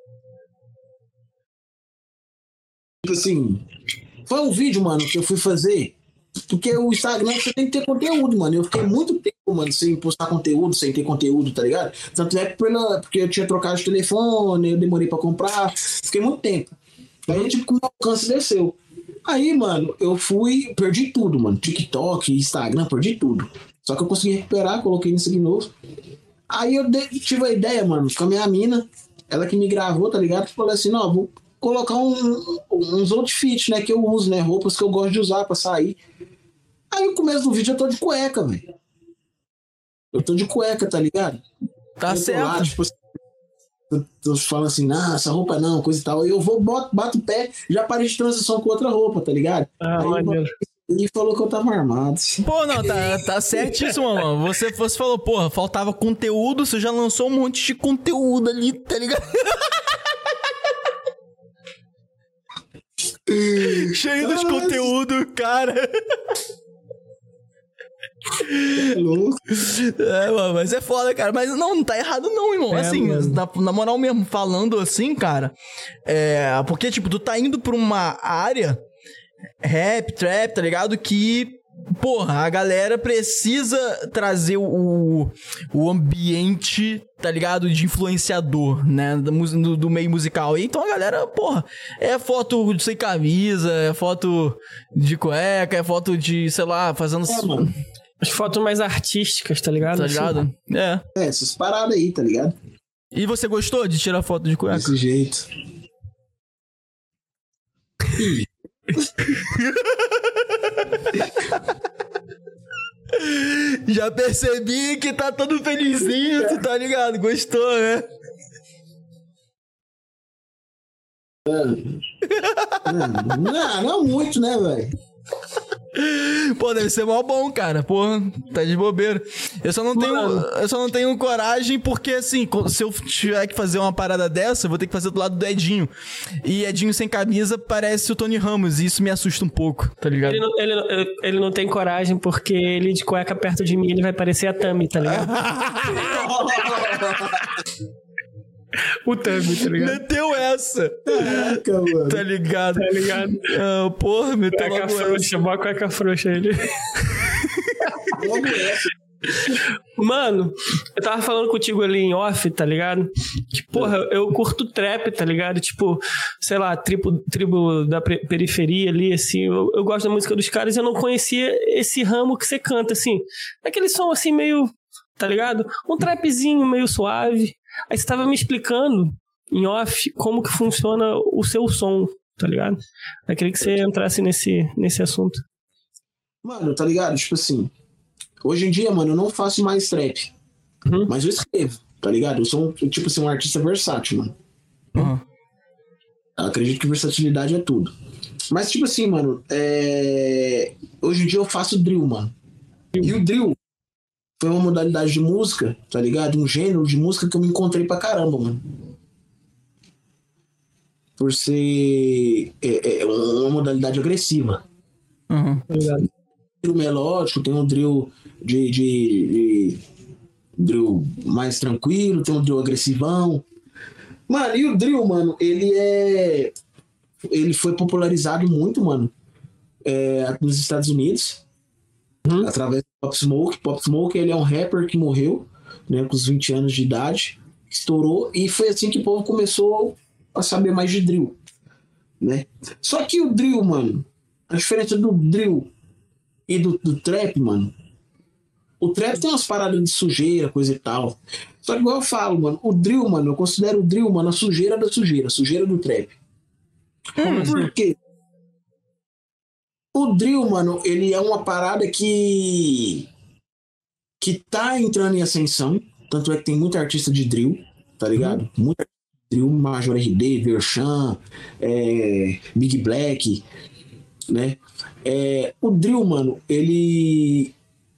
Speaker 3: Tipo assim, foi um vídeo, mano, que eu fui fazer. Porque o Instagram você tem que ter conteúdo, mano. Eu fiquei muito tempo, mano, sem postar conteúdo, sem ter conteúdo, tá ligado? Tanto é que porque eu tinha trocado de telefone, eu demorei pra comprar. Fiquei muito tempo. Aí, tipo, o meu alcance desceu. Aí, mano, eu perdi tudo, mano. TikTok, Instagram, perdi tudo. Só que eu consegui recuperar, coloquei nisso de novo. Aí eu tive a ideia, mano, com a minha mina, ela que me gravou, tá ligado? Falei assim, não, vou colocar uns outfits, né, que eu uso, né, roupas que eu gosto de usar pra sair. Aí no começo do vídeo eu tô de cueca, velho. Eu tô de cueca, tá ligado?
Speaker 1: Tá
Speaker 3: eu
Speaker 1: certo.
Speaker 3: Lá, tipo, eu falo assim, não, essa roupa não, coisa e tal. Aí eu vou, bato o pé, já parei de transição com outra roupa, tá ligado?
Speaker 2: Ah, maneiro.
Speaker 3: Ele falou que eu tava armado.
Speaker 1: Pô, não, tá certíssimo, mano. Você falou, porra, faltava conteúdo, você já lançou um monte de conteúdo ali, tá ligado? Cheio dos conteúdos, cara.
Speaker 3: É louco.
Speaker 1: É, mano, mas é foda, cara. Mas não tá errado não, irmão. Assim, na moral mesmo, falando assim, cara, porque, tipo, tu tá indo pra uma área rap, trap, tá ligado? Que, porra, a galera precisa trazer o ambiente, tá ligado? De influenciador, né? Do meio musical. E então a galera, porra, é foto sem camisa, é foto de cueca, é foto de, sei lá, fazendo...
Speaker 3: mano.
Speaker 2: As fotos mais artísticas, tá ligado?
Speaker 1: Tá ligado?
Speaker 2: Assim.
Speaker 3: Essas paradas aí, tá ligado?
Speaker 1: E você gostou de tirar foto de cueca?
Speaker 3: Desse jeito.
Speaker 1: Já percebi que tá todo felizinho, tu tá ligado? Gostou, né?
Speaker 3: Não muito, né, velho?
Speaker 1: Pô, deve ser mó bom, cara. Porra, tá de bobeira. Eu só não tenho coragem porque, assim, se eu tiver que fazer uma parada dessa, eu vou ter que fazer do lado do Edinho. E Edinho sem camisa parece o Tony Ramos, e isso me assusta um pouco, tá ligado?
Speaker 2: Ele não tem coragem porque ele de cueca perto de mim, ele vai parecer a Tami, tá ligado? O Tami, tá ligado?
Speaker 1: Meteu essa.
Speaker 3: Caraca, mano.
Speaker 1: Tá ligado?
Speaker 2: Tá ligado?
Speaker 1: Porra, meteu
Speaker 2: Cueca
Speaker 1: logo
Speaker 2: frouxa, bota cueca frouxa ele.
Speaker 3: Logo essa.
Speaker 2: Mano, eu tava falando contigo ali em off, tá ligado? Que, porra, eu curto trap, tá ligado? Tipo, sei lá, tribo da periferia ali, assim. Eu gosto da música dos caras e eu não conhecia esse ramo que você canta, assim. Aquele som, assim, meio, tá ligado? Um trapzinho meio suave. Aí você tava me explicando em off como que funciona o seu som, tá ligado? Eu queria que você entrasse nesse assunto.
Speaker 3: Mano, tá ligado? Tipo assim, hoje em dia, mano, eu não faço mais trap. Mas eu escrevo, tá ligado? Eu sou, tipo assim, um artista versátil, mano. Eu acredito que versatilidade é tudo. Mas, tipo assim, mano, hoje em dia eu faço drill, mano. E o drill foi uma modalidade de música, tá ligado? Um gênero de música que eu me encontrei pra caramba, mano. Por ser uma modalidade agressiva.
Speaker 2: Tá ligado?
Speaker 3: Drill melódico, tem um drill de drill mais tranquilo, tem um drill agressivão. Mano, e o drill, mano, ele foi popularizado muito, mano, nos Estados Unidos. Através do Pop Smoke. Pop Smoke, ele é um rapper que morreu, né, com os 20 anos de idade, estourou, e foi assim que o povo começou a saber mais de drill, né? Só que o drill, mano, a diferença do drill e do trap, mano, o trap tem umas paradas de sujeira, coisa e tal. Só que igual eu falo, mano, o drill, mano, eu considero o drill, mano, a sujeira da sujeira, a sujeira do trap. Por quê? O drill, mano, ele é uma parada que tá entrando em ascensão. Tanto é que tem muita artista de drill, tá ligado? Muita artista de drill, Major RD, Vershan, Big Black. né? O drill, mano, ele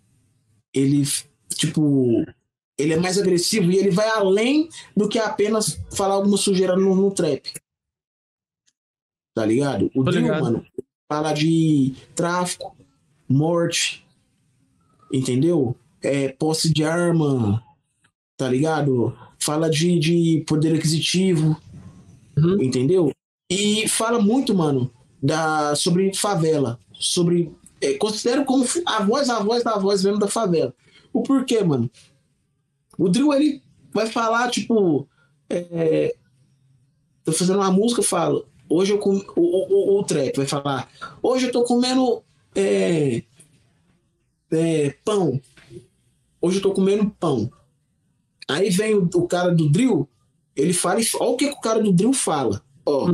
Speaker 3: tipo, ele é mais agressivo e ele vai além do que apenas falar alguma sujeira no trap. Tá ligado? O drill, mano, fala de tráfico, morte, entendeu? Posse de arma, tá ligado? Fala de poder aquisitivo, entendeu? E fala muito, mano, sobre favela, sobre... considero como a voz mesmo da favela. O porquê, mano? O drill, ele vai falar, tipo... tô fazendo uma música, falo... Hoje eu comi... O trap vai falar... Hoje eu tô comendo... pão. Hoje eu tô comendo pão. Aí vem o cara do drill, ele fala... Olha o que o cara do drill fala. Ó...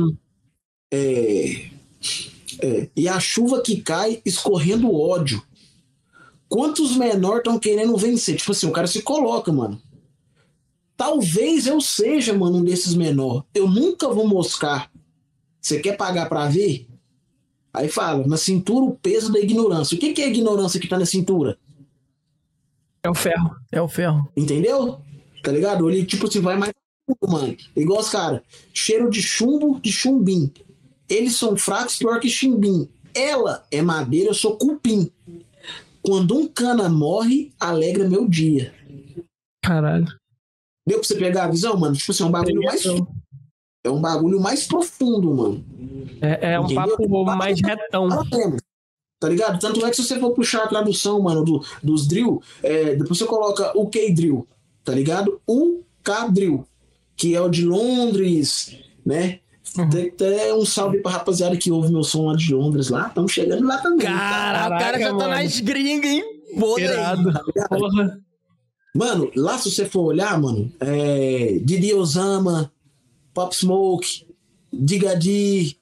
Speaker 3: E a chuva que cai escorrendo ódio. Quantos menor estão querendo vencer? Tipo assim, o cara se coloca, mano. Talvez eu seja, mano, um desses menor. Eu nunca vou moscar. Você quer pagar pra ver? Aí fala, na cintura o peso da ignorância. O que é a ignorância que tá na cintura?
Speaker 2: É o ferro.
Speaker 1: É o ferro.
Speaker 3: Entendeu? Tá ligado? Ele, tipo assim, vai mais... Mano, igual os caras. Cheiro de chumbo, de chumbim. Eles são fracos pior que chimbim. Ela é madeira, eu sou cupim. Quando um cana morre, alegra meu dia.
Speaker 2: Caralho.
Speaker 3: Deu pra você pegar a visão, mano? Tipo assim, é um bagulho mais... É um bagulho mais profundo, mano.
Speaker 2: É um papo mais retão.
Speaker 3: Tá ligado? Tanto é que se você for puxar a tradução, mano, dos drill, depois você coloca o K-drill, tá ligado? O K-drill, que é o de Londres, né? Até um salve pra rapaziada que ouve meu som lá de Londres lá. Estamos chegando lá também.
Speaker 1: Caraca, o cara já tá nas gringas, hein?
Speaker 2: Irado. Porra.
Speaker 3: Mano, lá se você for olhar, mano, Didi Osama, Pop Smoke, Digadi,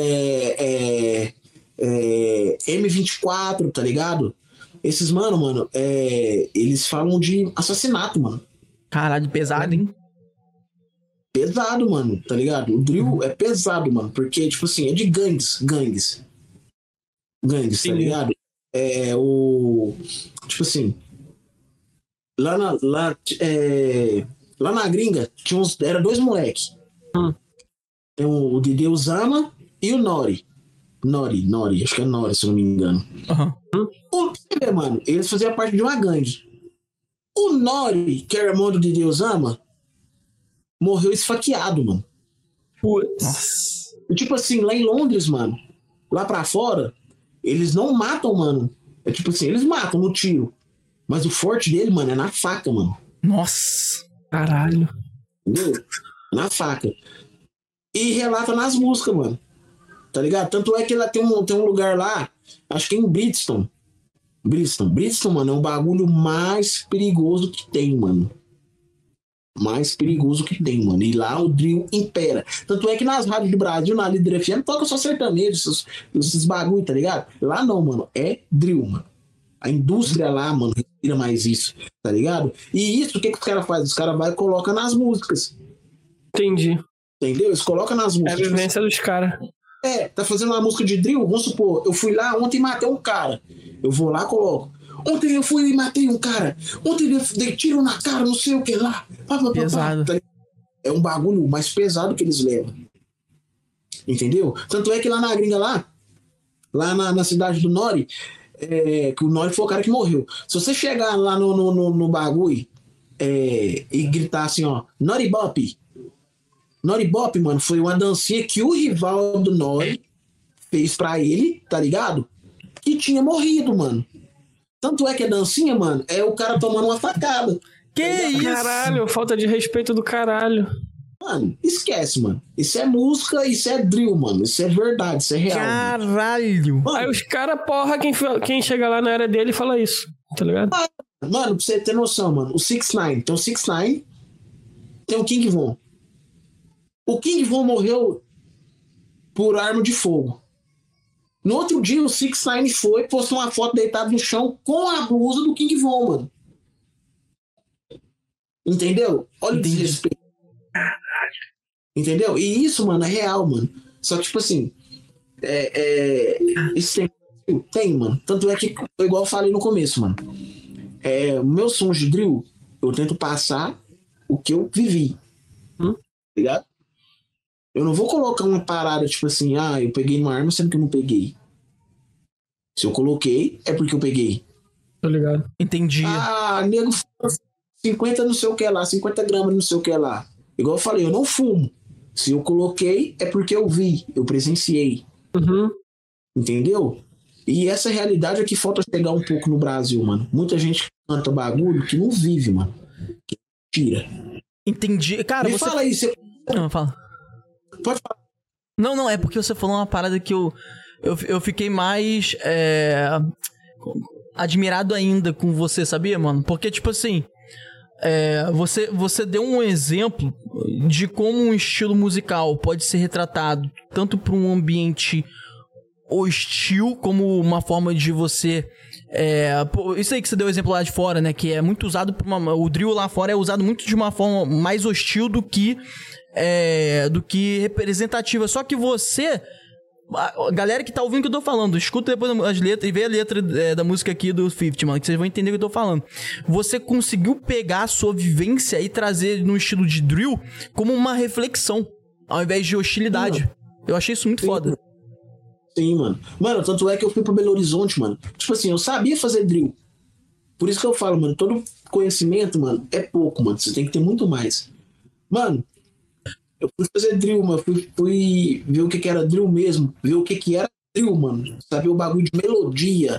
Speaker 3: M24, tá ligado? Esses mano, eles falam de assassinato, mano.
Speaker 1: Caralho, pesado, hein?
Speaker 3: Pesado, mano, tá ligado? O drill é pesado, mano, porque, tipo assim, é de gangues, tá ligado? Tipo assim, lá na gringa, era dois moleques. Tem o Didi Osama e o Nori, acho que é Nori, se eu não me engano. Mano, eles faziam parte de uma gangue. O Nori, que era irmão do Didi Osama, morreu esfaqueado, mano.
Speaker 2: Putz.
Speaker 3: Tipo assim, lá em Londres, mano, lá pra fora, eles não matam, mano. É tipo assim, eles matam no tiro. Mas o forte dele, mano, é na faca, mano.
Speaker 1: Nossa.
Speaker 2: Caralho.
Speaker 3: Entendeu? Na faca. E relata nas músicas, mano. Tá ligado? Tanto é que ela tem um lugar lá, acho que é em Brixton, mano, é um bagulho mais perigoso que tem, mano. Mais perigoso que tem, mano. E lá o drill impera. Tanto é que nas rádios do Brasil, na Líder FM, toca só sertanejo, esses bagulho, tá ligado? Lá não, mano. É drill, mano. A indústria lá, mano, respira mais isso, tá ligado? E isso, o que os caras fazem? Os caras vão e colocam nas músicas.
Speaker 2: Entendi.
Speaker 3: Entendeu? Eles colocam nas músicas.
Speaker 2: É a vivência dos caras.
Speaker 3: Tá fazendo uma música de drill, vamos supor, eu fui lá ontem e matei um cara. Eu vou lá e coloco. Ontem eu fui e matei um cara. Ontem eu dei tiro na cara, não sei o que lá.
Speaker 1: Pesado.
Speaker 3: É um bagulho mais pesado que eles levam. Entendeu? Tanto é que lá na gringa lá na cidade do Nori, que o Nori foi o cara que morreu. Se você chegar lá no bagulho e gritar assim, ó, Nori Bop. Nori Bop, mano, foi uma dancinha que o rival do Nori fez pra ele, tá ligado? E tinha morrido, mano. Tanto é que a dancinha, mano, é o cara tomando uma facada.
Speaker 1: Que isso?
Speaker 2: Caralho, falta de respeito do caralho.
Speaker 3: Mano, esquece, mano. Isso é música, isso é drill, mano. Isso é verdade, isso é real.
Speaker 1: Caralho.
Speaker 3: Mano,
Speaker 2: Aí os caras, porra, quem chega lá na era dele fala isso, tá ligado?
Speaker 3: Mano, pra você ter noção, mano, o 6ix9ine, tem o 6ix9ine, tem o King Von. O King Von morreu por arma de fogo. No outro dia, o 6ix9ine foi e postou uma foto deitado no chão com a blusa do King Von, mano. Entendeu? Olha o desrespeito. Entendeu? E isso, mano, é real, mano. Só que, tipo assim, Isso tem, mano. Tanto é que, igual eu falei no começo, mano. Meus sons de drill, eu tento passar o que eu vivi. Tá ligado? Eu não vou colocar uma parada tipo assim, eu peguei uma arma sendo que eu não peguei. Se eu coloquei, é porque eu peguei.
Speaker 2: Tô ligado.
Speaker 1: Entendi.
Speaker 3: Nego, 50 não sei o que lá, 50 gramas não sei o que lá. Igual eu falei, eu não fumo. Se eu coloquei, é porque eu vi, eu presenciei. Entendeu? E essa realidade é que falta chegar um pouco no Brasil, mano. Muita gente canta bagulho que não vive, mano. Que tira.
Speaker 1: Entendi. Cara,
Speaker 3: Me fala aí, você...
Speaker 1: Não, fala.
Speaker 3: Pode falar.
Speaker 1: Não, é porque você falou uma parada que eu fiquei mais admirado ainda com você, sabia, mano? Porque, tipo assim, você deu um exemplo de como um estilo musical pode ser retratado tanto para um ambiente hostil, como uma forma de você... isso aí que você deu o exemplo lá de fora, né? Que é muito usado por o drill lá fora é usado muito de uma forma mais hostil do que representativa. Só que você... A galera que tá ouvindo o que eu tô falando, escuta depois as letras e vê a letra da música aqui do 50, mano, que vocês vão entender o que eu tô falando. Você conseguiu pegar a sua vivência e trazer no estilo de drill como uma reflexão, ao invés de hostilidade. Eu achei isso muito foda.
Speaker 3: Sim, mano. Mano, tanto é que eu fui pro Belo Horizonte, mano. Tipo assim, eu sabia fazer drill. Por isso que eu falo, mano, todo conhecimento, mano, é pouco, mano. Você tem que ter muito mais. Mano, eu fui fazer drill, mano. Fui ver o que era drill mesmo. Ver o que era drill, mano. Saber o bagulho de melodia,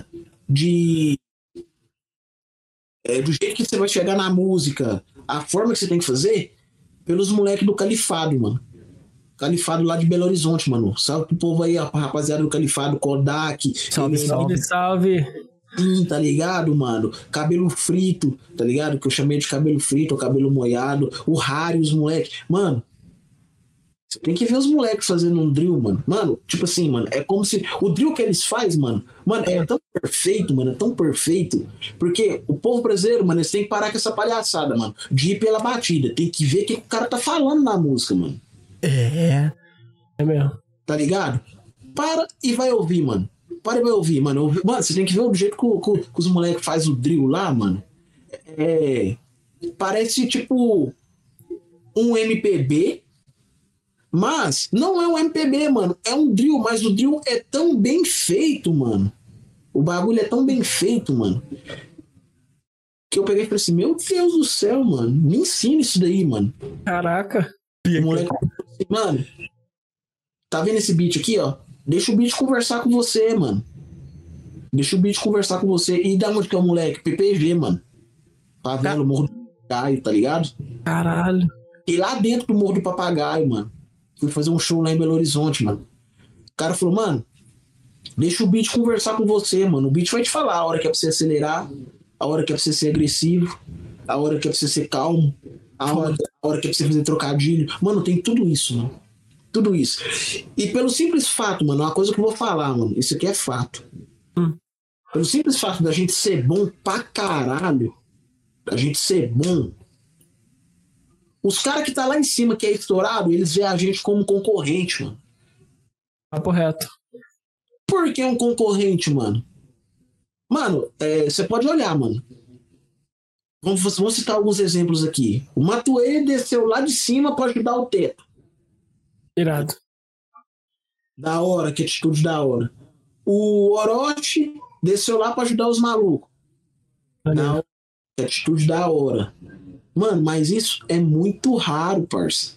Speaker 3: do jeito que você vai chegar na música, a forma que você tem que fazer, pelos moleques do Califado, mano. Califado lá de Belo Horizonte, mano. Salve pro povo aí, a rapaziada do Califado, Kodak.
Speaker 2: Salve.
Speaker 3: Sim, tá ligado, mano? Cabelo frito, tá ligado? Que eu chamei de cabelo frito ou cabelo molhado. O Harry, os moleques. Mano, você tem que ver os moleques fazendo um drill, mano. Mano, tipo assim, mano, é como se... O drill que eles fazem, mano, é tão perfeito, mano, é tão perfeito. Porque o povo brasileiro, mano, eles têm que parar com essa palhaçada, mano. De ir pela batida. Tem que ver o que o cara tá falando na música, mano.
Speaker 2: É mesmo.
Speaker 3: Tá ligado? Para e vai ouvir, mano. Para e vai ouvir, mano. Mano, você tem que ver o jeito que os moleques fazem o drill lá, mano. Parece tipo um MPB, mas não é um MPB, mano. É um drill, mas o drill é tão bem feito, mano. O bagulho é tão bem feito, mano, que eu peguei e falei assim, meu Deus do céu, mano, me ensina isso daí, mano.
Speaker 2: Caraca.
Speaker 3: O moleque, mano, tá vendo esse beat aqui, ó? Deixa o beat conversar com você, mano. Deixa o beat conversar com você. E da onde que é o moleque? PPG, mano. Favela, Morro do Papagaio, tá ligado?
Speaker 2: Caralho.
Speaker 3: E lá dentro do Morro do Papagaio, mano, fui fazer um show lá em Belo Horizonte, mano. O cara falou, mano, deixa o beat conversar com você, mano. O beat vai te falar a hora que é pra você acelerar, a hora que é pra você ser agressivo, a hora que é pra você ser calmo, a hora que é pra você fazer trocadilho. Mano, tem tudo isso, mano. Tudo isso. E pelo simples fato, mano, uma coisa que eu vou falar, mano, isso aqui é fato. Pelo simples fato da gente ser bom pra caralho, da gente ser bom, os caras que tá lá em cima, que é estourado, eles veem a gente como concorrente, mano.
Speaker 2: Papo reto.
Speaker 3: Por que um concorrente, mano? Mano, você pode olhar, mano. Vamos citar alguns exemplos aqui. O Matuê desceu lá de cima pra ajudar o teto.
Speaker 2: Irado.
Speaker 3: Da hora, que atitude da hora. O Orochi desceu lá pra ajudar os malucos. Da hora, que atitude da hora. Mano, mas isso é muito raro, parça.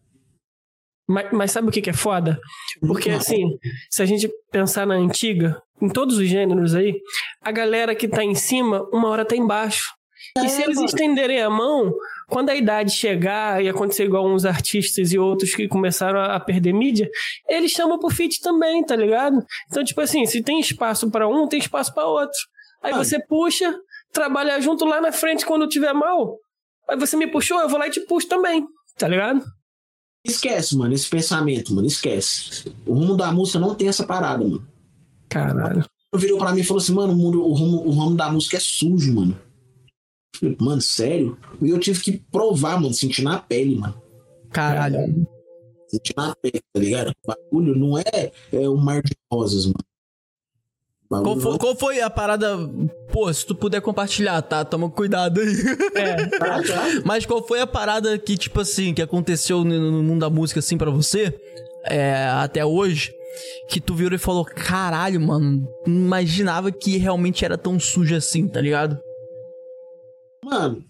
Speaker 2: Mas sabe o que é foda? Porque assim, se a gente pensar na antiga, em todos os gêneros aí, a galera que tá em cima, uma hora tá embaixo. E se eles estenderem a mão, quando a idade chegar e acontecer igual uns artistas e outros que começaram a perder mídia, eles chamam pro feat também, tá ligado? Então, tipo assim, se tem espaço pra um, tem espaço pra outro. Aí você puxa, trabalha junto lá na frente quando tiver mal. Aí você me puxou, eu vou lá e te puxo também, tá ligado?
Speaker 3: Esquece, mano, esse pensamento, mano, esquece. O rumo da música não tem essa parada, mano.
Speaker 2: Caralho.
Speaker 3: Ele virou pra mim e falou assim, mano, o rumo da música é sujo, mano. Eu falei, mano, sério? E eu tive que provar, mano, sentir na pele, mano.
Speaker 1: Caralho.
Speaker 3: Sentir na pele, tá ligado? O bagulho não é um mar de rosas, mano.
Speaker 1: Qual foi a parada... Pô, se tu puder compartilhar, tá? Toma cuidado aí.
Speaker 3: Tá.
Speaker 1: Mas qual foi a parada que, tipo assim, que aconteceu no mundo da música, assim, pra você, até hoje, que tu virou e falou, caralho, mano, não imaginava que realmente era tão sujo assim, tá ligado?
Speaker 3: Mano,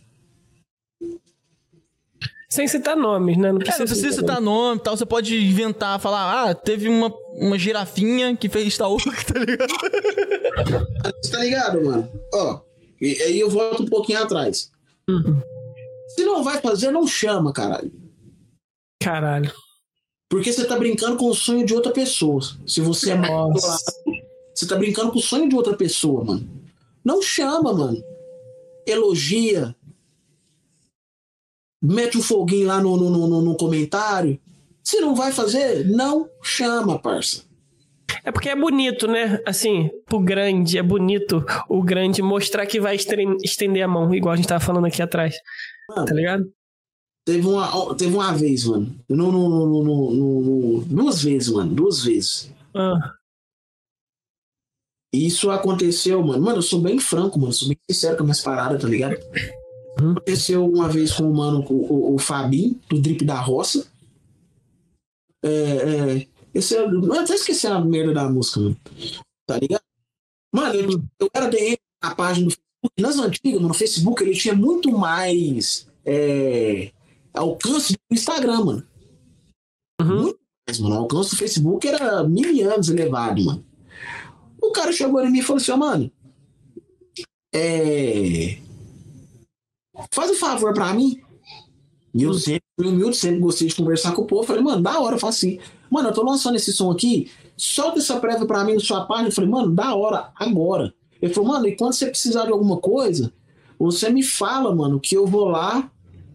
Speaker 2: Sem citar nomes, né? Não
Speaker 1: Não precisa citar nome e tal, você pode inventar, falar, teve uma girafinha que fez tal, tá ligado?
Speaker 3: você tá ligado, mano? Ó, e aí eu volto um pouquinho atrás. Se não vai fazer, não chama, caralho.
Speaker 2: Caralho.
Speaker 3: Porque você tá brincando com o sonho de outra pessoa. Se você é mal, você tá brincando com o sonho de outra pessoa, mano. Não chama, mano. Elogia. Mete um foguinho lá no comentário. Se não vai fazer, não chama, parça.
Speaker 2: É porque é bonito, né? Assim, pro grande, é bonito o grande mostrar que vai estender a mão, igual a gente tava falando aqui atrás.
Speaker 3: Mano,
Speaker 2: tá ligado?
Speaker 3: Teve uma vez, mano. Duas vezes. Isso aconteceu, mano. Mano, eu sou bem franco, mano. Sou bem sincero com as minhas paradas, tá ligado? Aconteceu uma vez com o mano, o Fabinho, do Drip da Roça. Eu até esqueci a merda da música, mano. Tá ligado? Mano, eu era DM na página do Facebook. Nas antigas, mano, no Facebook ele tinha muito mais alcance do Instagram, mano. Muito mais, mano. O alcance do Facebook era 1000 anos elevado, mano. O cara chegou em mim e falou assim, mano, faz um favor pra mim. E eu sempre fui humilde, sempre gostei de conversar com o povo. Falei, mano, da hora, eu faço assim. Mano, eu tô lançando esse som aqui, solta essa prévia pra mim na sua página. Eu falei, mano, da hora, agora. Ele falou, mano, e quando você precisar de alguma coisa, você me fala, mano, que eu vou lá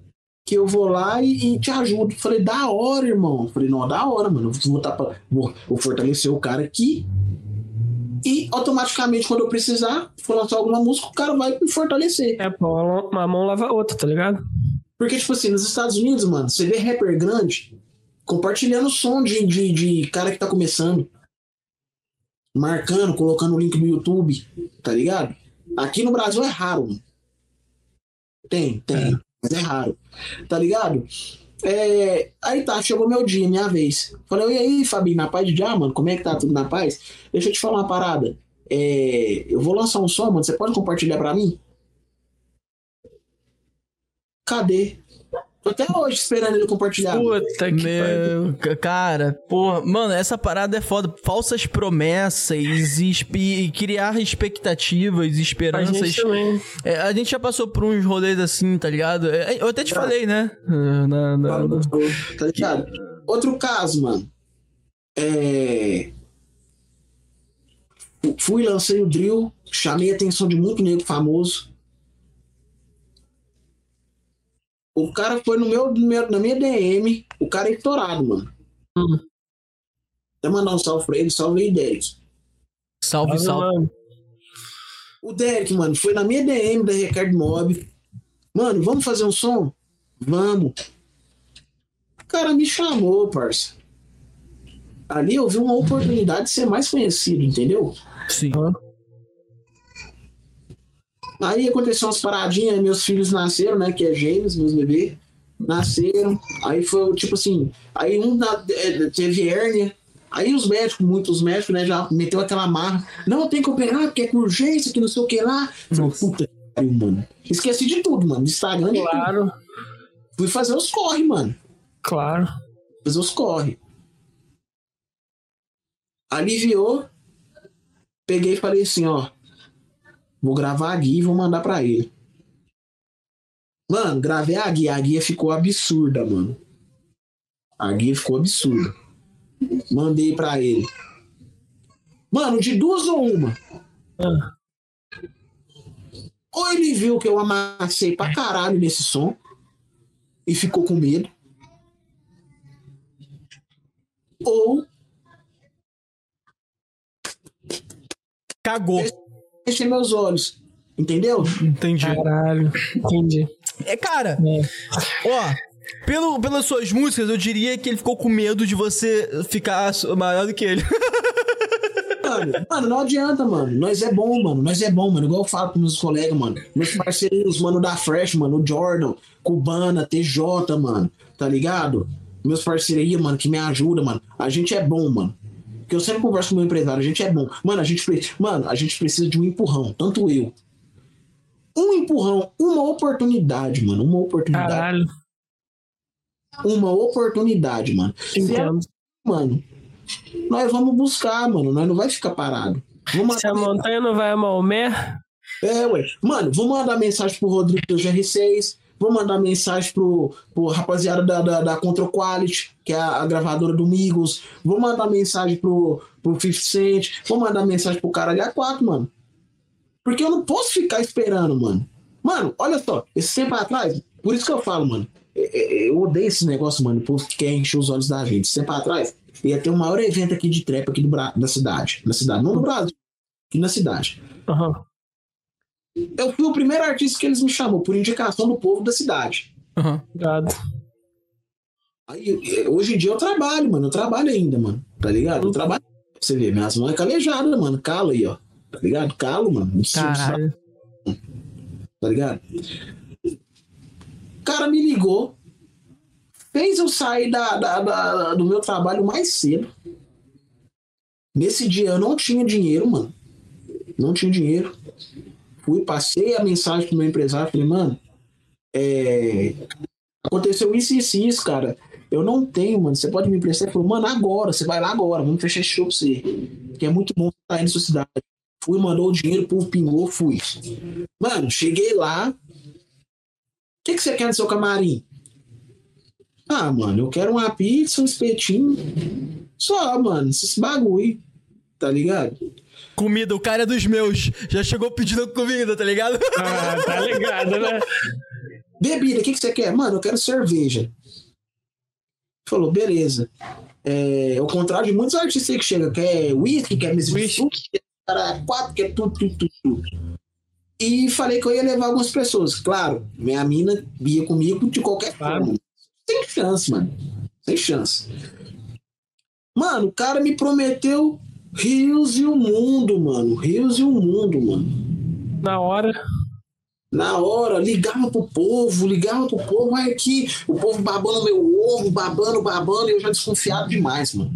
Speaker 3: e te ajudo. Eu falei, da hora, irmão. Eu falei, não, da hora, mano. Vou fortalecer o cara aqui. E automaticamente, quando eu precisar, for lançar alguma música, o cara vai me fortalecer.
Speaker 2: Uma mão lava a outra, tá ligado?
Speaker 3: Porque, tipo assim, nos Estados Unidos, mano, você vê rapper grande compartilhando som de cara que tá começando. Marcando, colocando o link no YouTube, tá ligado? Aqui no Brasil é raro, mano. Tem, mas é raro. Tá ligado? Aí tá, chegou meu dia, minha vez. Falei, e aí, Fabinho, na paz de já, mano? Como é que tá? Tudo na paz? Deixa eu te falar uma parada. Eu vou lançar um som, mano. Você pode compartilhar pra mim? Cadê? Tô até hoje esperando ele compartilhar.
Speaker 2: Puta que pariu.
Speaker 1: Cara, porra, mano, essa parada é foda. Falsas promessas e criar expectativas, esperanças.
Speaker 2: A gente também.
Speaker 1: A gente já passou por uns rolês assim, tá ligado? Eu até te falei, né?
Speaker 3: Tá ligado? Outro caso, mano. Fui, lancei o drill, chamei a atenção de muito negro famoso. O cara foi na minha DM, o cara é estourado, mano. Até mandar um salve pra ele, salve aí, Derek.
Speaker 1: Salve.
Speaker 3: O Derek, mano, foi na minha DM da Ricardo Mob. Mano, vamos fazer um som? Vamos. O cara me chamou, parça. Ali eu vi uma oportunidade de ser mais conhecido, entendeu?
Speaker 1: Sim.
Speaker 3: Aí aconteceu umas paradinhas, meus filhos nasceram, né? Que é gêmeos, meus bebês. Nasceram. Aí foi tipo assim. Aí teve hérnia. Aí muitos médicos, né? Já meteu aquela marra. Não, tem que operar, porque é com urgência, que não sei o que lá. Falei, puta que pariu, mano. Esqueci de tudo, mano. Instagram de
Speaker 2: Claro.
Speaker 3: tudo. Fui fazer os corre, mano.
Speaker 2: Claro.
Speaker 3: Fazer os corre. Aliviou. Peguei e falei assim, ó. Vou gravar a guia e vou mandar pra ele. Mano, gravei a guia ficou absurda, mano. A guia ficou absurda. Mandei pra ele. Mano, de duas ou uma. Ou ele viu que eu amassei pra caralho nesse som e ficou com medo. Ou
Speaker 1: Cagou.
Speaker 3: fechei meus olhos. Entendeu?
Speaker 1: Entendi.
Speaker 2: Caralho. Entendi.
Speaker 1: Cara, ó, Pelas suas músicas, eu diria que ele ficou com medo de você ficar maior do que ele.
Speaker 3: Mano, não adianta, mano. Nós é bom, mano. Igual eu falo pros meus colegas, mano. Meus parceiros, mano, da Fresh, mano. O Jordan, Cubana, TJ, mano. Tá ligado? Meus parceiros aí, mano, que me ajudam, mano. A gente é bom, mano. Porque eu sempre converso com o meu empresário. A gente é bom. Mano, a gente precisa de um empurrão. Tanto eu. Um empurrão. Uma oportunidade, mano. Uma oportunidade.
Speaker 2: Caralho.
Speaker 3: Uma oportunidade, mano.
Speaker 2: Entendo.
Speaker 3: Mano, nós vamos buscar, mano. Nós não vai ficar parado.
Speaker 2: Se a montanha não vai a Maomé...
Speaker 3: Ué. Mano, vou mandar mensagem pro Rodrigo do GR6. Vou mandar mensagem pro rapaziada da Control Quality, que é a gravadora do Migos. Vou mandar mensagem pro 50 Cent. Vou mandar mensagem pro cara H4, mano. Porque eu não posso ficar esperando, mano. Mano, olha só. Esse tempo atrás, por isso que eu falo, mano. Eu odeio esse negócio, mano. O povo que quer encher os olhos da gente. Esse tempo atrás, ia ter o maior evento aqui de trap aqui da cidade. Na cidade, não do Brasil. Aqui na cidade.
Speaker 2: Aham.
Speaker 3: Eu fui o primeiro artista que eles me chamou, por indicação do povo da cidade.
Speaker 1: Aham.
Speaker 2: Obrigado.
Speaker 3: Aí, hoje em dia eu trabalho, mano. Eu trabalho ainda, mano. Tá ligado? Eu trabalho. Pra você ver, minhas mãos é calejada, mano. Calo aí, ó. Tá ligado? Calo, mano.
Speaker 2: Caralho.
Speaker 3: Tá ligado? O cara me ligou. Fez eu sair do meu trabalho mais cedo. Nesse dia eu não tinha dinheiro, mano. Não tinha dinheiro. Passei a mensagem pro meu empresário. Falei, mano, aconteceu isso, cara. Eu não tenho, mano. Você pode me emprestar? Ele falou, mano, agora. Você vai lá agora. Vamos fechar esse show pra você. Que é muito bom estar aí na sua cidade. Fui, mandou o dinheiro, o povo pingou, fui. Mano, cheguei lá. O que você quer no seu camarim? Ah, mano, eu quero uma pizza, um espetinho. Só, mano, esses bagulho. Tá ligado?
Speaker 1: Comida, o cara é dos meus. Já chegou pedindo comida, tá ligado?
Speaker 2: Ah, tá ligado, né?
Speaker 3: Bebida, o que você quer? Mano, eu quero cerveja. Falou, beleza. Ao contrário de muitos artistas aí que chegam, quer whisky, quer whisky, quer 4, quer tudo. E falei que eu ia levar algumas pessoas. Claro, minha mina ia comigo de qualquer forma. Sem chance, mano. Sem chance. Mano, o cara me prometeu rios e o mundo, mano. Rios e o mundo, mano.
Speaker 2: Na hora, ligava pro povo, vai aqui, o povo babando meu ovo, babando, e eu já desconfiado demais, mano.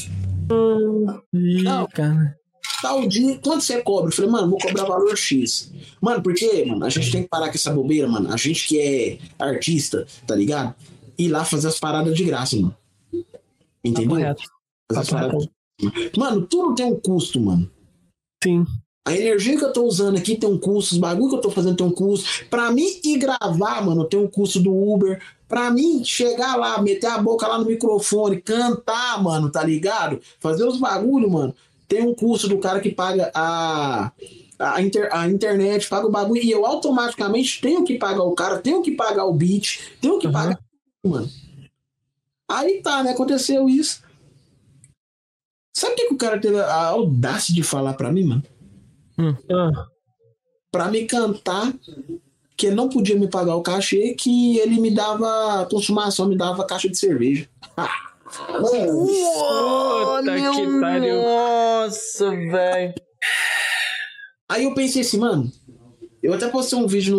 Speaker 1: Não, cara.
Speaker 3: Tal dia, quanto você cobra? Eu falei, mano, vou cobrar valor X. Mano, porque, mano, a gente tem que parar com essa bobeira, mano. A gente que é artista, tá ligado? Ir lá fazer as paradas de graça, mano. Entendeu?
Speaker 2: Correto.
Speaker 3: Fazer as paradas. Mano, tudo tem um custo, mano.
Speaker 2: Sim.
Speaker 3: A energia que eu tô usando aqui tem um custo, os bagulho que eu tô fazendo tem um custo. Pra mim ir gravar, mano, tem um custo do Uber. Pra mim chegar lá, meter a boca lá no microfone, cantar, mano, tá ligado? Fazer os bagulho, mano, tem um custo do cara que paga a internet, paga o bagulho. E eu automaticamente tenho que pagar o cara, tenho que pagar o beat, tenho que pagar, mano. Aí tá, né? Aconteceu isso. Sabe o que o cara teve a audácia de falar pra mim, mano? Pra me cantar que ele não podia me pagar o cachê, que ele me dava consumação, me dava caixa de cerveja. Mano,
Speaker 2: Puta que pariu.
Speaker 1: Nossa, velho.
Speaker 3: aí eu pensei assim, mano, eu até postei um vídeo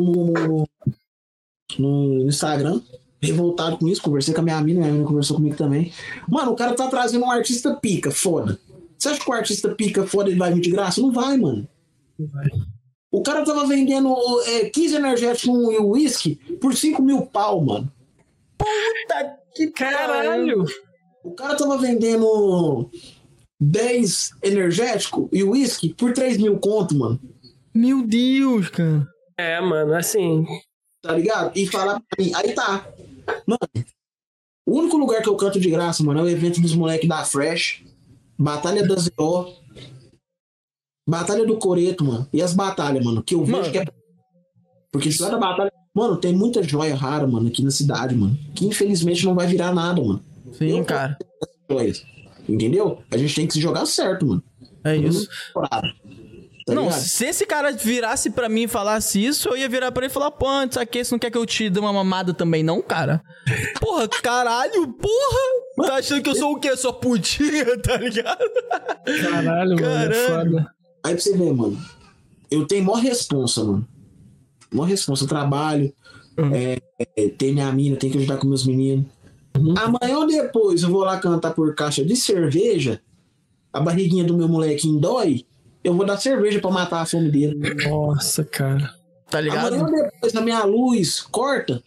Speaker 3: no Instagram, revoltado com isso, conversei com a minha mina conversou comigo também. Mano, o cara tá trazendo um artista pica, foda. Você acha que o artista pica, foda, ele vai vir de graça? Não vai, mano.
Speaker 2: Não vai.
Speaker 3: O cara tava vendendo 15 energéticos e um whisky por 5 mil pau, mano.
Speaker 1: Puta que
Speaker 2: Caralho.
Speaker 3: O cara tava vendendo 10 energéticos e whisky por 3 mil conto, mano.
Speaker 1: Meu Deus, cara.
Speaker 2: É, mano, assim.
Speaker 3: Tá ligado? E falar pra mim, aí tá. Mano, o único lugar que eu canto de graça, mano, é o evento dos moleques da Fresh, Batalha da Zero, Batalha do Coreto, mano. E as batalhas, mano, que eu vejo que é. Porque se lá da batalha. Mano, tem muita joia rara, mano, aqui na cidade, mano. Que infelizmente não vai virar nada, mano.
Speaker 1: Sim, cara.
Speaker 3: Joias, entendeu? A gente tem que se jogar certo, mano.
Speaker 1: É isso.
Speaker 3: Tá
Speaker 1: Não,
Speaker 3: ligado?
Speaker 1: se esse cara virasse pra mim e falasse isso, eu ia virar pra ele e falar, pô, isso aqui, você não quer que eu te dê uma mamada também não, cara? Porra, caralho, porra! Tá achando que eu sou o quê? Só putinha, tá ligado?
Speaker 2: Caralho, mano, é foda.
Speaker 3: Aí pra você ver, mano, eu tenho maior responsa, mano. Maior responsa, eu trabalho, tenho minha mina, tenho que ajudar com meus meninos. Amanhã ou depois eu vou lá cantar por caixa de cerveja, a barriguinha do meu molequinho dói, eu vou dar cerveja pra matar a fome dele.
Speaker 2: Nossa, cara.
Speaker 1: Tá ligado?
Speaker 3: Amanhã ou depois a minha luz corta,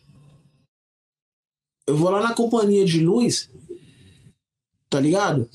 Speaker 3: eu vou lá na companhia de luz, tá ligado?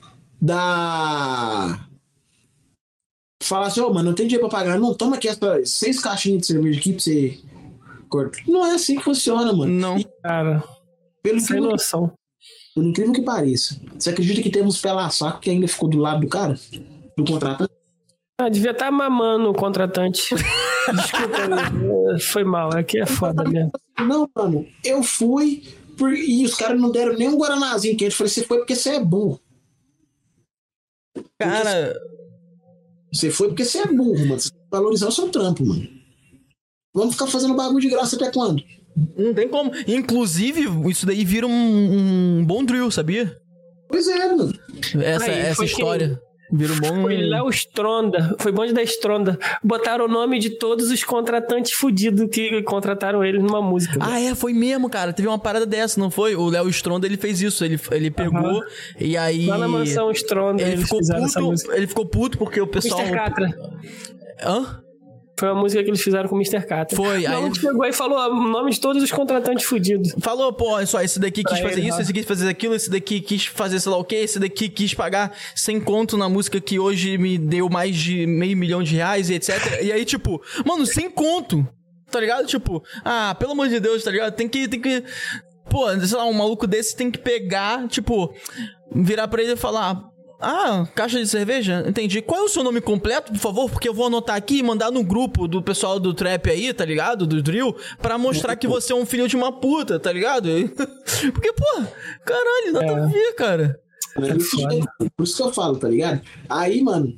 Speaker 3: Falar assim, mano, não tem dinheiro pra pagar. Não, toma aqui essas 6 caixinhas de cerveja aqui pra você cortar. Não é assim que funciona, mano.
Speaker 1: Não.
Speaker 2: Cara, sem noção.
Speaker 3: Pelo incrível que pareça. Você acredita que temos pela-saco que ainda ficou do lado do cara? Do contratante?
Speaker 2: Devia estar mamando o contratante. Desculpa, foi mal. Aqui é foda mesmo.
Speaker 3: Não, mano, eu fui e os caras não deram nem um guaranazinho quente. Eu falei, você foi porque você é burro.
Speaker 1: Cara...
Speaker 3: Você foi porque você é burro, mano. Você tem que valorizar o seu trampo, mano. Vamos ficar fazendo bagulho de graça até quando?
Speaker 1: Não tem como. Inclusive, isso daí vira um bom drill, sabia?
Speaker 3: Pois é, mano.
Speaker 1: Essa história. Vira um bom...
Speaker 2: Foi Léo Stronda. Foi bonde da Stronda. Botaram o nome de todos os contratantes fudidos que contrataram ele numa música.
Speaker 1: Ah, foi mesmo, cara. Teve uma parada dessa, não foi? O Léo Stronda, ele fez isso. Ele pegou e aí...
Speaker 2: Lá na mansão Stronda
Speaker 1: ele ficou puto. Ele ficou puto porque o pessoal...
Speaker 2: Mr. Catra.
Speaker 1: Hã?
Speaker 2: Foi uma música que eles fizeram com o Mr. Catra.
Speaker 1: Foi.
Speaker 2: Aí ele pegou e falou o nome de todos os contratantes fudidos.
Speaker 1: Falou, pô, só esse daqui quis fazer isso, esse daqui quis fazer aquilo, esse daqui quis fazer sei lá o quê, esse daqui quis pagar 100 conto na música que hoje me deu mais de R$500 mil e etc. E aí, tipo, mano, 100 conto, tá ligado? Tipo, pelo amor de Deus, tá ligado? Tem que... Pô, sei lá, um maluco desse tem que pegar, tipo, virar pra ele e falar... caixa de cerveja? Entendi. Qual é o seu nome completo, por favor? Porque eu vou anotar aqui e mandar no grupo do pessoal do trap aí, tá ligado? Do drill, pra mostrar que você é um filho de uma puta, tá ligado? Porque, pô, caralho, nada a ver, cara.
Speaker 3: Por isso que eu falo, tá ligado? Aí, mano,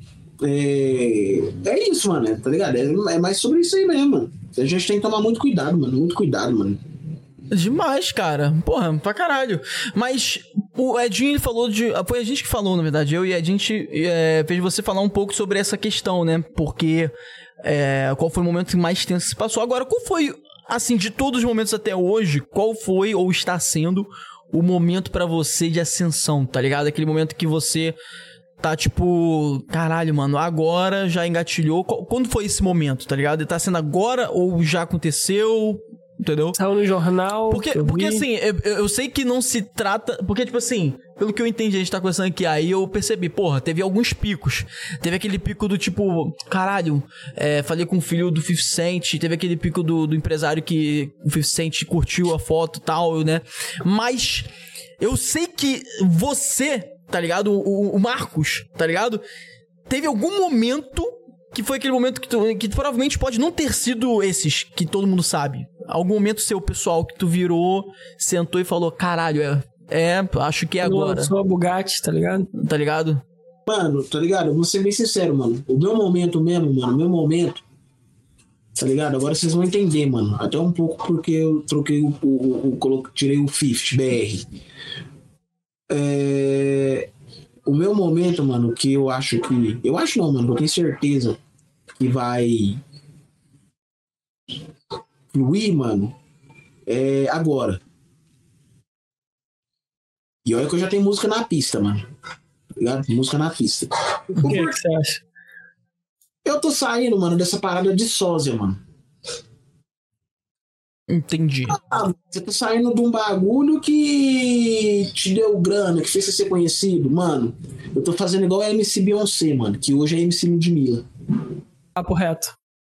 Speaker 3: é isso, mano, tá ligado? É mais sobre isso aí mesmo, mano. A gente tem que tomar muito cuidado, mano. Muito cuidado, mano.
Speaker 1: Demais, cara. Porra, pra caralho. Mas o Edinho, ele falou de... Foi a gente que falou, na verdade. Eu e a gente fez você falar um pouco sobre essa questão, né? Porque qual foi o momento que mais tenso se passou. Agora, qual foi, assim, de todos os momentos até hoje, qual foi ou está sendo o momento pra você de ascensão, tá ligado? Aquele momento que você tá tipo... Caralho, mano, agora já engatilhou. Quando foi esse momento, tá ligado? Ele tá sendo agora ou já aconteceu... Entendeu?
Speaker 2: Saiu no jornal.
Speaker 1: Porque assim, eu sei que não se trata... Porque, tipo assim, pelo que eu entendi, a gente tá conversando aqui, aí eu percebi, porra, teve alguns picos. Teve aquele pico do tipo, caralho, falei com o filho do 50 Cent, teve aquele pico do empresário que o 50 Cent curtiu a foto e tal, né? Mas eu sei que você, tá ligado? O Marcos, tá ligado? Teve algum momento... Que foi aquele momento que provavelmente pode não ter sido esses que todo mundo sabe. Algum momento seu pessoal que tu virou, sentou e falou, caralho, acho que é agora.
Speaker 2: Eu sou a Bugatti, tá ligado?
Speaker 1: Tá ligado?
Speaker 3: Mano, tá ligado? Eu vou ser bem sincero, mano. O meu momento mesmo, mano, tá ligado? Agora vocês vão entender, mano. Até um pouco porque eu troquei tirei o 50 BR. O meu momento, mano, que eu acho que... Eu acho não, mano, eu tenho certeza que vai fluir, mano, agora. E olha que eu já tenho música na pista, mano. Tá ligado? Música na pista.
Speaker 2: O que você acha?
Speaker 3: Eu tô saindo, mano, dessa parada de sósia, mano.
Speaker 1: Entendi.
Speaker 3: Você tá saindo de um bagulho que te deu grana, que fez você ser conhecido, mano. Eu tô fazendo igual a MC Beyoncé, mano, que hoje é MC Ludmilla.
Speaker 2: Papo reto.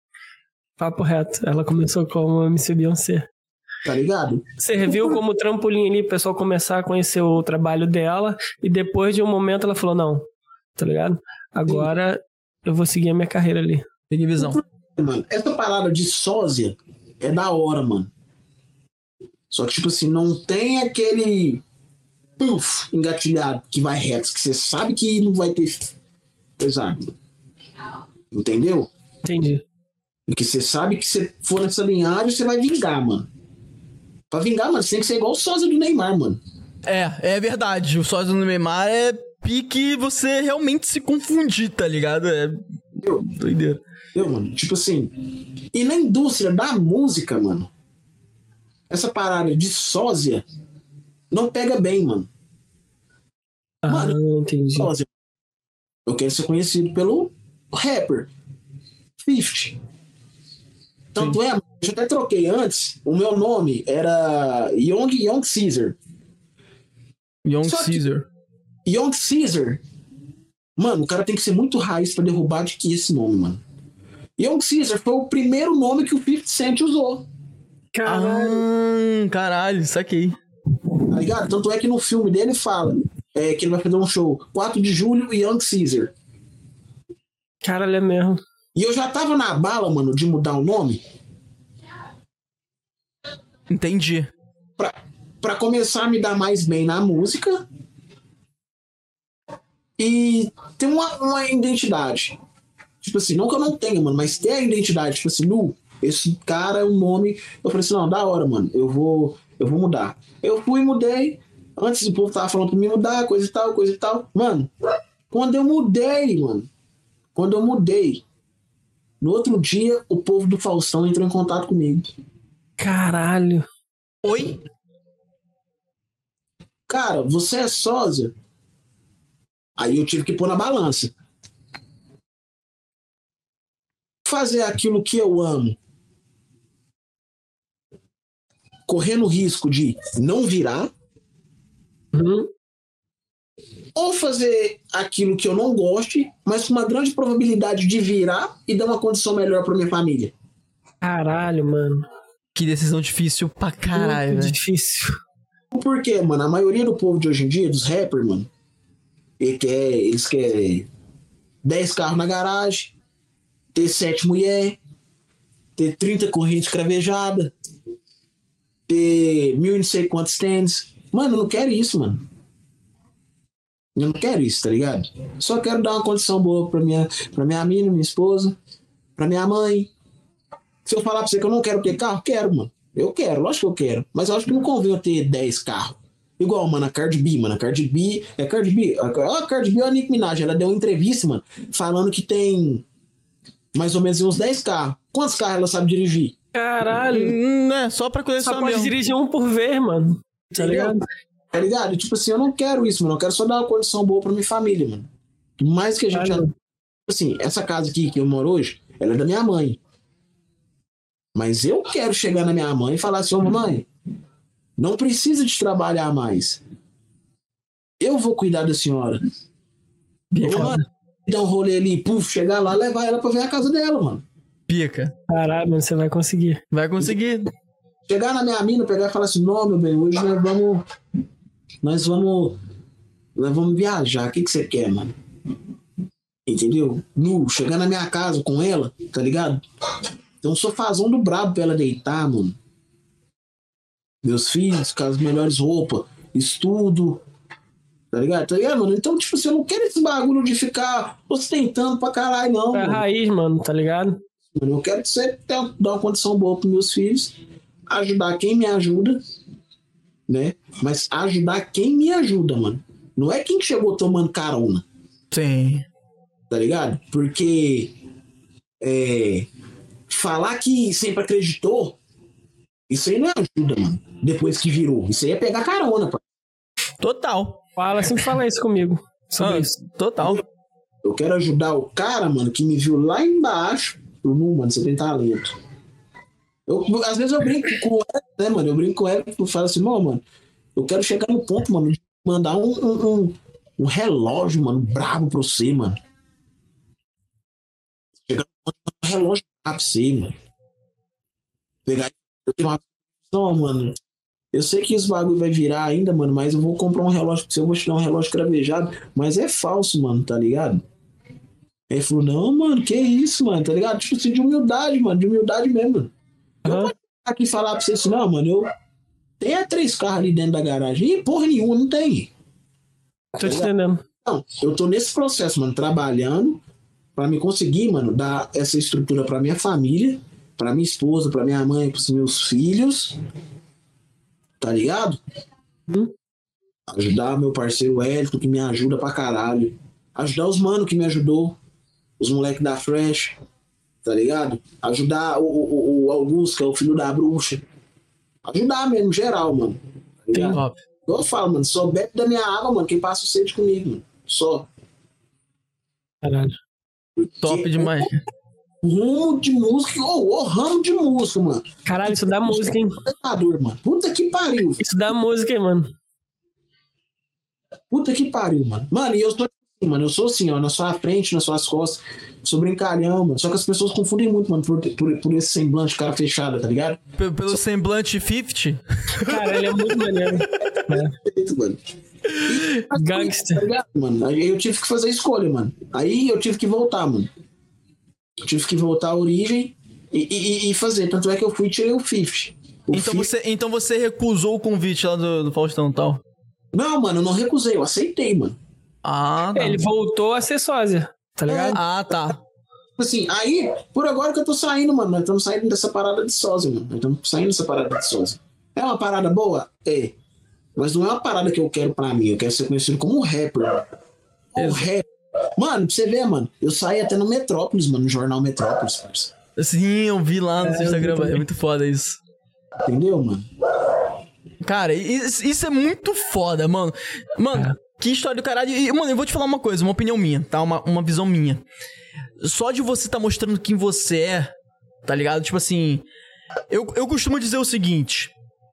Speaker 2: Ela começou como MC Beyoncé.
Speaker 3: Tá ligado?
Speaker 2: Você viu como trampolim ali, o pessoal começar a conhecer o trabalho dela, e depois de um momento ela falou, não, tá ligado? Agora eu vou seguir a minha carreira ali.
Speaker 1: Tem visão.
Speaker 3: Mano, essa parada de sósia é da hora, mano. Só que, tipo assim, não tem aquele engatilhado que vai reto, que você sabe que não vai ter. Exato. Entendeu?
Speaker 2: Entendi.
Speaker 3: Porque você sabe que se for nessa linhagem, você vai vingar, mano. Pra vingar, mano, você tem que ser igual o sósia do Neymar, mano.
Speaker 1: É verdade. O sósia do Neymar é pique você realmente se confundir, tá ligado? É doideira.
Speaker 3: Entendeu, mano? Tipo assim. E na indústria da música, mano, essa parada de sósia não pega bem, mano. Mano,
Speaker 2: entendi.
Speaker 3: Sósia. Eu quero ser conhecido pelo rapper 50. Tanto é, eu já até troquei antes. O meu nome era Young Caesar.
Speaker 1: Young
Speaker 3: Só que-
Speaker 1: Caesar.
Speaker 3: Young Caesar. Mano, o cara tem que ser muito raiz pra derrubar de que esse nome, mano. Young Caesar foi o primeiro nome que o 50 Cent usou.
Speaker 2: Caralho.
Speaker 1: Caralho, saquei.
Speaker 3: Tá ligado? Tanto é que no filme dele fala que ele vai fazer um show 4 de julho e Young Caesar.
Speaker 2: Caralho, é mesmo.
Speaker 3: E eu já tava na bala, mano, de mudar o nome
Speaker 1: Entendi.
Speaker 3: pra começar a me dar mais bem na música e ter uma identidade. Tipo assim, não que eu não tenha, mano, mas ter a identidade. Tipo assim, esse cara é um nome. Eu falei assim, não, da hora, mano, eu vou mudar. Eu fui e mudei. Antes o povo tava falando pra mim mudar, coisa e tal. Mano, quando eu mudei, no outro dia, o povo do Faustão entrou em contato comigo.
Speaker 2: Caralho.
Speaker 1: Oi?
Speaker 3: Cara, você é sósia? Aí eu tive que pôr na balança. Fazer aquilo que eu amo, correndo o risco de não virar, ou fazer aquilo que eu não goste, mas com uma grande probabilidade de virar e dar uma condição melhor pra minha família.
Speaker 2: Caralho, mano.
Speaker 1: Que decisão difícil pra caralho,
Speaker 2: Muito
Speaker 1: velho.
Speaker 2: difícil.
Speaker 3: Por quê, mano? A maioria do povo de hoje em dia, dos rappers, mano, eles querem 10 carros na garagem, ter 7 mulheres, ter 30 correntes cravejadas, ter 1.000 e não sei quantos tênis. Mano, eu não quero isso, mano. Eu não quero isso, tá ligado? Só quero dar uma condição boa pra minha mina, minha esposa, pra minha mãe. Se eu falar pra você que eu não quero ter carro, quero, mano. Eu quero, lógico que eu quero. Mas eu acho que não convém eu ter 10 carros. Igual, mano, a Cardi B, mano. A Cardi B é a Nicki Minaj. Ela deu uma entrevista, mano, falando que tem mais ou menos uns 10 carros. Quantos carros ela sabe dirigir?
Speaker 2: Caralho.
Speaker 1: É só pra
Speaker 2: Só
Speaker 1: colecionar
Speaker 2: pode
Speaker 1: mesmo.
Speaker 2: dirigir um por vez, mano. Tá
Speaker 3: Entendeu?
Speaker 2: ligado?
Speaker 3: Tá ligado? Tipo assim, eu não quero isso, mano. Eu quero só dar uma condição boa pra minha família, mano. Mais que a gente já...
Speaker 2: Caralho.
Speaker 3: Assim, essa casa aqui que eu moro hoje, ela é da minha mãe. Mas eu quero chegar na minha mãe e falar assim, ô mamãe, não precisa de trabalhar mais. Eu vou cuidar da senhora. Eu vou dar um rolê ali, chegar lá, levar ela pra ver a casa dela, mano.
Speaker 1: Pica.
Speaker 2: Caralho, mano, você vai conseguir.
Speaker 1: Vai conseguir.
Speaker 3: Chegar na minha mina, pegar e falar assim, não, meu bem, hoje nós vamos viajar. O que você quer, mano? Entendeu? Chegar na minha casa com ela, tá ligado? Tem um sofazão do brabo pra ela deitar, mano. Meus filhos com as melhores roupas, estudo, tá ligado? Tá ligado, mano? Então, tipo assim, eu não quero esse bagulho de ficar ostentando pra caralho, não,
Speaker 2: É a
Speaker 3: mano.
Speaker 2: raiz, mano, tá ligado?
Speaker 3: Eu quero que você dar uma condição boa pros meus filhos, ajudar quem me ajuda, né? Mas ajudar quem me ajuda, mano. Não é quem chegou tomando carona,
Speaker 1: Sim.
Speaker 3: tá ligado? Porque falar que sempre acreditou, isso aí não ajuda, mano. Depois que virou. Isso aí é pegar carona, pô.
Speaker 1: Total.
Speaker 2: Sempre fala isso comigo. Sobre isso.
Speaker 1: Total.
Speaker 3: Eu quero ajudar o cara, mano, que me viu lá embaixo. Mano, você tem talento. Às vezes eu brinco com ela, né, mano? Eu brinco com ela e falo assim, mano, eu quero chegar no ponto, mano, de mandar um relógio, mano, brabo pra você, mano. Chegar no ponto de mandar um relógio brabo pra você, mano. Pegar. Eu tenho uma. Não, mano. Eu sei que esse bagulho vai virar ainda, mano, mas eu vou comprar um relógio pra você, eu vou te dar um relógio cravejado, mas é falso, mano, tá ligado? Aí ele falou, não, mano, que isso, mano, tá ligado? Tipo assim, de humildade, mano, de humildade mesmo, mano. Eu vou aqui falar pra você assim, não, mano, eu tenho 3 carros ali dentro da garagem. E porra nenhuma, não tem.
Speaker 2: Tô te entendendo.
Speaker 3: Não, eu tô nesse processo, mano, trabalhando pra me conseguir, mano, dar essa estrutura pra minha família, pra minha esposa, pra minha mãe, pros meus filhos, tá ligado? Ajudar meu parceiro Hélito, que me ajuda pra caralho. Ajudar os mano que me ajudou, os moleques da Fresh, tá ligado? Ajudar o Augusto, que é o filho da bruxa. Ajudar mesmo, geral, mano. Tá ligado?
Speaker 1: Óbvio.
Speaker 3: Eu falo, mano, só bebe da minha água, mano, quem passa o sede comigo, mano. Só.
Speaker 2: Caralho.
Speaker 1: Top demais.
Speaker 3: Rumo de música, ramo de música, mano.
Speaker 2: Caralho, isso dá música, hein?
Speaker 3: Mano. Puta que pariu.
Speaker 2: Isso dá música, hein, mano?
Speaker 3: Puta que pariu, mano. Mano, e eu sou assim, mano. Eu sou assim, ó, na sua frente, nas suas costas. Sou brincalhão, mano. Só que as pessoas confundem muito, mano, por esse semblante, cara fechada, tá ligado?
Speaker 1: Pelo semblante 50?
Speaker 2: Cara, ele é muito maneiro.
Speaker 3: Mano.
Speaker 2: Gangster.
Speaker 3: Tá ligado, mano? Aí eu tive que fazer a escolha, mano. Aí eu tive que voltar, mano. Eu tive que voltar à origem e fazer. Tanto é que eu fui e tirei o 50.
Speaker 1: Então você recusou o convite lá do Faustão e tal?
Speaker 3: Não, mano, eu não recusei, eu aceitei, mano.
Speaker 1: Ah, tá.
Speaker 2: Ele voltou a ser sósia, tá ligado?
Speaker 1: Ah, tá.
Speaker 3: Assim, aí, por agora que eu tô saindo, mano, nós estamos saindo dessa parada de sósia, mano. Nós estamos saindo dessa parada de sósia. É uma parada boa? É. Mas não é uma parada que eu quero pra mim. Eu quero ser conhecido como um rapper, mano. Um rapper. Mano, pra você ver, mano, eu saí até no Metrópolis, mano, no jornal Metrópolis, parceiro.
Speaker 1: Sim, eu vi lá no seu Instagram, é muito foda isso.
Speaker 3: Entendeu, mano?
Speaker 1: Cara, isso é muito foda, mano. Mano, que história do caralho. E, mano, eu vou te falar uma coisa, uma opinião minha, tá? Uma visão minha. Só de você tá mostrando quem você é, tá ligado? Tipo assim, eu costumo dizer o seguinte.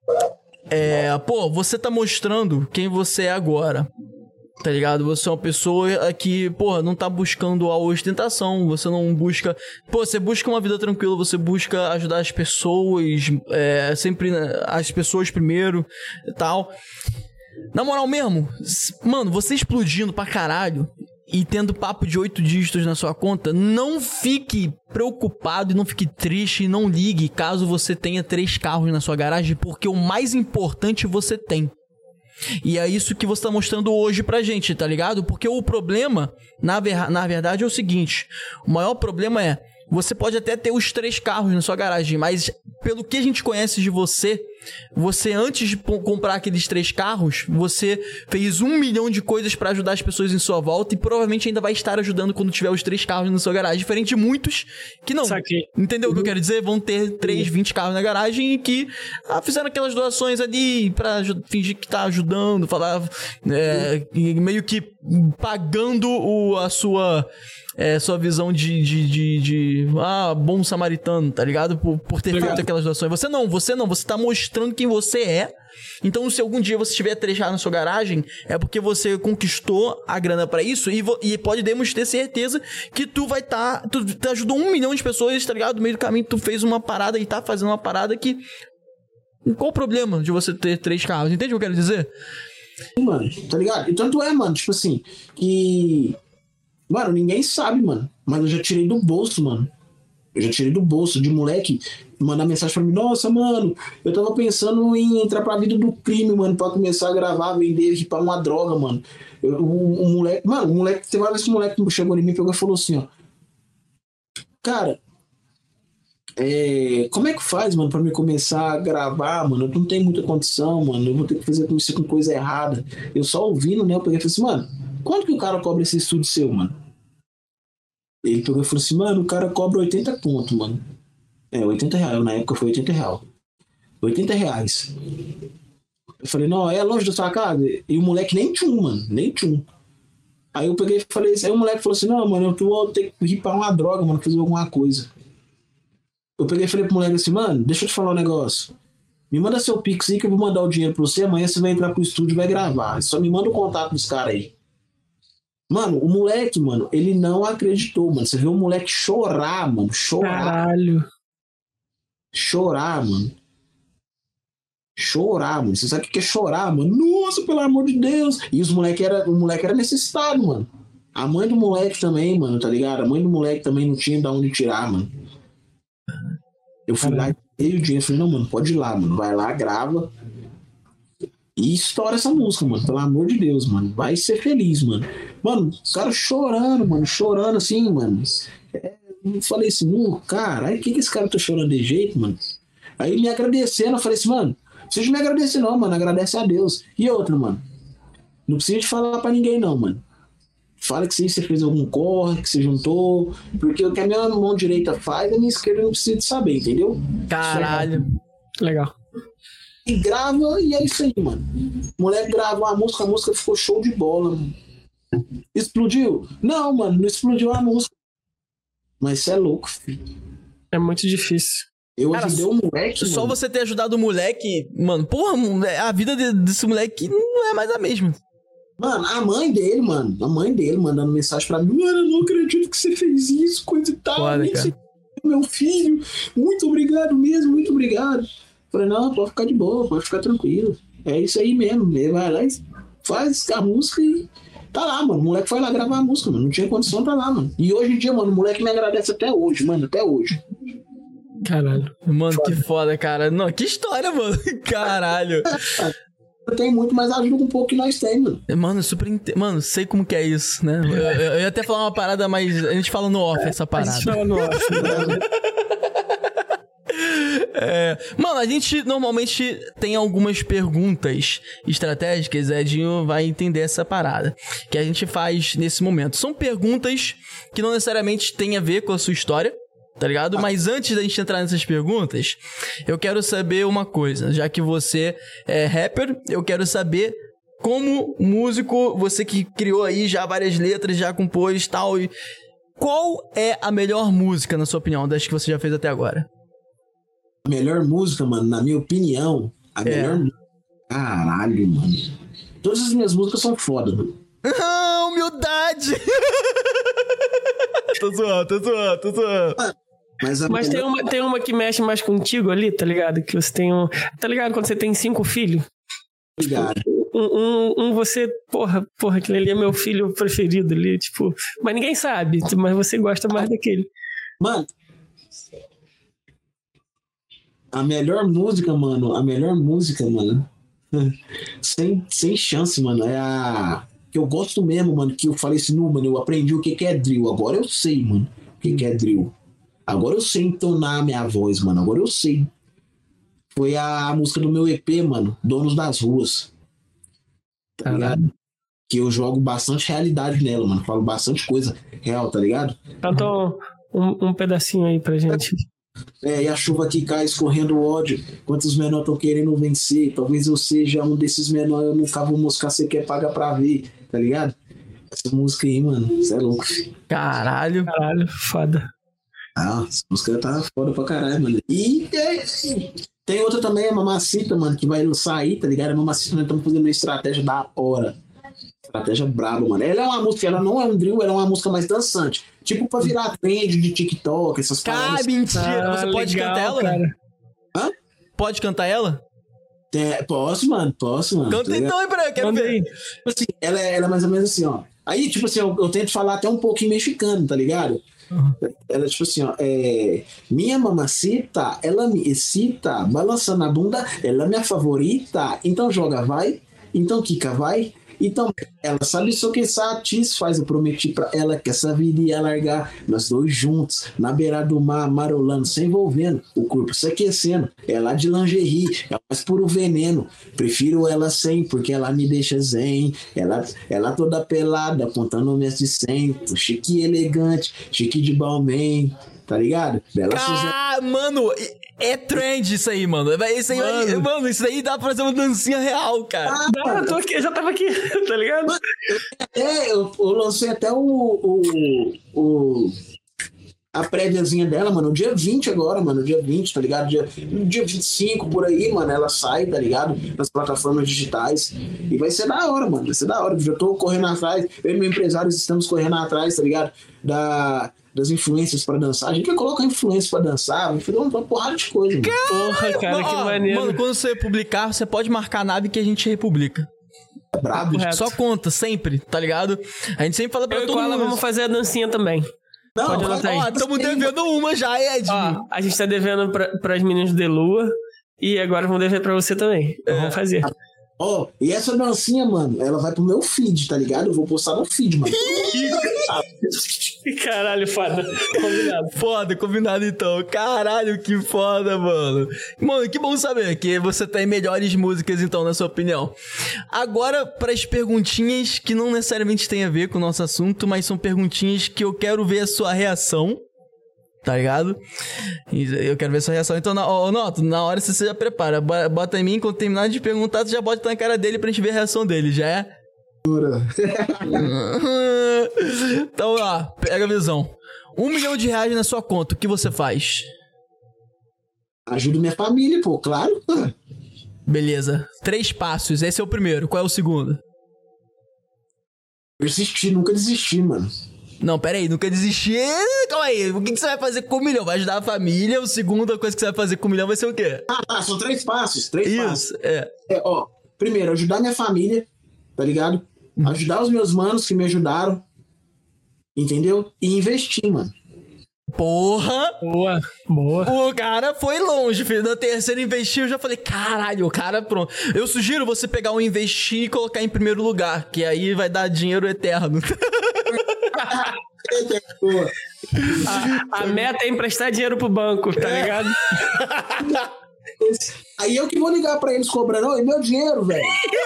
Speaker 1: Você tá mostrando quem você é agora. Tá ligado? Você é uma pessoa que, não tá buscando a ostentação, você não busca... você busca uma vida tranquila, você busca ajudar as pessoas, sempre as pessoas primeiro e tal. Na moral mesmo, mano, você explodindo pra caralho e tendo papo de 8 dígitos na sua conta, não fique preocupado e não fique triste e não ligue caso você tenha 3 carros na sua garagem, porque o mais importante você tem. E é isso que você tá mostrando hoje pra gente, tá ligado? Porque o problema, na verdade, é o seguinte. O maior problema é, você pode até ter os 3 carros na sua garagem, mas pelo que a gente conhece de você antes de comprar aqueles 3 carros, você fez 1 milhão de coisas pra ajudar as pessoas em sua volta e provavelmente ainda vai estar ajudando quando tiver os 3 carros na sua garagem, diferente de muitos que não.
Speaker 2: Saquei.
Speaker 1: Entendeu o que eu quero dizer? Vão ter 20 carros na garagem e que fizeram aquelas doações ali pra fingir que tá ajudando, falar meio que pagando a sua visão de bom samaritano, tá ligado? Por ter feito aquelas doações. Você tá mostrando quem você é. Então, se algum dia você tiver 3 carros na sua garagem, é porque você conquistou a grana pra isso e podemos ter certeza que tu ajudou 1 milhão de pessoas, tá ligado? No meio do caminho, tu fez uma parada e tá fazendo uma parada que... Qual o problema de você ter 3 carros? Entende o que eu quero dizer?
Speaker 3: Mano, tá ligado? E tanto mano, tipo assim, que... Mano, ninguém sabe, mano. Mas eu já tirei do bolso, mano. Eu já tirei do bolso de moleque mandar mensagem pra mim. Nossa, mano, eu tava pensando em entrar pra vida do crime, mano, pra começar a gravar, vender, ir pra uma droga, mano. O moleque, tem várias vezes que o moleque chegou em mim e falou assim, ó. Cara, como é que faz, mano, pra me começar a gravar, mano? Eu não tenho muita condição, mano. Eu vou ter que fazer isso com coisa errada. Eu só ouvindo, né? Eu peguei e falei assim, mano, quanto que o cara cobra esse estúdio seu, mano? Ele pegou e falou assim, mano, o cara cobra 80 conto, mano. 80 reais, na época foi 80 reais. 80 reais. Eu falei, não, é longe da sua casa? E o moleque nem tinha mano, nem tinha. Aí eu peguei e falei, aí o moleque falou assim, não, mano, eu vou ter que ir pra uma droga, mano, fazer alguma coisa. Eu peguei e falei pro moleque assim, mano, deixa eu te falar um negócio. Me manda seu pix aí que eu vou mandar o dinheiro pra você, amanhã você vai entrar pro estúdio e vai gravar. Só me manda o contato dos caras aí. Mano, o moleque, mano, ele não acreditou, mano. Você viu o moleque chorar, mano.
Speaker 2: Caralho.
Speaker 3: Chorar, mano. Você sabe o que é chorar, mano? Nossa, pelo amor de Deus. E o moleque era necessitado, mano. A mãe do moleque também, mano, tá ligado? A mãe do moleque também não tinha de onde tirar, mano. Eu fui lá e dei o dinheiro. Falei, não, mano, pode ir lá, mano. Vai lá, grava. E estoura essa música, mano. Pelo amor de Deus, mano. Vai ser feliz, mano. Mano, o cara chorando assim, mano. Eu falei assim, cara, aí que esse cara tá chorando de jeito, mano? Aí me agradecendo, eu falei assim, mano, não precisa me agradecer não, mano, agradece a Deus. E outra, mano, não precisa de falar pra ninguém não, mano. Fala que você fez algum corre, que você juntou, porque o que a minha mão direita faz, a minha esquerda não precisa de saber, entendeu?
Speaker 1: Caralho.
Speaker 2: Legal.
Speaker 3: E grava, e é isso aí, mano. O moleque gravou a música ficou show de bola, mano. Explodiu? Não, mano, não explodiu a música. Mas você é louco, filho.
Speaker 2: É muito difícil.
Speaker 3: Eu
Speaker 1: Cara,
Speaker 3: ajudei o moleque,
Speaker 1: Só
Speaker 3: mano.
Speaker 1: você ter ajudado o moleque, mano, porra, a vida desse moleque não é mais a mesma.
Speaker 3: Mano, a mãe dele mandando mensagem pra mim, mano, eu não acredito que você fez isso, coisa e tal.
Speaker 1: Foda,
Speaker 3: Nem
Speaker 1: cara.
Speaker 3: sei, meu filho, muito obrigado mesmo, muito obrigado. Falei, não, pode ficar de boa, pode ficar tranquilo. É isso aí mesmo. Ele vai lá e faz a música e tá lá, mano. O moleque foi lá gravar a música, mano. Não tinha condição, tá lá, mano. E hoje em dia, mano, o moleque me agradece até hoje, mano, até hoje.
Speaker 2: Caralho.
Speaker 1: Mano, que foda, cara. Não, que história, mano. Caralho.
Speaker 3: Eu tenho muito, mas ajuda um pouco que nós temos, mano.
Speaker 1: Mano, Mano, sei como que é isso, né? Eu ia até falar uma parada, mas a gente fala no off essa parada. Mano, a gente normalmente tem algumas perguntas estratégicas, Edinho vai entender essa parada, que a gente faz nesse momento. São perguntas que não necessariamente têm a ver com a sua história, tá ligado? Mas antes da gente entrar nessas perguntas, eu quero saber uma coisa. Já que você é rapper, eu quero saber como músico, você que criou aí já várias letras, já compôs e tal, qual é a melhor música, na sua opinião, das que você já fez até agora?
Speaker 3: A melhor música, mano, na minha opinião, a melhor música. Caralho, mano. Todas as minhas músicas são foda, mano.
Speaker 1: Ah, humildade! Tô zoando.
Speaker 3: Mas
Speaker 2: tem uma que mexe mais contigo ali, tá ligado? Que você tem um... Tá ligado quando você tem 5 filhos?
Speaker 3: Obrigado.
Speaker 2: Você... Porra, aquele ali é meu filho preferido ali, tipo... Mas ninguém sabe, mas você gosta mais daquele.
Speaker 3: Mano... A melhor música, mano, sem chance, mano, é a que eu gosto mesmo, mano, que eu falei assim, não, mano, eu aprendi o que é drill, agora eu sei, mano, o que é drill. Agora eu sei entonar a minha voz, mano, agora eu sei. Foi a música do meu EP, mano, Donos das Ruas. Tá ligado? Que eu jogo bastante realidade nela, mano, falo bastante coisa real, tá ligado?
Speaker 2: Canta um pedacinho aí pra gente.
Speaker 3: E a chuva que cai escorrendo o ódio. Quantos menores estão querendo vencer? Talvez eu seja um desses menores. Eu nunca vou moscar, você quer pagar pra ver, tá ligado? Essa música aí, mano, você é louco, filho.
Speaker 1: Caralho,
Speaker 2: foda.
Speaker 3: Essa música tá foda pra caralho, mano. E tem outra também, a Mamacita, mano, que vai sair, tá ligado? A Mamacita, nós estamos fazendo uma estratégia da hora. Estratégia braba, mano. Ela é uma música, ela não é um drill, ela é uma música mais dançante. Tipo pra virar trend de TikTok, essas paradas.
Speaker 1: Mentira! Você pode cantar ela?
Speaker 2: Cara.
Speaker 3: Hã?
Speaker 1: Pode cantar ela?
Speaker 3: Posso, mano.
Speaker 1: Canta
Speaker 3: tá
Speaker 1: então aí pra eu quero ver.
Speaker 3: Tipo assim, ela é mais ou menos assim, ó. Aí, tipo assim, eu tento falar até um pouquinho mexicano, tá ligado? Ela, tipo assim, ó, minha mamacita, ela me excita, balançando a bunda, ela é minha favorita, então joga, vai, então quica, vai. Então, ela sabe só que satisfaz. Eu prometi pra ela que essa vida ia largar nós dois juntos, na beira do mar, marolando, se envolvendo, o corpo se aquecendo. Ela de lingerie, é mais puro veneno. Prefiro ela sem, porque ela me deixa zen. Ela toda pelada, apontando minhas de 100. Chique e elegante, chique de Balmain, tá ligado? Bela
Speaker 1: Mano, é trend isso aí, mano. Mano, isso aí dá pra fazer uma dancinha real, cara.
Speaker 2: Eu tô aqui, eu já tava aqui, tá ligado?
Speaker 3: Eu lancei até a préviazinha dela, mano, no dia 20 agora, mano, dia 20, tá ligado? Dia 25 por aí, mano, ela sai, tá ligado? Nas plataformas digitais. E vai ser da hora, mano, vai ser da hora. Eu já tô correndo atrás, eu e meu empresário estamos correndo atrás, tá ligado? Das influências pra dançar. A gente vai colocar influência pra dançar, vai fazer uma porrada de coisa, mano.
Speaker 2: Porra, cara, que maneiro.
Speaker 1: Mano, quando você publicar, você pode marcar a nave que a gente republica.
Speaker 3: Brabo.
Speaker 1: Só conta, sempre, tá ligado? A gente sempre fala pra todo mundo.
Speaker 2: Vamos fazer a dancinha também.
Speaker 3: Não,
Speaker 2: pode anotar aí.
Speaker 1: Ó, estamos devendo uma já, Ed.
Speaker 2: Ó, a gente tá devendo pras meninas de Lua e agora vamos dever pra você também. Então vamos fazer.
Speaker 3: Ó, e essa dancinha, mano, ela vai pro meu feed, tá ligado? Eu vou postar no feed, mano.
Speaker 2: Caralho, foda. Combinado.
Speaker 1: Foda, combinado então. Caralho, que foda, mano. Mano, que bom saber que você tem melhores músicas, então, na sua opinião. Agora, pras perguntinhas que não necessariamente tem a ver com o nosso assunto, mas são perguntinhas que eu quero ver a sua reação. Tá ligado? Eu quero ver sua reação. Então, Noto, na hora você já prepara. Bota em mim, quando terminar de perguntar, você já bota na cara dele pra gente ver a reação dele, já é? Então, ó, pega a visão. R$1 milhão na sua conta, o que você faz?
Speaker 3: Ajudo minha família, pô, claro.
Speaker 1: Beleza. 3 passos, esse é o primeiro. Qual é o segundo?
Speaker 3: Persistir, nunca desistir, mano.
Speaker 1: Não, pera aí, nunca desistir. Calma aí, o que você vai fazer com R$1 milhão? Vai ajudar a família, a segunda coisa que você vai fazer com R$1 milhão vai ser o quê?
Speaker 3: São 3 passos, 3 passos.
Speaker 1: Isso, é.
Speaker 3: Ó, primeiro, ajudar minha família, tá ligado? Ajudar os meus manos que me ajudaram, entendeu? E investir, mano.
Speaker 1: Porra!
Speaker 2: Boa, boa.
Speaker 1: O cara foi longe, filho. Na terceira investir, eu já falei, caralho, o cara pronto. Eu sugiro você pegar um investir e colocar em primeiro lugar, que aí vai dar dinheiro eterno.
Speaker 2: A meta é emprestar dinheiro pro banco, tá ligado?
Speaker 3: Aí eu que vou ligar pra eles cobrando, oi, meu dinheiro, velho.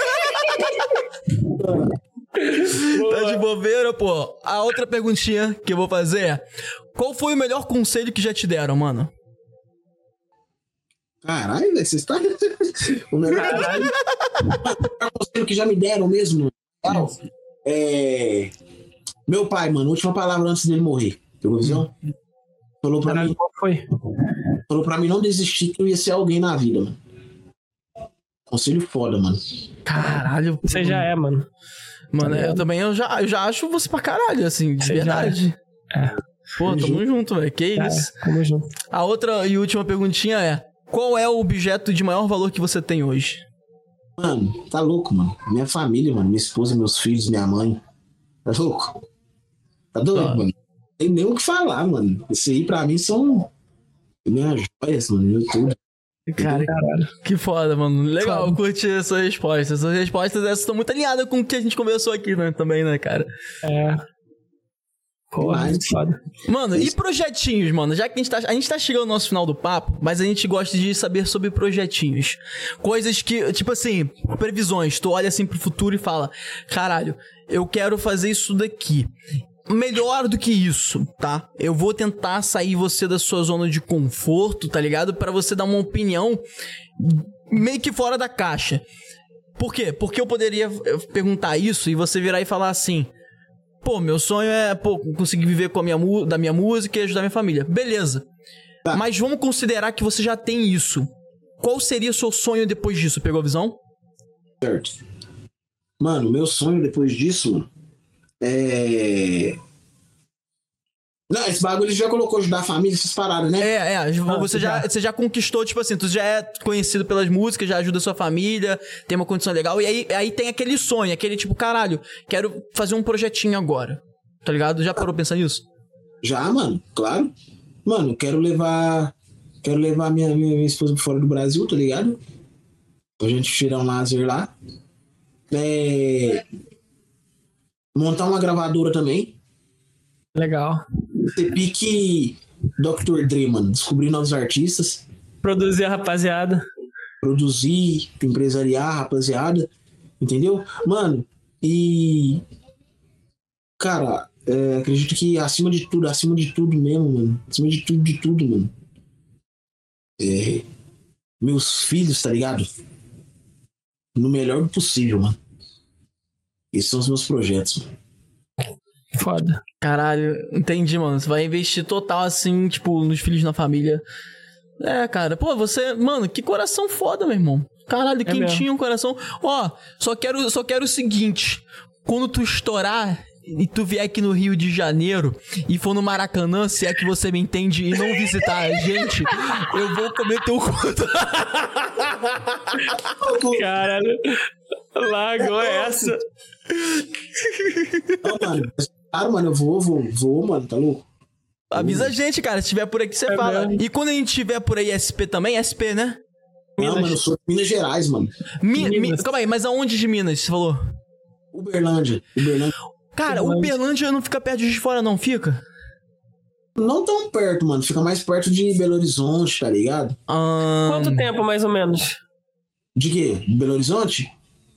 Speaker 1: Tá de bobeira, pô. A outra perguntinha que eu vou fazer é: qual foi o melhor conselho que já te deram, mano?
Speaker 3: Caralho, velho, você está... O melhor conselho que já me deram mesmo, meu pai, mano, última palavra antes dele morrer. Pegou visão? Falou pra mim.
Speaker 2: Qual foi?
Speaker 3: Falou pra mim não desistir, que eu ia ser alguém na vida, mano. Conselho foda, mano.
Speaker 1: Caralho.
Speaker 2: Você já é, mano.
Speaker 1: Mano, eu já acho você pra caralho, assim, de verdade. Pô, tamo junto, velho. Que isso?
Speaker 2: Tamo junto.
Speaker 1: A outra e última perguntinha é: qual é o objeto de maior valor que você tem hoje?
Speaker 3: Mano, tá louco, mano. Minha família, mano. Minha esposa, meus filhos, minha mãe. Tá louco? Tá doido, mano? Não tem nem o que falar, mano. Isso aí pra mim são minhas joias, mano. Meu tudo.
Speaker 1: Cara, que foda, mano. Legal, curti essa resposta. Essas respostas essas estão muito alinhadas com o que a gente conversou aqui, né? Também, né, cara?
Speaker 2: Porra, muito foda.
Speaker 1: Mano, e projetinhos, mano? Já que a gente tá chegando no nosso final do papo, mas a gente gosta de saber sobre projetinhos. Coisas que, tipo assim, previsões. Tu olha assim pro futuro e fala: caralho, eu quero fazer isso daqui. Melhor do que isso, tá? Eu vou tentar sair você da sua zona de conforto, tá ligado? Pra você dar uma opinião meio que fora da caixa. Por quê? Porque eu poderia perguntar isso e você virar e falar assim: pô, meu sonho é conseguir viver com da minha música e ajudar minha família. Beleza. Tá. Mas vamos considerar que você já tem isso. Qual seria o seu sonho depois disso? Pegou a visão?
Speaker 3: Certo. Mano, meu sonho depois disso, mano, Não, esse bagulho ele já colocou ajudar a família, essas paradas, né?
Speaker 1: Você já conquistou, tipo assim, tu já é conhecido pelas músicas, já ajuda a sua família, tem uma condição legal, e aí tem aquele sonho, aquele tipo, caralho, quero fazer um projetinho agora, tá ligado? Já parou pensar nisso?
Speaker 3: Já, mano, claro. Mano, quero levar minha esposa pra fora do Brasil, tá ligado? Pra gente tirar um lazer lá. Montar uma gravadora também.
Speaker 2: Legal.
Speaker 3: Ser pique Dr. Dre, mano. Descobrir novos artistas.
Speaker 2: Produzir a rapaziada.
Speaker 3: Produzir, empresariar a rapaziada. Entendeu? Mano, e... Cara, acredito que acima de tudo mesmo, mano. Acima de tudo, mano. Meus filhos, tá ligado? No melhor possível, mano. Esses são os meus projetos, mano.
Speaker 2: Foda.
Speaker 1: Caralho, entendi, mano. Você vai investir total, assim, tipo, nos filhos, na família. Cara, pô, você... Mano, que coração foda, meu irmão. Caralho, quentinho o coração. Ó, só quero o seguinte. Quando tu estourar e tu vier aqui no Rio de Janeiro e for no Maracanã, se é que você me entende, e não visitar a gente, eu vou comer teu cu.
Speaker 2: Caralho. Largou essa.
Speaker 3: Não, mano. Claro, mano, eu vou, mano, tá louco?
Speaker 1: Avisa a gente, cara. Se tiver por aqui, você fala. Mesmo. E quando a gente tiver por aí SP também, SP, né?
Speaker 3: Não, mano, eu sou de Minas Gerais, mano.
Speaker 1: Calma aí, mas aonde de Minas você falou?
Speaker 3: Uberlândia.
Speaker 1: Cara, Uberlândia não fica perto de Juiz de Fora, não fica?
Speaker 3: Não tão perto, mano. Fica mais perto de Belo Horizonte, tá ligado?
Speaker 2: Quanto tempo, mais ou menos?
Speaker 3: De quê? Belo Horizonte?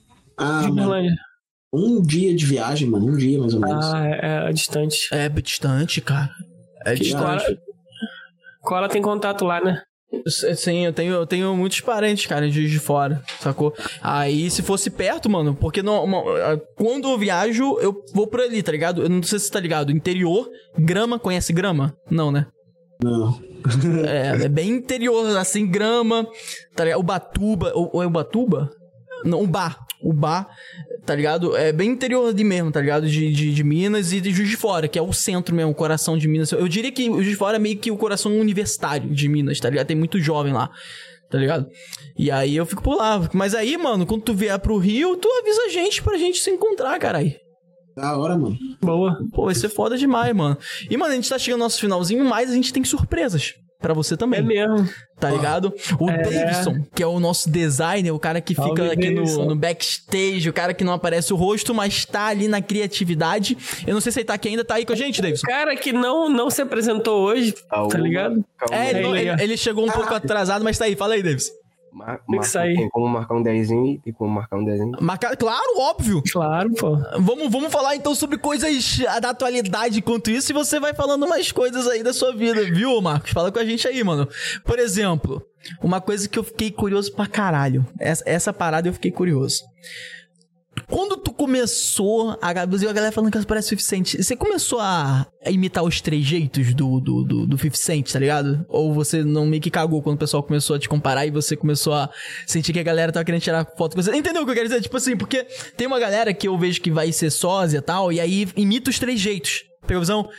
Speaker 2: De Uberlândia.
Speaker 3: Um dia de viagem, mano. Um dia, mais ou menos.
Speaker 2: É distante.
Speaker 1: É distante, cara. É distante.
Speaker 2: Koala tem contato lá, né?
Speaker 1: Sim, eu tenho muitos parentes, cara, em Juiz de Fora, sacou? Aí, se fosse perto, mano, porque quando eu viajo, eu vou por ali, tá ligado? Eu não sei se você tá ligado. Interior, Grama, conhece Grama? Não, né?
Speaker 3: Não.
Speaker 1: É bem interior, assim, Grama, tá ligado? Ubatuba, ou é Ubatuba? Não, Ubá, tá ligado? É bem interior ali mesmo, tá ligado? De Minas e de Juiz de Fora, que é o centro mesmo, o coração de Minas. Eu diria que o Juiz de Fora é meio que o coração universitário de Minas, tá ligado? Tem muito jovem lá, tá ligado? E aí eu fico por lá. Mas aí, mano, quando tu vier pro Rio, tu avisa a gente pra gente se encontrar, caralho.
Speaker 3: Da hora, mano.
Speaker 2: Boa.
Speaker 1: Pô, vai ser foda demais, mano. E, mano, a gente tá chegando no nosso finalzinho, mas a gente tem surpresas pra você também.
Speaker 2: É mesmo.
Speaker 1: Tá ligado? O Davidson, que é o nosso designer, o cara que fica aqui no backstage, o cara que não aparece o rosto, mas tá ali na criatividade. Eu não sei se ele tá aqui ainda, tá aí com a gente, Davidson?
Speaker 2: O cara que não se apresentou hoje, tá ligado?
Speaker 1: Ele chegou um pouco atrasado, mas tá aí. Fala aí, Davidson.
Speaker 6: Tem como marcar um 10zinho e como marcar um 10zinho.
Speaker 1: Claro, óbvio.
Speaker 2: Claro, pô.
Speaker 1: Vamos falar então sobre coisas da atualidade enquanto isso, e você vai falando mais coisas aí da sua vida, viu, Marcos? Fala com a gente aí, mano. Por exemplo, uma coisa que eu fiquei curioso pra caralho. Essa parada eu fiquei curioso. Quando tu começou a galera falando que parece 50 Cent, você começou a imitar os trejeitos do 50 Cent, tá ligado? Ou você não meio que cagou quando o pessoal começou a te comparar e você começou a sentir que a galera tava querendo tirar foto com você? Entendeu o que eu quero dizer? Tipo assim, porque tem uma galera que eu vejo que vai ser sósia e tal, e aí imita os trejeitos. Pegou a visão?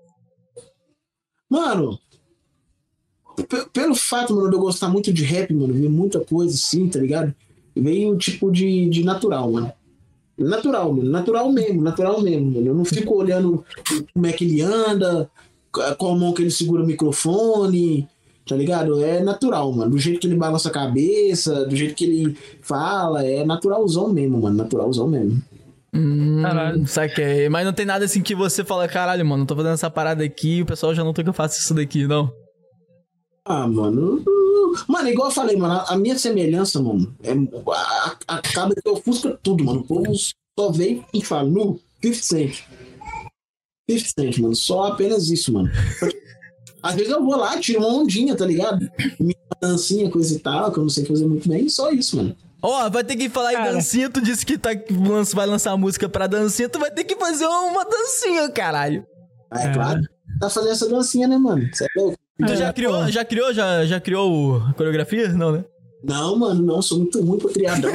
Speaker 3: Mano, pelo fato, mano, de eu gostar muito de rap, mano, ver muita coisa assim, tá ligado? Veio tipo de natural, mano. Natural mesmo, mano. Eu não fico olhando como é que ele anda, qual mão que ele segura o microfone, tá ligado? É natural, mano. Do jeito que ele balança a cabeça, do jeito que ele fala, é naturalzão mesmo, mano. Naturalzão mesmo.
Speaker 1: Caralho, saquei. Mas não tem nada assim que você fala, caralho, mano, tô fazendo essa parada aqui e o pessoal já não tem que eu faça isso daqui, não?
Speaker 3: Ah, mano. Mano, igual eu falei, mano, a minha semelhança, mano, acaba que ofusca tudo, mano. O povo só vem e fala, no 50 Cent. 50 Cent, mano. Só apenas isso, mano. Às vezes eu vou lá, tiro uma ondinha, tá ligado? Minha dancinha, coisa e tal, que eu não sei fazer muito bem, só isso, mano.
Speaker 1: Vai ter que falar em dancinha, tu disse que vai lançar música pra dancinha, tu vai ter que fazer uma dancinha, caralho.
Speaker 3: É claro. Tá fazendo essa dancinha, né, mano? Você é louco?
Speaker 1: Tu já criou a coreografia? Não, né?
Speaker 3: Não, mano, não. Sou muito ruim pra criadão.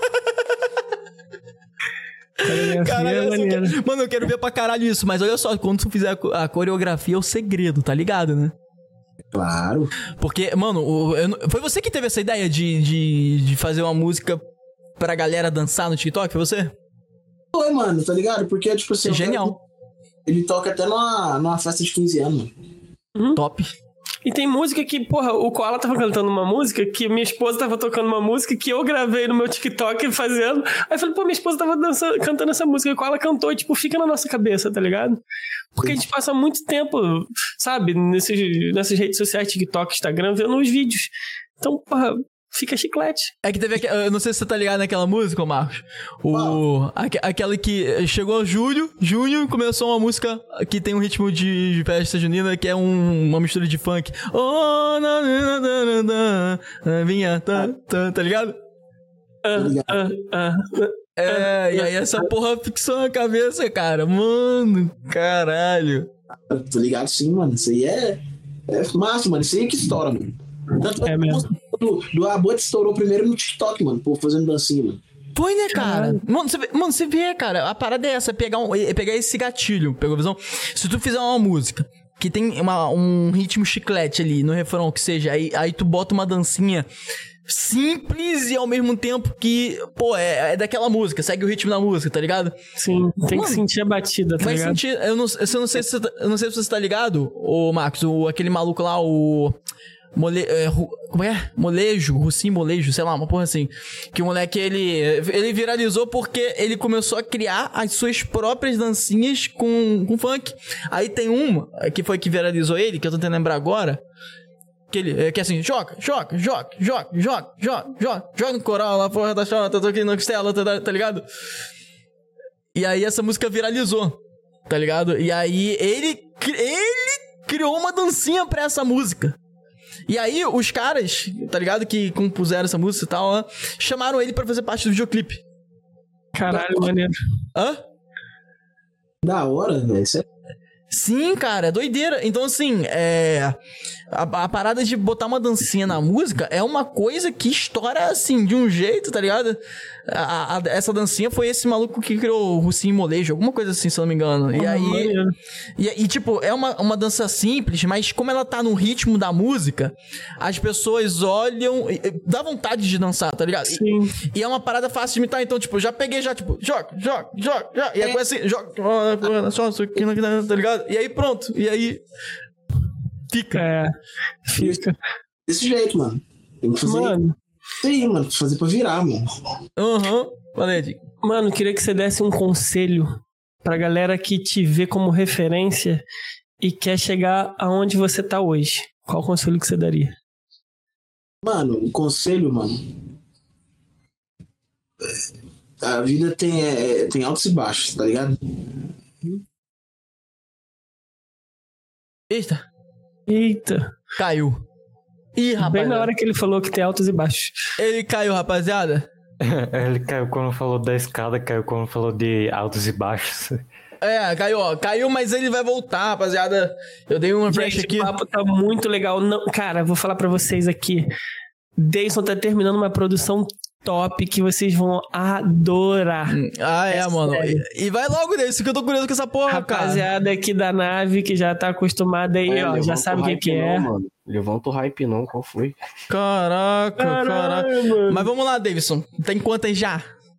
Speaker 1: Caralho, mano, eu quero ver pra caralho isso. Mas olha só, quando tu fizer a coreografia é o segredo, tá ligado, né?
Speaker 3: Claro.
Speaker 1: Porque, mano, foi você que teve essa ideia de fazer uma música pra galera dançar no TikTok? Foi você?
Speaker 3: Foi, mano, tá ligado? Porque, tipo assim...
Speaker 1: Genial.
Speaker 3: Ele toca até numa festa de 15 anos, mano.
Speaker 1: Top.
Speaker 2: E tem música que, porra, o Koala tava cantando uma música que minha esposa tava tocando uma música que eu gravei no meu TikTok fazendo. Aí eu falei, pô, minha esposa tava cantando essa música. E o Koala cantou e, tipo, fica na nossa cabeça, tá ligado? Porque a gente passa muito tempo, sabe, nessas redes sociais, TikTok, Instagram, vendo os vídeos. Então, porra, fica chiclete. É que teve, eu não sei se você tá ligado naquela música, Marcos. Aquela que chegou junho, começou uma música que tem um ritmo de festa junina, que é uma mistura de funk. Oh, vinha, tá ligado? E aí essa porra fixou na cabeça, cara. Mano, caralho.
Speaker 3: Tô ligado sim, mano. Isso aí é massa, mano. Isso aí é que estoura, mano. Tanto é mesmo. Do Abut estourou primeiro no TikTok, mano. Pô, fazendo dancinha, mano.
Speaker 1: Foi, né, cara? Mano, você vê, cara. A parada é essa. Pegar esse gatilho. Pegou a visão? Se tu fizer uma música que tem um ritmo chiclete ali no refrão, que seja, aí tu bota uma dancinha simples e ao mesmo tempo que, pô, é daquela música, segue o ritmo da música, tá ligado?
Speaker 2: Sim, tem que sentir a batida, tá ligado?
Speaker 1: Eu não sei se você tá ligado, ô Marcos, aquele maluco lá, Como é? Molejo, Russim Molejo, sei lá, uma porra assim. Que o moleque, ele viralizou porque ele começou a criar as suas próprias dancinhas com funk. Aí tem uma, que foi que viralizou ele, que eu tô tentando lembrar agora, que é assim, joga no coral, lá porra da chota, tô aqui na costela, tá ligado? E aí essa música viralizou, tá ligado? E aí ele criou uma dancinha pra essa música. E aí os caras, tá ligado, que compuseram essa música e tal, ó, chamaram ele pra fazer parte do videoclipe.
Speaker 2: Caralho, maneiro.
Speaker 1: Hã?
Speaker 3: Da hora, velho.
Speaker 1: Sim, cara, é doideira. Então, assim, a parada de botar uma dancinha na música é uma coisa que estoura, assim, de um jeito, tá ligado? Essa dancinha foi esse maluco que criou o Russim Molejo, alguma coisa assim, se eu não me engano. E aí, tipo, é uma dança simples, mas como ela tá no ritmo da música, as pessoas olham, dá vontade de dançar, tá ligado?
Speaker 2: Sim.
Speaker 1: E é uma parada fácil de imitar, então, tipo, já peguei já, tipo, joga. E é coisa assim, joga, tá ligado? E aí pronto, e aí fica.
Speaker 2: Fica.
Speaker 3: Desse jeito, mano. Tem que fazer.
Speaker 2: Mano.
Speaker 3: Sim, mano, fazer pra virar, mano.
Speaker 1: Falei, Dick.
Speaker 2: Mano, queria que você desse um conselho pra galera que te vê como referência e quer chegar aonde você tá hoje. Qual conselho que você daria?
Speaker 3: Mano, o conselho, mano. A vida tem altos e baixos, tá ligado?
Speaker 1: Eita. Caiu. Ih, rapaz.
Speaker 2: Bem na hora que ele falou que tem altos e baixos.
Speaker 1: Ele caiu, rapaziada.
Speaker 7: Ele caiu quando falou da escada, caiu quando falou de altos e baixos.
Speaker 1: Caiu, mas ele vai voltar, rapaziada. Eu dei um refresh aqui.
Speaker 2: O papo tá muito legal. Não, cara, vou falar pra vocês aqui. Deison tá terminando uma produção top que vocês vão adorar.
Speaker 1: Mano. E vai logo desse, que eu tô curioso com essa porra,
Speaker 2: rapaziada
Speaker 1: cara.
Speaker 2: Aqui da nave, que já tá acostumada aí, ó. Já sabe o que é.
Speaker 6: Mano. Levanta o hype não, qual foi?
Speaker 1: Caraca.
Speaker 2: Mano.
Speaker 1: Mas vamos lá, Davidson. Tem quantas já?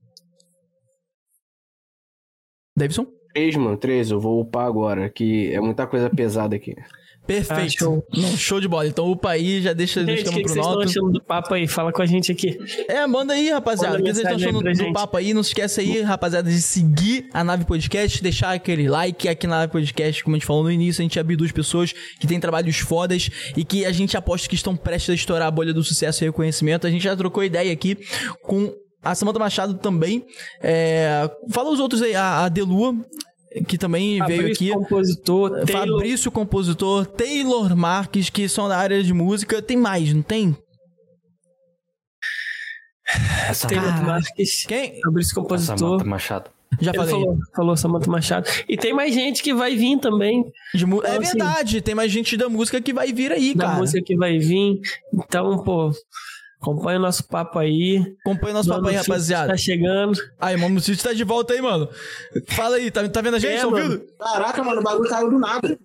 Speaker 1: Davidson?
Speaker 6: 3, mano, 3. Eu vou upar agora, que é muita coisa pesada aqui.
Speaker 1: Perfeito. Show de bola. Então upa aí, já deixa
Speaker 2: Gente, o que vocês estão achando do papo aí? Fala com a gente aqui.
Speaker 1: Manda aí, rapaziada. O que vocês estão achando do papo aí? Não se esquece aí, rapaziada, de seguir a Nave Podcast, deixar aquele like aqui na Nave Podcast, como a gente falou no início, a gente abre 2 pessoas que têm trabalhos fodas e que a gente aposta que estão prestes a estourar a bolha do sucesso e reconhecimento. A gente já trocou ideia aqui com a Samantha Machado também. Fala os outros aí, a Delua, que também veio aqui. Fabrício, compositor, Taylor Marques, que são da área de música. Tem mais, não tem?
Speaker 2: Taylor Marques.
Speaker 1: Quem?
Speaker 2: Fabrício, compositor.
Speaker 7: Samantha Machado.
Speaker 1: Já falei.
Speaker 2: Falou Samantha Machado. E tem mais gente que vai vir também. Então,
Speaker 1: é verdade, tem mais gente da música que vai vir aí, cara.
Speaker 2: Da música que vai vir. Então, pô... Acompanha o nosso papo aí.
Speaker 1: Rapaziada.
Speaker 2: Tá chegando.
Speaker 1: Aí, Mano City tá de volta aí, mano. Fala aí, tá vendo a gente? Tá ouvindo?
Speaker 3: Caraca, mano, o bagulho caiu do nada.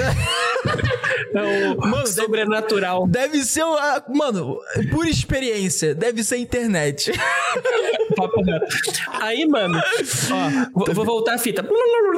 Speaker 2: Mano, sobrenatural.
Speaker 1: Deve ser, mano, por experiência, deve ser internet.
Speaker 2: Papo reto. Aí, mano, ó, vou voltar a fita.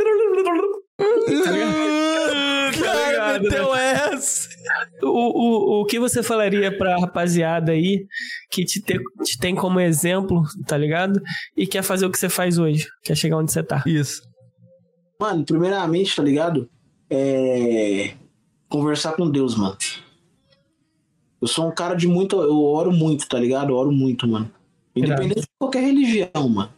Speaker 1: Cara, meteu essa.
Speaker 2: O que você falaria pra rapaziada aí que te tem como exemplo, tá ligado? E quer fazer o que você faz hoje, quer chegar onde você tá.
Speaker 1: Isso.
Speaker 3: Mano, primeiramente, tá ligado? Conversar com Deus, mano. Eu sou um cara de muito... Eu oro muito, tá ligado? Eu oro muito, mano. Independente de qualquer religião, mano.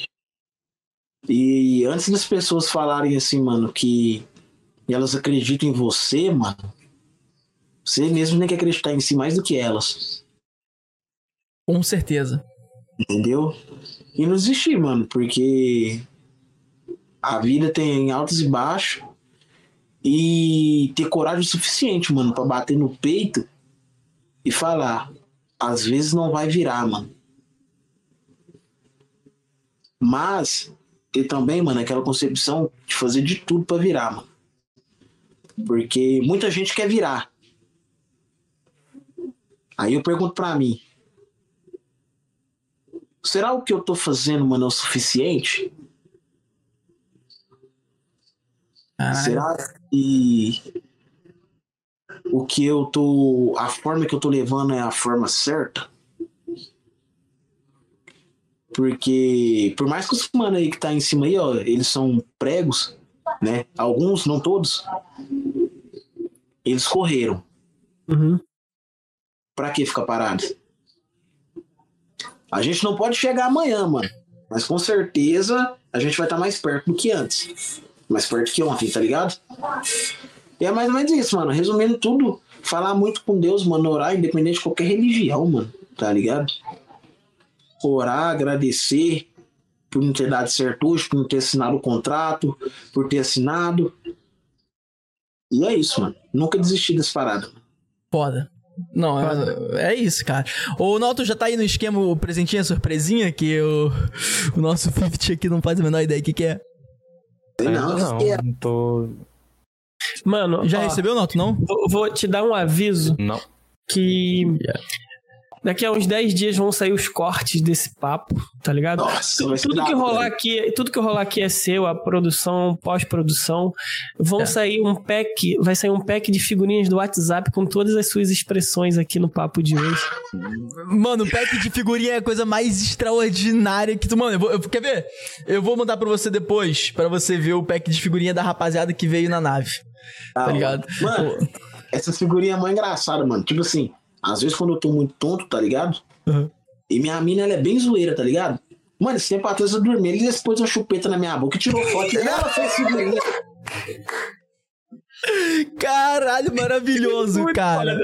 Speaker 3: E antes das pessoas falarem assim, mano, que elas acreditam em você, mano, você mesmo tem que acreditar em si mais do que elas.
Speaker 1: Com certeza.
Speaker 3: Entendeu? E não desistir, mano, porque a vida tem altos e baixos. E ter coragem o suficiente, mano, pra bater no peito e falar, às vezes não vai virar, mano. Mas ter também, mano, aquela concepção de fazer de tudo pra virar, mano. Porque muita gente quer virar. Aí eu pergunto pra mim, será o que eu tô fazendo, mano, é o suficiente? Será que a forma que eu tô levando é a forma certa. Porque, por mais que os mano aí que tá em cima aí, ó, eles são pregos, né? Alguns, não todos. Eles correram.
Speaker 2: Uhum.
Speaker 3: Pra que ficar parado? A gente não pode chegar amanhã, mano. Mas com certeza a gente vai estar mais perto do que antes. Mais perto que ontem, tá ligado? E é mais ou menos isso, mano. Resumindo tudo, falar muito com Deus, mano. Orar, independente de qualquer religião, mano. Tá ligado? Orar, agradecer por não ter dado certo hoje, por não ter assinado o contrato, por ter assinado. E é isso, mano. Nunca desisti dessa parada.
Speaker 1: Foda. Não, é isso, cara. O Nauto já tá aí no esquema, o presentinho, a surpresinha, que o nosso 50 aqui não faz a menor ideia do que é.
Speaker 7: Não tô...
Speaker 2: Mano,
Speaker 1: já recebeu, Nauto, não?
Speaker 2: Vou te dar um aviso.
Speaker 7: Não.
Speaker 2: Que daqui a uns 10 dias vão sair os cortes desse papo, tá ligado?
Speaker 3: Nossa,
Speaker 2: tudo que rolar aqui é seu, a produção, pós-produção. Vai sair um pack de figurinhas do WhatsApp com todas as suas expressões aqui no papo de hoje.
Speaker 1: Mano, o pack de figurinha é a coisa mais extraordinária que tu... Mano, quer ver? Eu vou mandar pra você depois, pra você ver o pack de figurinha da rapaziada que veio na nave. Tá ligado?
Speaker 3: Mano, essa figurinha é mó engraçada, mano. Tipo assim, às vezes quando eu tô muito tonto, tá ligado?
Speaker 1: Uhum.
Speaker 3: E minha mina, ela é bem zoeira, tá ligado? Mano, esse tempo atrás eu dormi, ele pôs uma chupeta na minha boca e tirou foto. E ela fez figurinha.
Speaker 1: Caralho, maravilhoso, cara.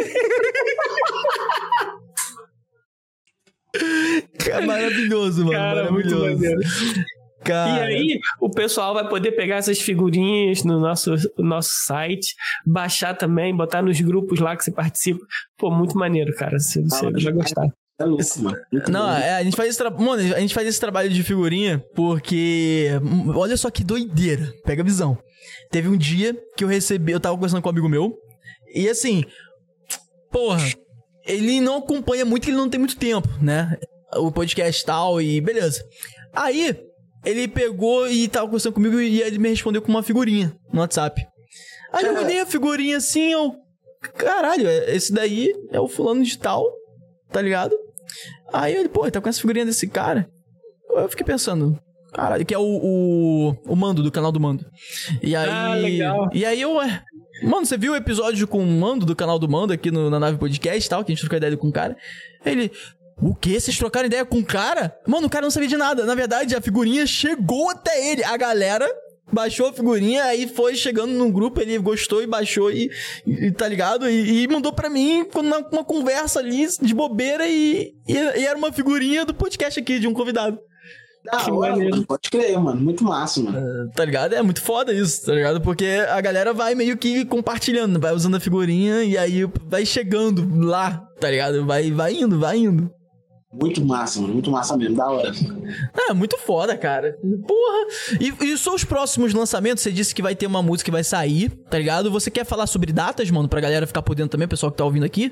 Speaker 1: Maravilhoso, mano.
Speaker 2: Cara,
Speaker 1: maravilhoso.
Speaker 2: Cara. E aí, o pessoal vai poder pegar essas figurinhas no nosso site, baixar também, botar nos grupos lá que você participa. Pô, muito maneiro, cara. Você vai gostar.
Speaker 3: É louco, mano.
Speaker 1: Não, a gente faz mano, a gente faz esse trabalho de figurinha porque... Olha só que doideira. Pega a visão. Teve um dia que eu tava conversando com um amigo meu, e assim, porra, ele não acompanha muito, ele não tem muito tempo, né? O podcast e tal, e beleza. Aí, ele pegou e tava conversando comigo e ele me respondeu com uma figurinha no WhatsApp. Aí eu olhei a figurinha assim, caralho, esse daí é o fulano de tal, tá ligado? Aí ele, pô, tá com essa figurinha desse cara. Eu fiquei pensando, caralho, que é o Mando, do canal do Mando. E aí,
Speaker 2: legal.
Speaker 1: E aí mano, você viu o episódio com o Mando, do canal do Mando, aqui na Nave Podcast e tal, que a gente trocou ideia com o cara. Ele... O quê? Vocês trocaram ideia com o cara? Mano, o cara não sabia de nada. Na verdade, a figurinha chegou até ele. A galera baixou a figurinha, aí foi chegando no grupo, ele gostou e baixou e tá ligado? E mandou pra mim uma conversa ali de bobeira e era uma figurinha do podcast aqui, de um convidado.
Speaker 3: Que maneiro. Pode crer, mano. Muito massa, mano.
Speaker 1: Tá ligado? É muito foda isso, tá ligado? Porque a galera vai meio que compartilhando, vai usando a figurinha e aí vai chegando lá, tá ligado? Vai indo.
Speaker 3: Muito massa, mano. Muito massa mesmo. Da hora.
Speaker 1: É, muito foda, cara. Porra. E os seus próximos lançamentos, você disse que vai ter uma música que vai sair, tá ligado? Você quer falar sobre datas, mano, pra galera ficar por dentro também, o pessoal que tá ouvindo aqui?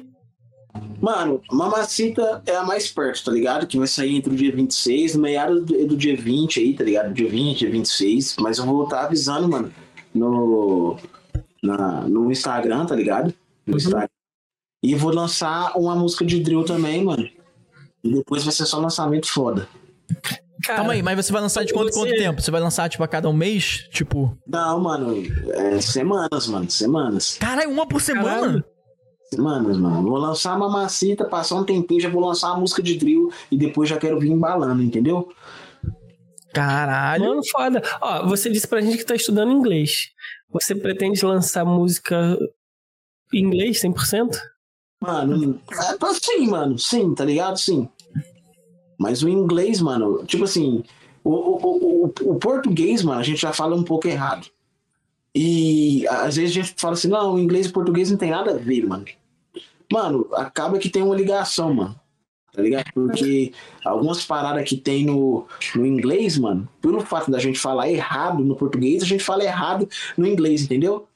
Speaker 3: Mano, Mamacita é a mais perto, tá ligado? Que vai sair entre o dia 26, no meado do dia 20 aí, tá ligado? Dia 20, dia 26. Mas eu vou estar avisando, mano, no Instagram, tá ligado? No Instagram. E vou lançar uma música de drill também, mano. E depois vai ser só lançamento foda.
Speaker 2: Cara,
Speaker 1: calma aí, mas você vai lançar de quanto tempo? Você vai lançar, tipo, a cada um mês? Tipo...
Speaker 3: Não, mano. Semanas, mano. Semanas.
Speaker 1: Caralho, uma por semana?
Speaker 2: Caralho.
Speaker 3: Semanas, mano. Vou lançar a Mamacita, passar um tempinho, já vou lançar uma música de drill e depois já quero vir embalando, entendeu?
Speaker 1: Caralho.
Speaker 2: Mano, foda. Ó, você disse pra gente que tá estudando inglês. Você pretende lançar música em inglês 100%?
Speaker 3: Mano, sim, mano. Sim, tá ligado? Sim. Mas o inglês, mano, tipo assim, o português, mano, a gente já fala um pouco errado. E às vezes a gente fala assim, não, o inglês e o português não tem nada a ver, mano. Mano, acaba que tem uma ligação, mano. Tá ligado? Porque algumas paradas que tem no inglês, mano, pelo fato da gente falar errado no português, a gente fala errado no inglês, entendeu?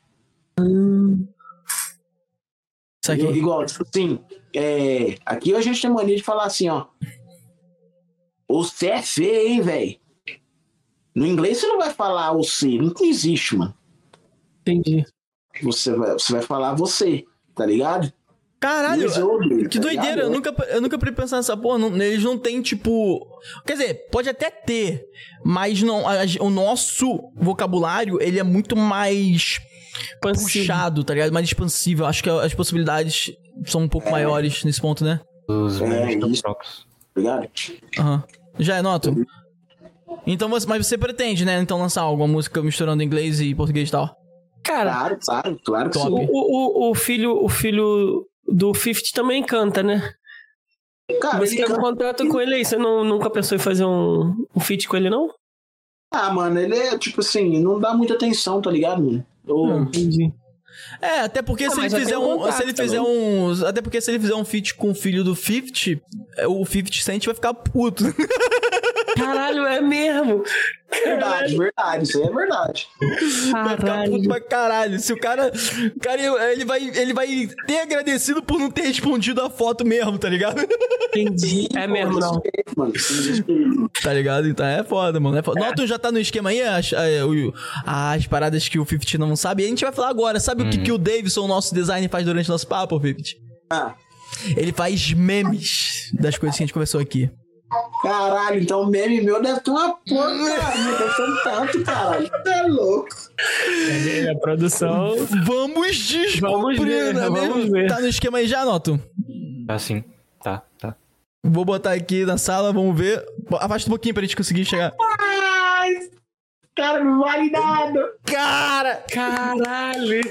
Speaker 1: Isso aqui.
Speaker 3: Igual, tipo assim, aqui a gente tem mania de falar assim, ó. Você é feio, hein, velho? No inglês você não vai falar você, não existe, mano.
Speaker 2: Entendi.
Speaker 3: você vai falar você, tá ligado?
Speaker 1: Caralho, que
Speaker 3: tá
Speaker 1: doideira,
Speaker 3: ligado?
Speaker 1: eu nunca parei pensar nessa porra, eles não tem, tipo... Quer dizer, pode até ter, mas não, o nosso vocabulário, ele é muito mais puxado, tá ligado? Mais expansivo, acho que as possibilidades são um pouco maiores nesse ponto, né?
Speaker 7: Os memes estão
Speaker 3: isso.
Speaker 7: próprios.
Speaker 3: Ligado?
Speaker 1: Aham. Já é, Noto? Então, mas você pretende, né, então lançar alguma música misturando inglês e português e tal?
Speaker 2: Cara,
Speaker 3: Claro que
Speaker 1: Top.
Speaker 3: sim.
Speaker 2: o filho do 50 também canta, né?
Speaker 3: Cara,
Speaker 2: Você
Speaker 3: ele
Speaker 2: tem um contrato com ele aí, você nunca pensou em fazer um feat com ele, não?
Speaker 3: mano, ele é tipo assim, não dá muita atenção, tá ligado, mano?
Speaker 2: Entendi.
Speaker 1: É, até porque se ele
Speaker 2: mas já
Speaker 1: fizer
Speaker 2: tem um contato
Speaker 1: até porque se ele fizer um feat com o filho do 50, o 50 Cent vai ficar puto.
Speaker 2: Caralho, é mesmo.
Speaker 3: Verdade, isso aí é verdade.
Speaker 1: Vai ficar puto pra caralho. Se o cara ele vai ter agradecido por não ter respondido a foto mesmo, tá ligado?
Speaker 2: Entendi. É mesmo, não.
Speaker 3: Mano,
Speaker 1: Tá ligado? Então é foda, mano. É foda. Noto já tá no esquema aí, as paradas que o 50 não sabe. E a gente vai falar agora. Sabe o que o Davidson, o nosso designer, faz durante o nosso papo, 50? Ele faz memes das coisas que a gente conversou aqui.
Speaker 3: caralho, então o meme meu deve ter uma porra, caralho. Deve ter um tanto, caralho. Você é louco.
Speaker 2: A produção.
Speaker 1: Vamos descobrir, não é mesmo?
Speaker 2: Vamos ver.
Speaker 1: Tá no esquema aí já, Noto?
Speaker 7: Assim, tá.
Speaker 1: Vou botar aqui na sala, vamos ver. Afasta um pouquinho pra gente conseguir chegar.
Speaker 3: Ai, cara, não vale nada.
Speaker 2: Caralho.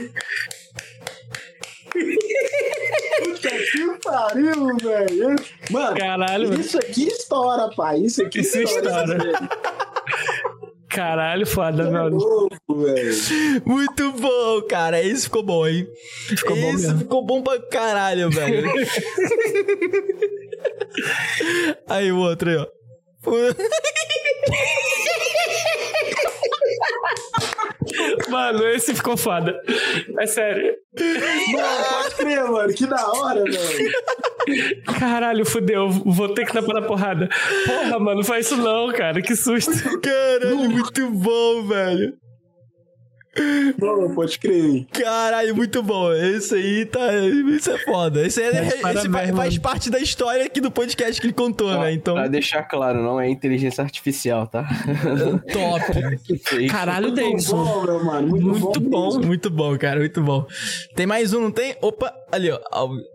Speaker 3: Puta que pariu, velho. Mano,
Speaker 2: Caralho,
Speaker 3: isso aqui estoura, pai. Isso aqui
Speaker 2: Isso estoura.
Speaker 3: velho.
Speaker 2: Caralho, foda,
Speaker 3: É
Speaker 2: velho.
Speaker 3: louco, velho.
Speaker 1: Muito bom, cara. Esse ficou bom, hein?
Speaker 2: Ficou bom
Speaker 1: Esse
Speaker 2: mesmo.
Speaker 1: ficou bom pra caralho, velho. Aí o outro aí, ó.
Speaker 2: Mano, esse ficou foda. É sério.
Speaker 3: Mano, pode crer, mano. Que da hora, velho.
Speaker 2: Caralho, fudeu. Vou ter que tapar na porrada. Porra, mano, faz isso não, cara. Que susto.
Speaker 1: Caralho, muito bom, velho.
Speaker 3: Mano, pode crer.
Speaker 1: Caralho, muito bom. Esse aí tá. Isso é foda. Esse aí
Speaker 2: parabéns,
Speaker 1: faz parte da história aqui do podcast que ele contou, né? Então.
Speaker 6: Pra deixar claro, não é inteligência artificial, tá?
Speaker 1: Top.
Speaker 6: Que fez.
Speaker 2: Caralho,
Speaker 3: Muito
Speaker 2: Davidson.
Speaker 3: bom, meu mano. Muito bom. mesmo.
Speaker 1: Muito bom, cara. Muito bom. Tem mais um, não tem? Opa, ali, ó.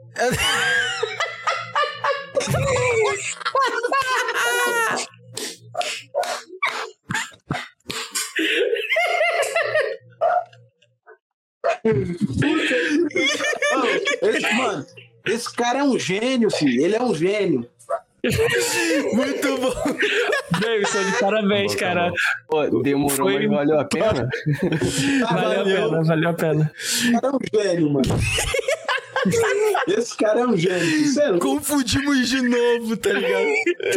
Speaker 3: Mano, esse cara é um gênio, filho. Ele é um gênio.
Speaker 1: Muito bom.
Speaker 2: Davidson, de parabéns, cara.
Speaker 6: Pô, demorou,
Speaker 2: Foi-
Speaker 6: mas valeu a pena?
Speaker 2: Valeu a pena.
Speaker 3: Esse cara é um gênio, mano. Esse cara é um gênio. Sério.
Speaker 1: Confundimos de novo, tá ligado?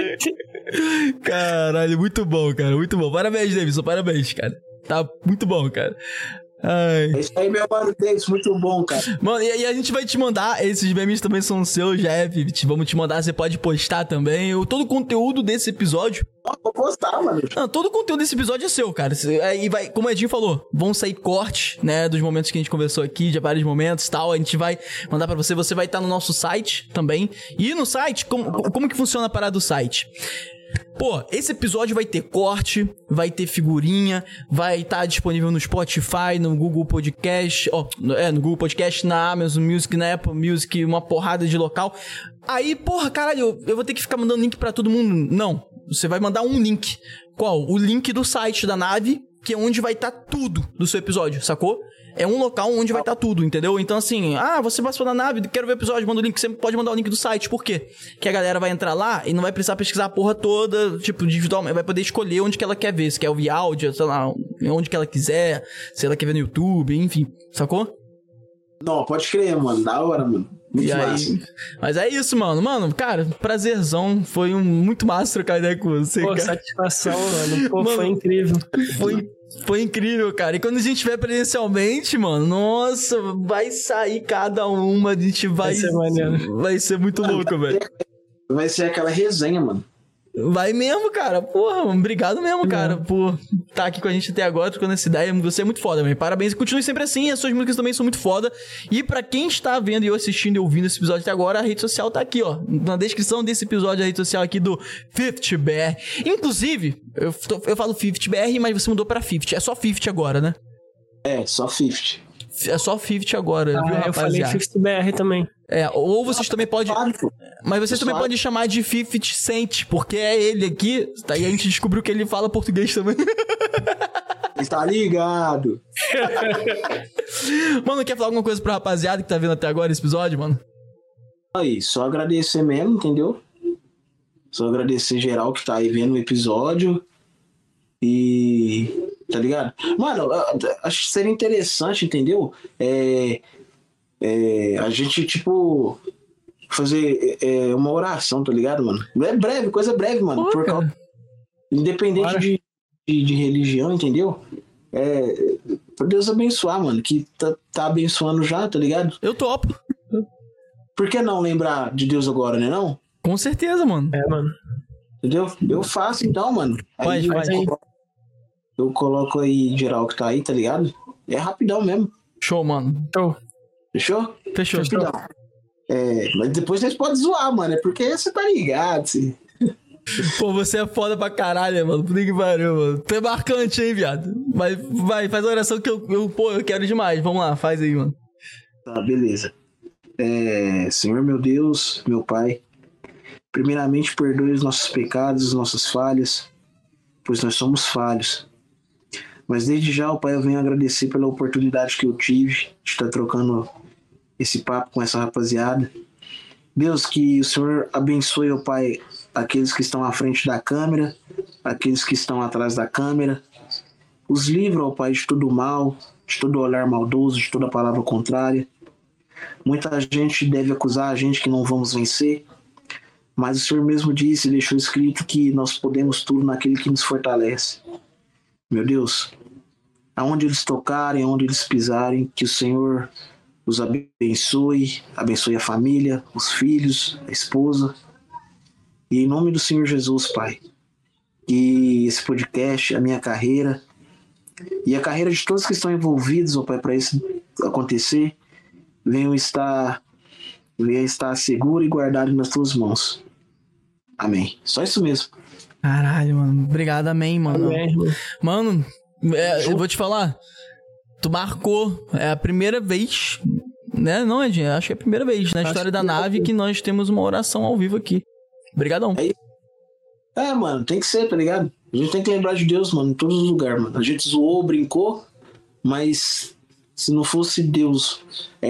Speaker 1: Caralho, muito bom, cara. Muito bom. Parabéns, Davidson. Parabéns, cara. Tá muito bom, cara. Ai.
Speaker 3: Esse aí, meu mano, Davis, muito bom, cara.
Speaker 1: Mano, e a gente vai te mandar, esses memes também são seus, Jeff. Vamos te mandar, você pode postar também. Todo o conteúdo desse episódio.
Speaker 3: Vou postar, mano.
Speaker 1: Não, todo o conteúdo desse episódio é seu, cara. E vai, como o Edinho falou, vão sair cortes, né, dos momentos que a gente conversou aqui, de vários momentos e tal. A gente vai mandar pra você. Você vai estar no nosso site também. E no site, como que funciona a parada do site? Pô, esse episódio vai ter corte, vai ter figurinha, vai estar disponível no Spotify, no Google Podcast, no Google Podcast, na Amazon Music, na Apple Music, uma porrada de local. Aí, porra, caralho, eu vou ter que ficar mandando link pra todo mundo. Não, você vai mandar um link. Qual? O link do site da nave, que é onde vai estar tudo do seu episódio, sacou? É um local onde vai estar tudo, entendeu? Então, assim, você participou da nave, quero ver o episódio, manda o link. Você pode mandar o link do site. Por quê? Que a galera vai entrar lá e não vai precisar pesquisar a porra toda, tipo, individualmente. Vai poder escolher onde que ela quer ver. Se quer ouvir áudio, sei lá, onde que ela quiser. Se ela quer ver no YouTube, enfim. Sacou?
Speaker 3: Não, pode crer, mano. Da hora, mano. Muito
Speaker 1: E aí,
Speaker 3: massa.
Speaker 1: mas é isso, mano. Mano, cara, prazerzão. Foi muito massa trocar ideia com você,
Speaker 2: Pô,
Speaker 1: cara.
Speaker 2: satisfação, mano. Pô,
Speaker 1: Mano,
Speaker 2: foi incrível.
Speaker 1: Foi incrível, cara. E quando a gente estiver presencialmente, mano, nossa, vai sair cada uma, a gente vai...
Speaker 2: Vai ser maneiro.
Speaker 1: Vai ser muito louco, velho.
Speaker 3: Vai ser aquela resenha, mano.
Speaker 1: Vai mesmo, cara. Porra, mano, obrigado mesmo, cara, por estar aqui com a gente até agora, trocando essa ideia. Você é muito foda, velho. Parabéns e continue sempre assim. As suas músicas também são muito foda. E pra quem está vendo e assistindo e ouvindo esse episódio até agora, a rede social tá aqui, ó. Na descrição desse episódio, a rede social aqui do 50BR. Inclusive, eu falo 50BR, mas você mudou pra 50. É só 50 agora, né?
Speaker 3: É, só 50.
Speaker 1: É só 50 agora, viu,
Speaker 2: Eu falei
Speaker 1: rapaziada?
Speaker 2: 50BR também.
Speaker 1: Ou vocês também podem... Mas vocês também podem chamar de 50 Cent, porque é ele aqui, tá? E a gente descobriu que ele fala português também.
Speaker 3: Está ligado?
Speaker 1: Mano, quer falar alguma coisa pro rapaziada que tá vendo até agora esse episódio, mano?
Speaker 3: Aí, só agradecer mesmo, entendeu? Só agradecer geral que tá aí vendo o episódio. E... Tá ligado? Mano, acho que seria interessante, entendeu? A gente, tipo... fazer uma oração, tá ligado, mano? É breve, coisa breve, mano.
Speaker 1: Pô, cara.
Speaker 3: Independente de religião, entendeu? Pra Deus abençoar, mano. Que tá abençoando já, tá ligado?
Speaker 1: Eu topo.
Speaker 3: Por que não lembrar de Deus agora, né não?
Speaker 1: Com certeza, mano.
Speaker 2: Mano.
Speaker 3: Entendeu? Eu faço então, mano.
Speaker 1: Faz aí.
Speaker 3: Eu coloco aí geral que tá aí, tá ligado? É rapidão mesmo.
Speaker 1: Show, mano.
Speaker 3: Fechou?
Speaker 1: Fechou.
Speaker 3: Rapidão. Mas depois vocês podem zoar, mano. É porque você tá ligado, assim.
Speaker 1: Pô, você é foda pra caralho, mano. Puta que pariu, mano. Tu é marcante, hein, viado? Mas vai, faz a oração que eu quero demais. Vamos lá, faz aí, mano.
Speaker 3: Tá, beleza. Senhor meu Deus, meu Pai, primeiramente perdoe os nossos pecados, as nossas falhas, pois nós somos falhos. Mas desde já, ó Pai, eu venho agradecer pela oportunidade que eu tive de estar trocando esse papo com essa rapaziada. Deus, que o Senhor abençoe, ó Pai, aqueles que estão à frente da câmera, aqueles que estão atrás da câmera. Os livra, ó Pai, de todo mal, de todo olhar maldoso, de toda palavra contrária. Muita gente deve acusar a gente que não vamos vencer, mas o Senhor mesmo disse e deixou escrito que nós podemos tudo naquele que nos fortalece. Meu Deus, aonde eles tocarem, aonde eles pisarem, que o Senhor os abençoe a família, os filhos, a esposa. E em nome do Senhor Jesus, Pai, que esse podcast, a minha carreira e a carreira de todos que estão envolvidos, ó Pai, para isso acontecer, venham estar seguro e guardado nas tuas mãos. Amém. Só isso mesmo.
Speaker 1: Caralho, mano. Obrigado, amém, mano.
Speaker 2: Amém,
Speaker 1: mano, eu vou te falar. Tu marcou. É a primeira vez, né? Não, Edinho? Acho que é a primeira vez na história da nave que nós temos uma oração ao vivo aqui. Obrigadão.
Speaker 3: Mano, tem que ser, tá ligado? A gente tem que lembrar de Deus, mano, em todos os lugares, mano. A gente zoou, brincou, mas se não fosse Deus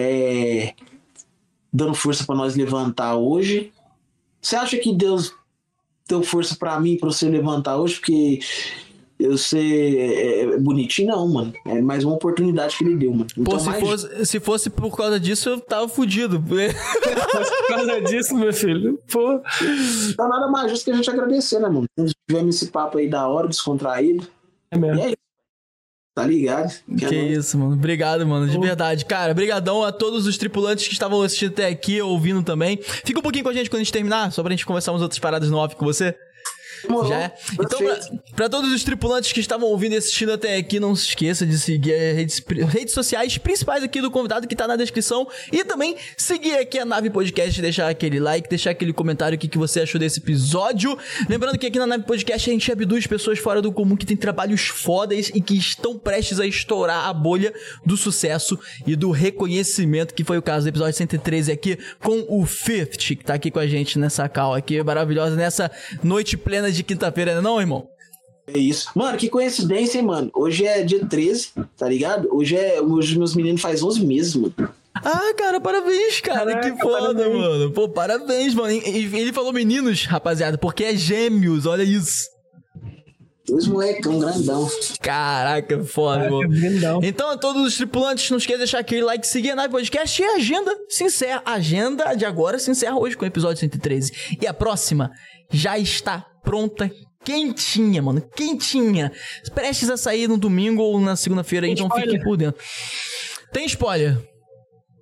Speaker 3: dando força pra nós levantar hoje, você acha que Deus deu força pra mim, pra você levantar hoje, porque eu ser bonitinho? Não, mano. É mais uma oportunidade que ele deu, mano. Então,
Speaker 1: pô, se fosse por causa disso, eu tava fudido.
Speaker 2: Por causa disso, meu filho. Pô.
Speaker 3: Não nada mais justo que a gente agradecer, né, mano? Tivemos esse papo aí da hora, descontraído.
Speaker 2: É mesmo.
Speaker 3: E é isso. Tá ligado?
Speaker 1: Que isso, mano. Obrigado, mano. De verdade. Cara, brigadão a todos os tripulantes que estavam assistindo até aqui, ouvindo também. Fica um pouquinho com a gente quando a gente terminar, só pra gente conversar umas outras paradas no off com você. Já é? Então, pra todos os tripulantes que estavam ouvindo e assistindo até aqui, não se esqueça de seguir as redes sociais principais aqui do convidado que tá na descrição. E também seguir aqui a Nave Podcast, deixar aquele like, deixar aquele comentário o que você achou desse episódio. Lembrando que aqui na Nave Podcast a gente abduz pessoas fora do comum que tem trabalhos fodas e que estão prestes a estourar a bolha do sucesso e do reconhecimento, que foi o caso do episódio 113 aqui com o 50, que tá aqui com a gente nessa call aqui maravilhosa, nessa noite plena de quinta-feira, não, irmão?
Speaker 3: É isso. Mano, que coincidência, hein, mano? Hoje é dia 13, tá ligado? Hoje meus meninos faz 11 meses, mano.
Speaker 1: Ah, cara, parabéns, cara. Caraca, que foda, parabéns. Mano. Pô, parabéns, mano. E ele falou meninos, rapaziada, porque é gêmeos, olha isso.
Speaker 3: 2 molecão grandão.
Speaker 1: Caraca, foda, mano.
Speaker 2: Grandão.
Speaker 1: Então, a todos os tripulantes, não esqueça de deixar aquele like, seguir a Nave Podcast e a agenda se encerra. A agenda de agora se encerra hoje com o episódio 113. E a próxima já está pronta, quentinha, mano, quentinha. Prestes a sair no domingo ou na segunda-feira, então fiquem por dentro. Tem spoiler?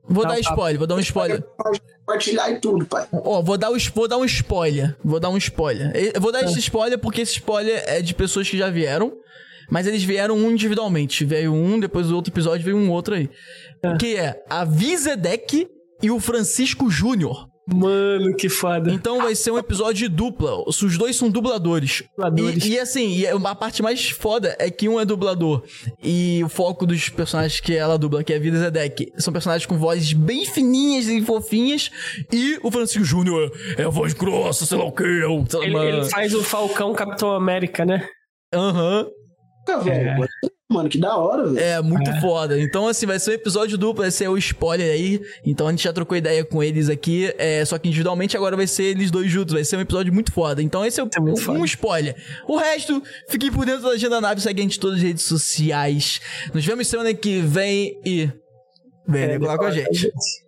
Speaker 1: Vou dar um spoiler.
Speaker 3: Compartilhar e tudo, pai.
Speaker 1: Ó, vou dar um spoiler. Eu vou dar esse spoiler porque esse spoiler é de pessoas que já vieram. Mas eles vieram individualmente. Veio um, depois do outro episódio veio um outro aí. Que é a Vizedek e o Francisco Júnior.
Speaker 2: Mano, que foda.
Speaker 1: Então vai ser um episódio de dupla. Os dois são dubladores. E assim, a parte mais foda é que um é dublador. E o foco dos personagens que ela dubla, que é a Vizedek, são personagens com vozes bem fininhas e fofinhas. E o Francisco Júnior é a voz grossa, sei lá o que.
Speaker 2: Ele faz o Falcão Capitão América, né?
Speaker 1: Aham.
Speaker 3: Mano, que da hora, velho.
Speaker 1: É, muito foda. Então, assim, vai ser um episódio duplo, esse é o spoiler aí. Então, a gente já trocou ideia com eles aqui, só que individualmente agora vai ser eles dois juntos. Vai ser um episódio muito foda. Então, esse é um spoiler. O resto, fiquem por dentro da Agenda Nave, segue a gente em todas as redes sociais. Nos vemos semana que vem e... Vem com a gente.